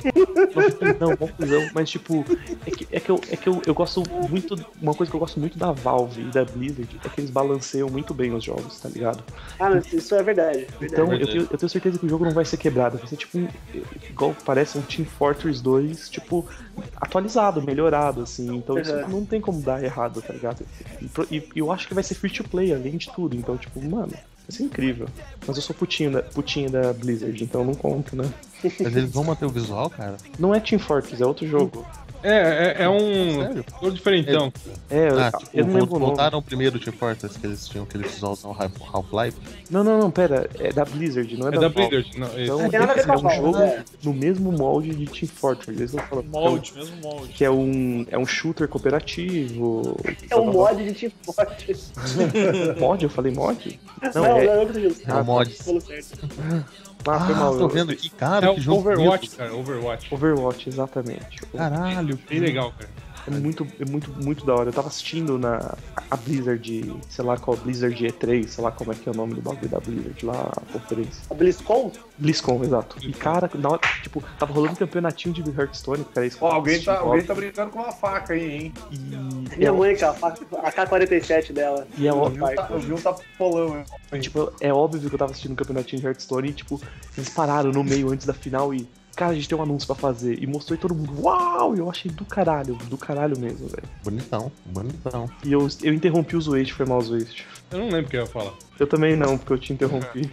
Não, confusão, mas tipo, é que, é que, eu, é que eu, eu gosto muito. Uma coisa que eu gosto muito da Valve e da Blizzard é que eles balanceiam muito bem os jogos, tá ligado? ah, mas isso é verdade. verdade. Então eu tenho, eu tenho certeza que o jogo não vai ser quebrado, vai ser tipo um. Igual parece um Team Fortress dois, tipo, atualizado, melhorado, assim. Então isso Uhum. não tem como dar errado, tá ligado? E, pro- e eu acho que vai ser free to play, além de tudo. Então, tipo, mano, vai ser incrível. Mas eu sou putinho da, putinho da Blizzard, então não conto, né? mas eles vão manter o visual, cara. Não é Team Fortress, é outro jogo. É, é, é um. Sério? Todo diferentão. É, eu- Ah, tipo, eu não lembro o nome. voltaram o primeiro Team Fortress que eles tinham, que eles visualzão Half- Half-Life. Não, não, não, pera, é da Blizzard, não é, É da Valve. Blizzard. Não, esse- Então, Não tem nada a ver com a é um Valve, jogo né? no mesmo molde de Team Fortress. Eles estão falando Molde, mesmo molde. que é um, é um shooter cooperativo. É um mod de Team Fortress. Mod? Eu falei mod? Não, Não, não, é. não, eu tô dizendo. É um mod. Você falou certo. Ah, foi mal. tô eu- vendo aqui, cara, É que o jogo Overwatch, bonito. cara, Overwatch. Overwatch, exatamente. Caralho, Bem legal, cara. É muito, é muito, muito da hora. Eu tava assistindo na a Blizzard, sei lá qual, Blizzard E três, sei lá como é que é o nome do bagulho da Blizzard lá, a conferência. A BlizzCon? BlizzCon, exato. E cara, na hora, tipo, tava rolando um campeonatinho de Hearthstone, cara. Isso que Ó, eu alguém tá, assisti, alguém tá brincando com uma faca aí, hein? E, e Minha é, mãe, cara, a K quarenta e sete dela. e é Eu óbvio. vi um, ta- eu vi um tapolão, hein? Tipo, é óbvio que eu tava assistindo o campeonatinho de Hearthstone e, tipo, eles pararam no meio antes da final e, cara, a gente tem um anúncio pra fazer. E mostrou e todo mundo, uau! E eu achei do caralho, do caralho mesmo, velho. bonitão, bonitão. E eu, eu interrompi o Zoeste, foi mal o Zoeste. Eu não lembro o que eu ia falar. Eu também não, porque eu te interrompi.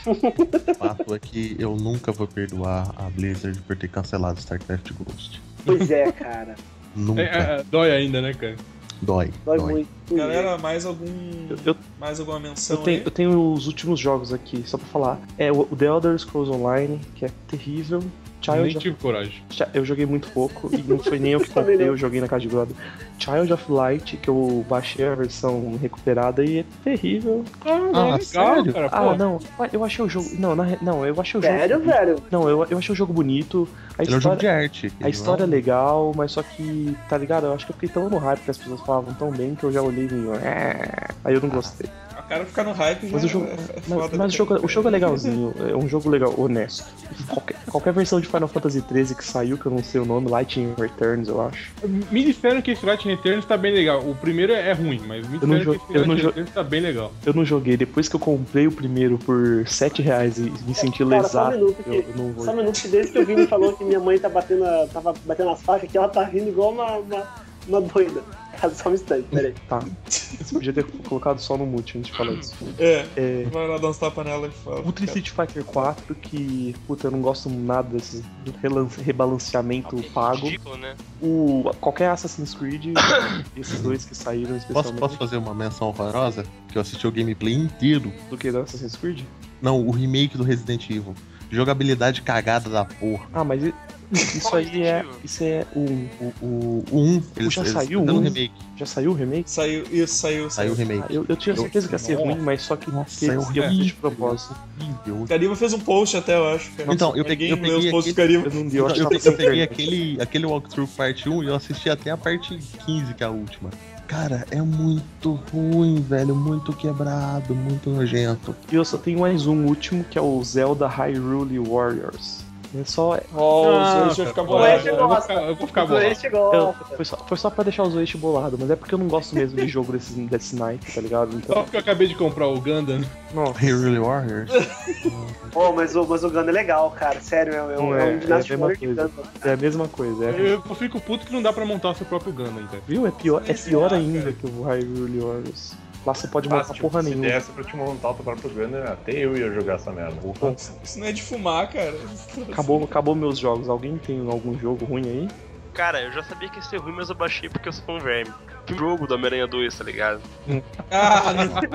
O fato é que eu nunca vou perdoar a Blizzard por ter cancelado StarCraft Ghost. Pois é, cara. Nunca. É, é, dói ainda, né, cara? Dói, Dói dói. muito. Galera, mais algum. Eu, eu, Mais alguma menção eu, tenho, aí? eu tenho os últimos jogos aqui, só pra falar. É o o The Elder Scrolls Online, que é terrível. Nem Child of, tive coragem. Chi- eu joguei muito pouco e não foi nem eu que Também comprei, não. eu joguei na casa de brother. Child of Light, que eu baixei a versão recuperada e é terrível. Ah, sério? cara. Ah, pô. não, eu achei o jogo. Não, na re- não, eu achei o jogo. Sério, velho? Não, eu, eu achei o jogo bonito. A Ele é um jogo história, de arte. a história é legal, mas só que, tá ligado? Eu acho que eu fiquei tão no hype que as pessoas falavam tão bem que eu já olhei e meio. "É". Aí eu não gostei. O cara ficar no hype Mas, já o jogo, é, é mas, foda. mas o, jogo, o jogo é legalzinho, é um jogo legal, honesto. Qualquer, qualquer versão de Final Fantasy treze que saiu, que eu não sei o nome, Lightning Returns, eu acho. Me disseram que esse Light Returns tá bem legal. O primeiro é ruim, mas me Eu não disseram jo- que eu esse não Light jo- Returns tá bem legal. Eu não joguei, depois que eu comprei o primeiro por sete reais e me senti Cara, só um lesado, minuto, eu, que, eu não vou. só um minuto que desde que o Vini falou que minha mãe tá batendo, a- tava batendo as facas, que ela tá rindo igual uma, uma, uma doida. ligado? Só um instante, peraí. Tá. Você podia ter colocado só no mute antes de falar isso. É, É, vai lá dar uns tapas nela e fala. Ultra Street Fighter quatro, que, puta, eu não gosto nada desse relan- rebalanceamento pago. Ridículo, né? O, qualquer Assassin's Creed, esses dois que saíram Posso, especialmente. posso fazer uma menção horrorosa? Que eu assisti o gameplay inteiro. Do que do Assassin's Creed? Não, o remake do Resident Evil. Jogabilidade cagada da porra. Ah, mas i- isso Qual aí é. Resident Evil? Isso é um. O, o, o um, eles, já eles saiu fizeram um? um remake. Já saiu o remake? Saiu, isso, saiu, Saiu o saiu. remake. Ah, eu, eu tinha certeza que ia ser Nossa. ruim, mas só que, Nossa, que é eles iam horrível. de propósito. Horrível. Cariba fez um post até, eu acho. Cara. Então, eu peguei, eu Ninguém leu peguei os posts do aquele, Cariba. Eu não deu, eu acho eu, que eu tava peguei sem aquele, aquele walkthrough parte um e eu assisti até a parte quinze, que é a última. Cara, é muito ruim, velho. Muito quebrado, muito nojento. E eu só tenho mais um último, que é o Zelda Hyrule Warriors. É só. Ó, Ah, o Zoichi vai ficar O bolado. Zoichi eu vou gosta. ficar- eu vou ficar O bolado. Zoichi eu- gosta. foi, só, foi só pra deixar o Zoichi bolado, mas é porque eu não gosto mesmo de jogo desse, desse naipe, tá ligado? Só Então. porque eu acabei de comprar o Gundam. Não, Hyrule Warriors. Pô, mas o, mas o Gundam é legal, cara. Sério, é, um- é, um- Não é é, um é a ginásio mesma de coisa. Gundam. é a mesma coisa. É, Eu, eu fico puto que não dá pra montar seu próprio Gundam, cara. viu? É pior, é Isso, pior cara. ainda que o Hyrule Warriors. Lá você pode Ah, montar se porra se nenhuma. desse pra te montar o teu próprio Gundam, até eu ia jogar essa merda. Isso não é de fumar, cara. Acabou, acabou meus jogos. Alguém tem algum jogo ruim aí? Cara, eu já sabia que ia ser ruim, mas eu baixei porque eu sou um verme. Que jogo do Homem-Aranha dois, tá ligado? Ah,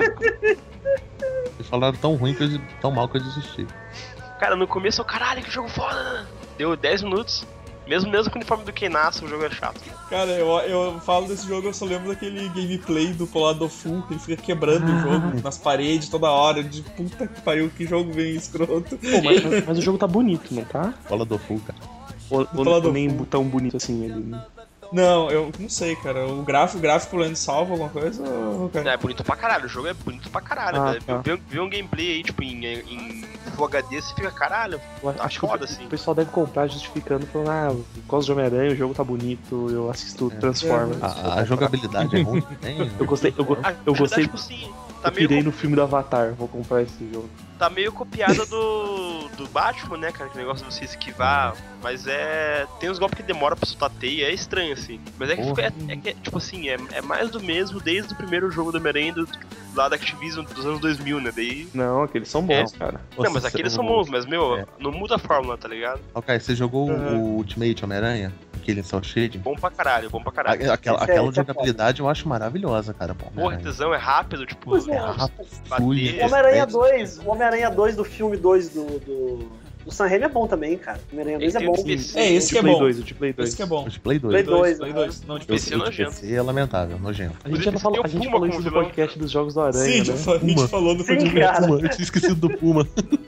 Eles falaram tão ruim, que eu, tão mal que eu desisti. Cara, no começo eu, caralho, que jogo foda! Deu dez minutos. Mesmo, mesmo com o uniforme do Keinaça, o jogo é chato. cara, eu, eu falo desse jogo, eu só lembro daquele gameplay do Polado Full, que ele fica quebrando o jogo nas paredes toda hora. De puta que pariu, que jogo bem escroto. Pô, mas, mas- mas o jogo tá bonito, não tá? Bola do Full, cara. Ou, ou, falar do ou nem full. tão bonito assim ele. Não, eu não sei, cara. O gráfico, o gráfico pelo menos salva alguma coisa? Ou, cara? É bonito pra caralho, o jogo é bonito pra caralho, Ah, velho. tá. Ver, ver um gameplay aí, tipo, em, em Full H D, você fica, caralho. Eu Tá acho que o, foda, assim. o pessoal deve comprar justificando, falando, ah, eu gosto de Homem-Aranha, o jogo tá bonito, eu assisto Transformers. A, a jogabilidade é ruim. Tem, Eu gostei, eu, go- A eu gostei, tipo assim, tá eu meio, pirei no filme do Avatar, vou comprar esse jogo. tá meio copiada do, do Batman, né, cara? Que negócio de você esquivar. Mas é. Tem uns golpes que demora pra soltar teia, é estranho, assim. Mas é que, Porra. é, é que tipo assim, é, é mais do mesmo desde o primeiro jogo do Homem-Aranha do, lá da Activision dos anos dois mil, né? Daí. Não, aqueles são bons, cara. Não, mas aqueles são bons, mas, meu, É. não muda a fórmula, tá ligado? Ok, você jogou Uhum. o Ultimate Homem-Aranha? Aquele Cell Shading? Bom pra caralho, bom pra caralho. A- Aquela, Esse é- aquela esse é jogabilidade eu acho maravilhosa, cara. Pô, Porra, Homem-Aranha. tesão, é rápido, tipo. Pois é, é rápido, bater. fluido. O Homem-Aranha É, dois, o Homem-Aranha dois do filme dois do, do, do Sam Raimi é bom também, cara. O Homem-Aranha dois é Tem bom. um P C, É, esse de que é Play bom. dois, o de Play dois. Esse que é bom. O de Play dois. Play dois, Play né? dois. Não, de O P C. P C é O de nojento. P C é lamentável, nojento. A gente, já Tem falou, o a gente Puma falou como isso no vilão. podcast dos Jogos do Aranha, Sim, né? já fa- a gente Puma. falou no Sim, podcast. cara. Puma, eu tinha esquecido do Puma.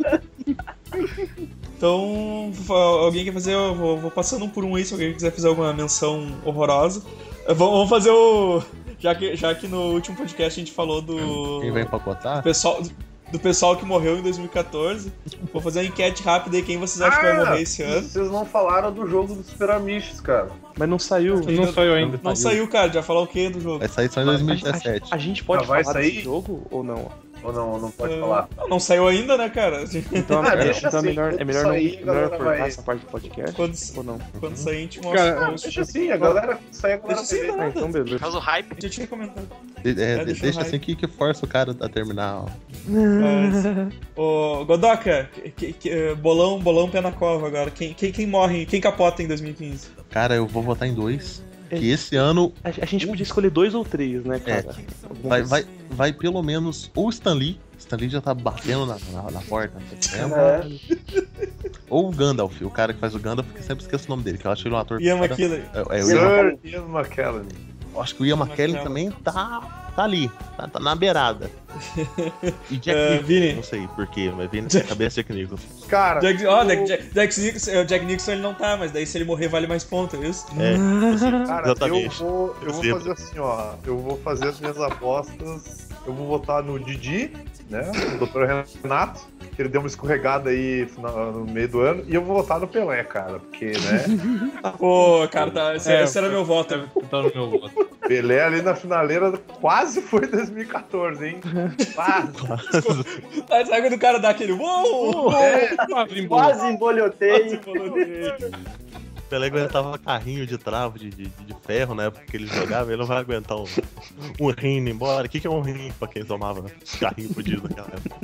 Então, fa- alguém quer fazer? Eu vou, vou passando um por um aí, se alguém quiser fazer alguma menção horrorosa. Eh, Vamos vamos fazer o. Já que, já que no último podcast a gente falou do. Quem vai empacotar? pessoal, do pessoal que morreu em dois mil e quatorze. Vou fazer uma enquete rápida aí, quem vocês acham que vai morrer esse ano. Vocês não falaram do jogo dos Super Amish, cara. Mas não saiu. Não saiu ainda. Não saiu, cara, já falou o que do jogo? Vai sair só em A, dois mil e a- dezessete. a gente pode Ah, vai falar sair? desse jogo ou não? Ou não, não pode Eh, falar? Não, não saiu ainda, né, cara? Então, Ah, é, deixa então é assim, melhor, é quando melhor, não, sair, é a melhor galera cortar vai- essa parte do podcast Quando, ou não? quando sair, a gente mostra. Cara, mostra- Deixa assim, a galera sai a galera Deixa assim, vê. não. Ah, então beleza. Faz o hype. Já tinha comentado. De- é, É, deixa deixa eu assim que, que força o cara a terminar. Ó. Mas, ô, Godoka, que- que- eh, bolão, bolão pé na cova agora. Quem, quem, quem morre, quem capota em dois mil e quinze? Cara, eu vou votar em dois. Que esse ano A, a gente podia escolher dois ou três, né, É. cara? Alguma vai, coisa- vai, vai pelo menos ou Stan Lee. Stan Lee já tá batendo na, na, na porta. Não tem tempo. É. Ou o Gandalf, o cara que faz o Gandalf, que eu sempre esqueço o nome dele, que eu acho ele um ator. Ian foda. McKellen. É, é, o Ian Ian- Sir Ian McKellen. eu acho que o Ian McKellen também tá, tá ali, tá, tá na beirada. E Jack É, Nicholson, Vini. não sei porquê, mas vem na minha cabeça Jack Nicholson. Cara, Jack, ó, eu- Jack, Jack, Jack Nicholson, eh, Jack Nicholson ele não tá, mas daí se ele morrer vale mais ponto, é isso? É, Cara, eu exatamente. vou, eu vou Zebra. fazer assim, ó. Eu vou fazer as minhas apostas. Eu vou votar no Didi, né? O doutor Renato, que ele deu uma escorregada aí no, no meio do ano. E eu vou votar no Pelé, cara. Porque, né? Pô, cara, tá, esse, É, esse era meu voto. Tá no meu voto. Pelé ali na finaleira quase foi dois mil e quatorze, hein? Quase. Tá, sabe quando o cara dá aquele uou? É, Quase embolou. Quase embolhotei. Pelé aguentava carrinho de travo de, de, de ferro na época que ele jogava, ele não vai aguentar um, um rim indo embora. O que, que é um rim pra quem tomava carrinho fudido naquela época?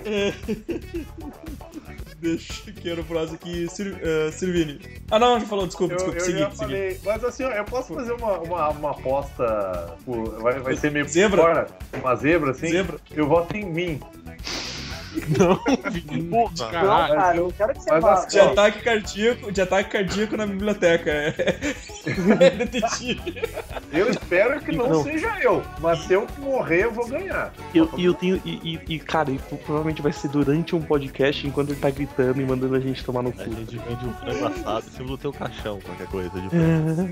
Deixa que era o próximo aqui, Sir, uh, Sirvini. Ah, não, já falou, desculpa, Eu, desculpa, eu segui, já segui. falei, mas assim, ó, eu posso fazer uma, uma, uma aposta, por- vai, vai ser meio Zebra? fora, uma zebra assim? Zebra. Eu voto em mim. Não, Não, Caralho. cara, eu quero que você Mas vá. assim, De ataque cardíaco, de ataque cardíaco na biblioteca. É, é detetive. Eu espero que não, Não. seja eu, mas se eu morrer, eu vou ganhar. E eu, e eu tenho. E, e- e, cara, e provavelmente vai ser durante um podcast enquanto ele tá gritando e mandando a gente tomar no a cu. gente vende um frango assado em cima do teu caixão, qualquer coisa de frango.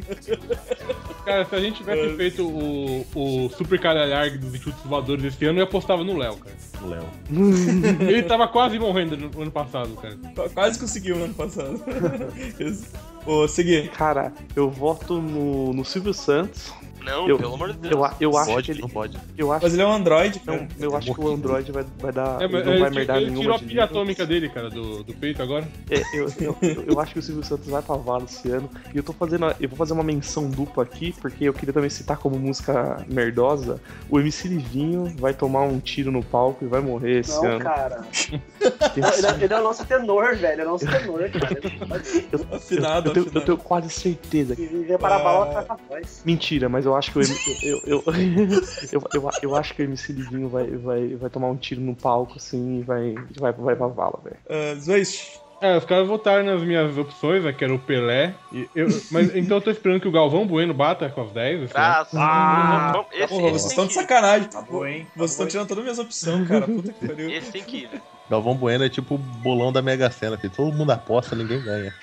Cara, se a gente tivesse feito o, o Super Caralharg dos Chutes Voadores esse ano, eu apostava no Léo, cara. Léo. Ele tava quase morrendo no ano passado, cara. Qu- Quase conseguiu no ano passado. Esse- Ô, seguir. Cara, eu voto no, no Silvio Santos. Não, Eu- pelo amor de Deus. Eu, a- eu acho Pode, que ele. não pode. Eu acho, Mas ele é um android, não, cara. eu acho que o Android vai, vai dar. É, mas não ele, vai ti- merdar ele nenhuma tirou a de pilha nível. atômica dele, cara, do, do peito agora. É, eu, eu, eu, eu acho que o Silvio Santos vai pra vala esse ano. E eu tô fazendo. a- Eu vou fazer uma menção dupla aqui, porque eu queria também citar como música merdosa. O M C Livinho vai tomar um tiro no palco e vai morrer esse Não, ano. cara. Porque, Ele, assim, é- ele é o nosso tenor, velho. Ele é o nosso tenor, cara. Ele pode eu, Afinado, eu, tenho, eu afinado. tenho quase certeza. ir viver para a bala pra cá voz. Mentira, mas eu acho que o M- eu, eu, eu, eu, eu, eu acho que o M C Livinho vai, vai, vai tomar um tiro no palco, assim, e vai, vai, vai pra vala, velho. Uh, Zwist. É, os caras votaram nas minhas opções, né, que era o Pelé. E eu, mas então eu tô esperando que o Galvão Bueno bata com as dez. Assim, Ah, Ah, vamos- esse, Porra, vocês esse estão tem de que ir. sacanagem. Tá bom, hein? Tá Vocês estão bom, tirando todas as minhas opções, cara. Puta que pariu. Esse tem que ir, velho. Galvão Bueno é tipo o bolão da Mega Sena, que todo mundo aposta, ninguém ganha.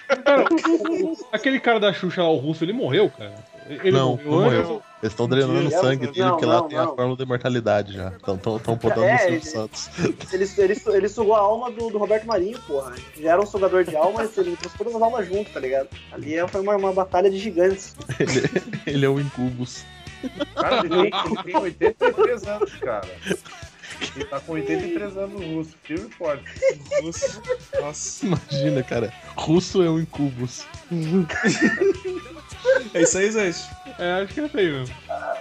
Aquele cara da Xuxa lá, o russo, ele morreu, cara. Ele não, morreu não antes. morreu. Eles estão drenando o Mentira. sangue dele, Não, porque lá não, tem a não. fórmula da imortalidade já. Estão botando É, no Silvio ele- Santos. Ele, ele, ele sugou a alma do, do Roberto Marinho, porra. Já era um sugador de alma, mas ele trouxe todas as almas junto, tá ligado? Ali é- foi uma, uma batalha de gigantes. Ele, ele é o Incubus. Cara, ele tem, ele tem oitenta e três anos, cara. Ele tá com oitenta e três anos no russo, firme e forte. Nossa. Nossa. Imagina, cara. Russo é o Incubus. É isso aí, Zwist. É, acho que é isso aí mesmo.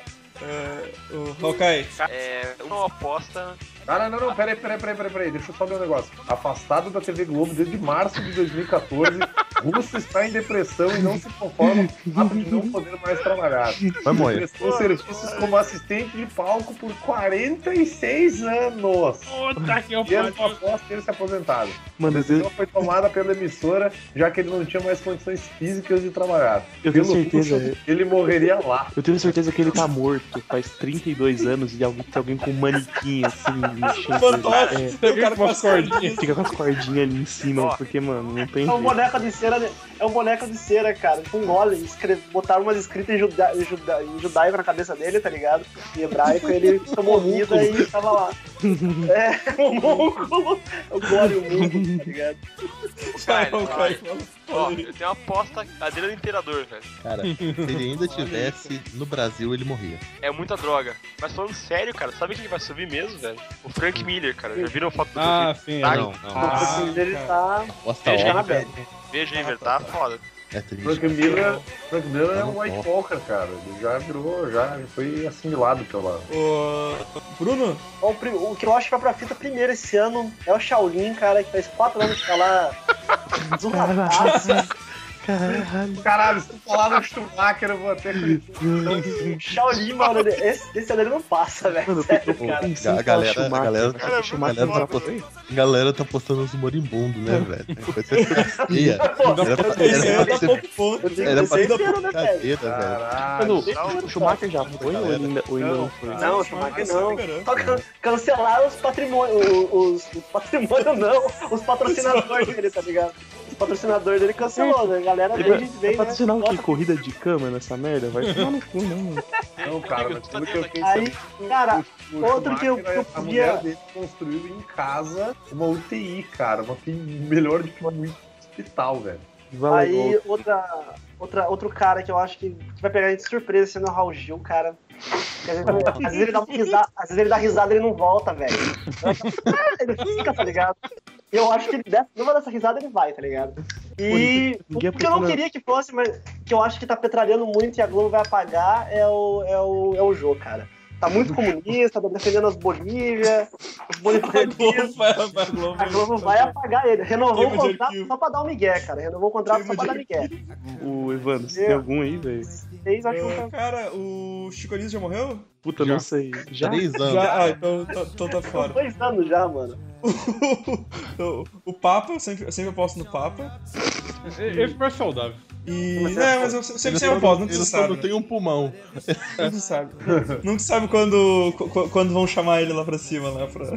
Uh, o Hawkeye. É, uma aposta. Cara, não, não, peraí, peraí, peraí, peraí, peraí, deixa eu só ver um negócio. Afastado da T V Globo desde março de dois mil e quatorze, Russo está em depressão e não se conforma com o fato de não poder mais trabalhar. Vai morrer. Prestou serviços como assistente de palco por quarenta e seis anos. Puta que eu E ano após ter se aposentado. Mano, A eu, decisão foi tomada pela emissora, já que ele não tinha mais condições físicas de trabalhar. eu tenho Pelo certeza. Russo, ele morreria lá. Eu tenho certeza que ele tá morto faz trinta e dois anos e alguém, tem alguém com um manequim assim, mexendo. Fantoche. É, Tem o cara com as cordinhas. fica com as cordinhas ali em cima, Ó. porque, mano, não tem É um jeito. boneco de cera, é um boneco de cera, cara. Tipo um golem. Escre- Botaram umas escritas em, juda, em, juda, em judaico na cabeça dele, tá ligado? Em hebraico, ele tomou vida e tava lá. É, o músculo. O golem, o músculo, tá ligado? Cara, Hawkeye, vai. fala. Ó, eu tenho uma aposta, Adriano Imperador, velho. Cara, se ele ainda tivesse no Brasil, ele morria. É muita droga. Mas falando sério, cara, sabe quem vai subir mesmo, velho? O Frank Miller, cara. Já viram a foto do Ah, sim, Tá, é, não, não. O Ah, assim, ele cara. tá. Aposta Veja tá na óbvia. bad. Veja aí, velho, tá foda. É triste. Frank cara. Miller, Frank Miller é Tá um no white top. walker, cara. Ele já virou, já foi assimilado pela... O Bruno. O, pri- o que eu acho que vai pra fita primeiro esse ano é o Shaolin, cara, que faz quatro anos que tá lá. Zumadaço. Caralho. Caralho, se tu falar no Schumacher, eu vou até acreditar. Shaolin, mano, ele- esse, esse ano ele não passa, velho. Mano, eu, Sério, eu cara. pensei em A falar galera- a Schumacher, galera- mas cara, o Schumacher galera não tá foi. postando- A galera tá postando uns moribundos, né, velho? Foi terapia. Era pra, Esse aí era pra dá ser, pouco ponto. Eu tenho era que pra ser ser inteiro, né, velho? brincadeira, velho. Caralho. Mano, o Schumacher já foi ou ainda, ou ainda não foi? Não, o Schumacher Esse não. cara. Só can- cancelaram os patrimônios. Os, os patrimônios não, os patrocinadores dele, tá ligado? Os patrocinadores dele cancelou, né? A galera Ele desde vai vem, né? patrocinar o quê? Nossa, Corrida de cama nessa merda? Vai tomar no cu, não. Não, cara, mas pelo que eu fiquei Aí, sabendo, cara, o outro que eu- Schumacher, que eu a podia- mulher dele construiu em casa uma U T I, cara. Uma U T I melhor do que uma hospital, velho. Vai aí lá, outra, outra, outro cara que eu acho que, que vai pegar a gente de surpresa sendo o Raul Gil, cara. Porque Às vezes, às vezes ele dá uma risada, às vezes ele dá risada e ele não volta, velho. Ele fica, tá ligado? E eu acho que ele dessa, numa dessa risada ele vai, tá ligado? E o Ninguém que eu não procura- queria que fosse, mas que eu acho que tá petralhando muito e a Globo vai apagar é o, é o, é o Jô, cara. Tá muito comunista, tá defendendo as Bolívia, os A Globo bolivianistas. vai, vai, a Globo. A Globo vai apagar ele. Renovou Queima o de contrato arquivo. só pra dar um migué, cara. Renovou o contrato Queima só pra de dar migué. O Evandro, você tem algum aí, velho? Fez, acho que Ah, não cara, o Chico Anísio já morreu? Puta, Já. não sei. Já? Três anos. Já, ah, então, então, então tá São fora. dois anos já, mano. o, o Papa, eu sempre, eu sempre aposto no Papa. Esse mais saudável. E. Mas Não, é- mas eu sempre, Ele sempre só aposto, não- nunca se ele só sabe. não tem um pulmão. Nunca se sabe. Nunca se sabe quando, qu- quando vão chamar ele lá pra cima, lá pra.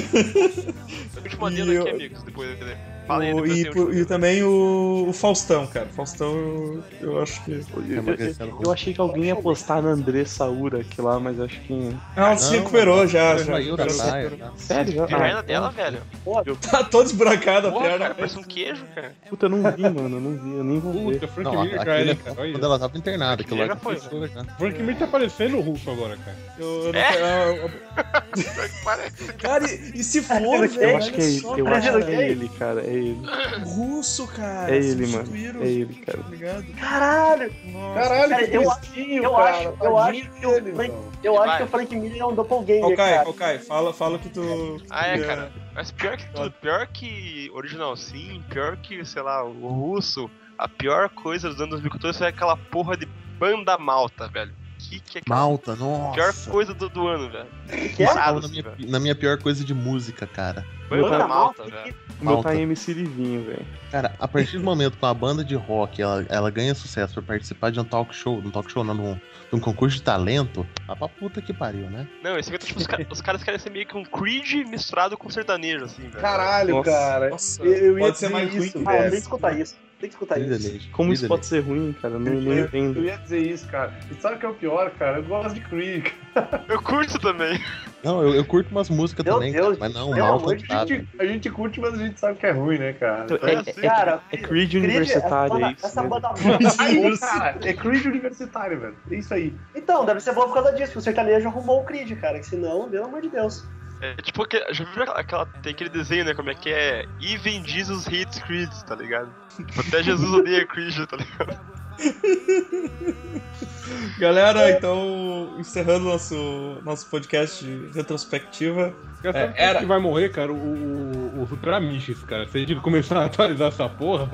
Eu te mandei E aqui, eu- amigos, depois dele. Fala aí, O- depois e, tem por- um e também o, o Faustão, cara. Faustão, eu, eu acho que. Eu, eu- eu achei que alguém ia postar na Andressa Ura aqui lá, mas acho que. Ah, ela se recuperou já. já, Saiu da já se praia. recuperou. Sério? A perna Ah, dela, velho. Tá toda esburacada a Porra, cara, perna. parece um queijo, cara. puta, eu não vi, mano. Eu não vi, eu nem vou ver. Puta, Frank Não, Miller já aquele era, é cara. Olha quando isso. ela tava internada, aquilo lá Já já foi. foi. Já. Frank Miller tá parecendo o russo agora, cara. Eu, eu não É? quero- eu- eu- Parece. Cara, e, e se for, Eu velho? Eu acho que é ele, olha eu só, acho cara. que é ele, cara. É ele. Russo, cara. É ele, mano. substituíram, É ele, cara. Tá ligado? Caralho! Nossa. Caralho, Cara, que eu- tristinho, eu cara. acho- eu Tadinho acho que o dele, Frank- meu. Eu acho Vai. que o Frank Miller é um doppelganger, Calcai, cara. Calcai, fala, fala que tu. Ah, é, que- cara. Mas pior que tudo, pior que Original Sim, pior que, sei lá, o russo, a pior coisa dos anos dois mil e quatorze foi aquela porra de banda malta, velho. Que que é aquela Malta, nossa. pior coisa do, do ano, velho? Que é? Tava Sabe, na minha, velho. na minha pior coisa de música, cara. Banda Banda malta, malta, velho. O meu Malta. tá em M C Livinho, velho. Cara, a partir do momento que uma banda de rock ela, ela ganha sucesso por participar de um talk show, de um talk show, não, de um, de um concurso de talento, a pra puta que pariu, né? Não, esse aqui, tipo, os, ca- os caras querem ser meio que um Creed misturado com sertanejo, assim, velho. Caralho, Nossa. cara. Nossa, Eu, eu ia pode ser dizer mais isso, ruim. Ah, eu tenho que velho. escutar isso. Tem que escutar isso. Líder, Como isso líder. pode ser ruim, cara? Eu não, não Eu, entendo. eu ia dizer isso, cara. E sabe o que é o pior, cara? Eu gosto de Creed. Eu curto também. Não, eu, eu curto umas músicas Meu também, Deus, cara, mas não, pelo Malta amor não de dá. A gente, a gente curte, mas a gente sabe que é ruim, né, cara? É, é, é, Cara, é Creed universitário, essa é isso. Essa mesmo. banda Aí, cara, é Creed universitário, velho. É isso aí. Então, deve ser boa por causa disso, porque o sertanejo arrumou o Creed, cara. Que senão, pelo amor de Deus. É tipo, que- já viu aquela, aquela- tem aquele desenho, né, como é que é? Even Jesus hates Creed, tá ligado? Tipo, até Jesus odeia Creed, tá ligado? Galera, então, encerrando nosso, nosso podcast de retrospectiva. Cara, sabe É, era- que vai morrer, cara? O, o, o Ultramiches, cara. Se a gente começar a atualizar essa porra.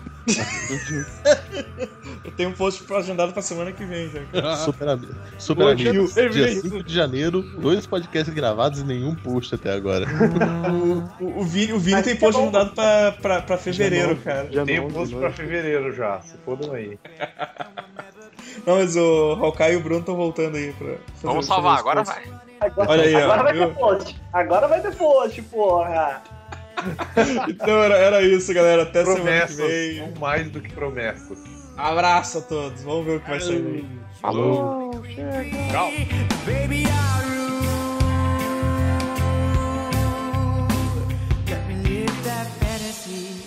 Eu tenho um post agendado pra semana que vem, já. cara. Super, ami- super Hoje amigos, eu dia vi. cinco de janeiro, dois podcasts gravados e nenhum post até agora. O, o, o Vini, o Vini Mas tem que é post bom. agendado pra, pra, pra fevereiro, cara. Já Tem não, um post não. pra fevereiro já. Se fodam aí. Não, mas o Hawkeye e o Bruno estão voltando aí pra fazer Vamos fazer salvar, os agora posts. vai. Agora, Olha aí, ó, agora vai viu? ter post. Agora vai ter post, porra. Então era, era isso, galera. Até semana que Promessas vem. são mais do que promessas. Abraço a todos. Vamos ver o que vai sair daí. Falou. Baby, I rule. Let me live that fantasy.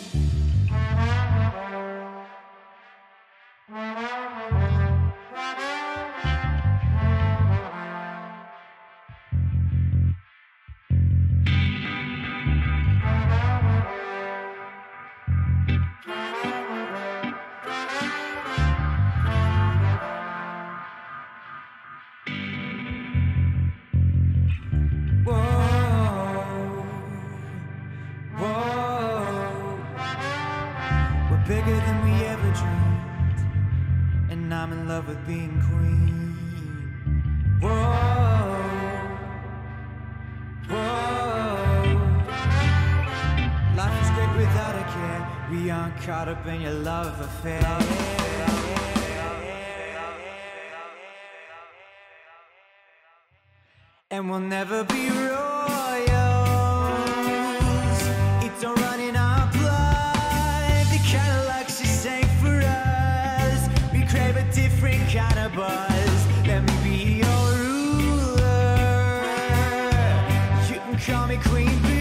Whoa, whoa, we're bigger than we ever dreamed, and I'm in love with being queen. Whoa, whoa, life is great without a care. We aren't caught up in your love affair. And we'll never be royals. It don't run in our blood. The kind of luxury sang for us. We crave a different kind of buzz. Let me be your ruler. You can call me Queen Bee.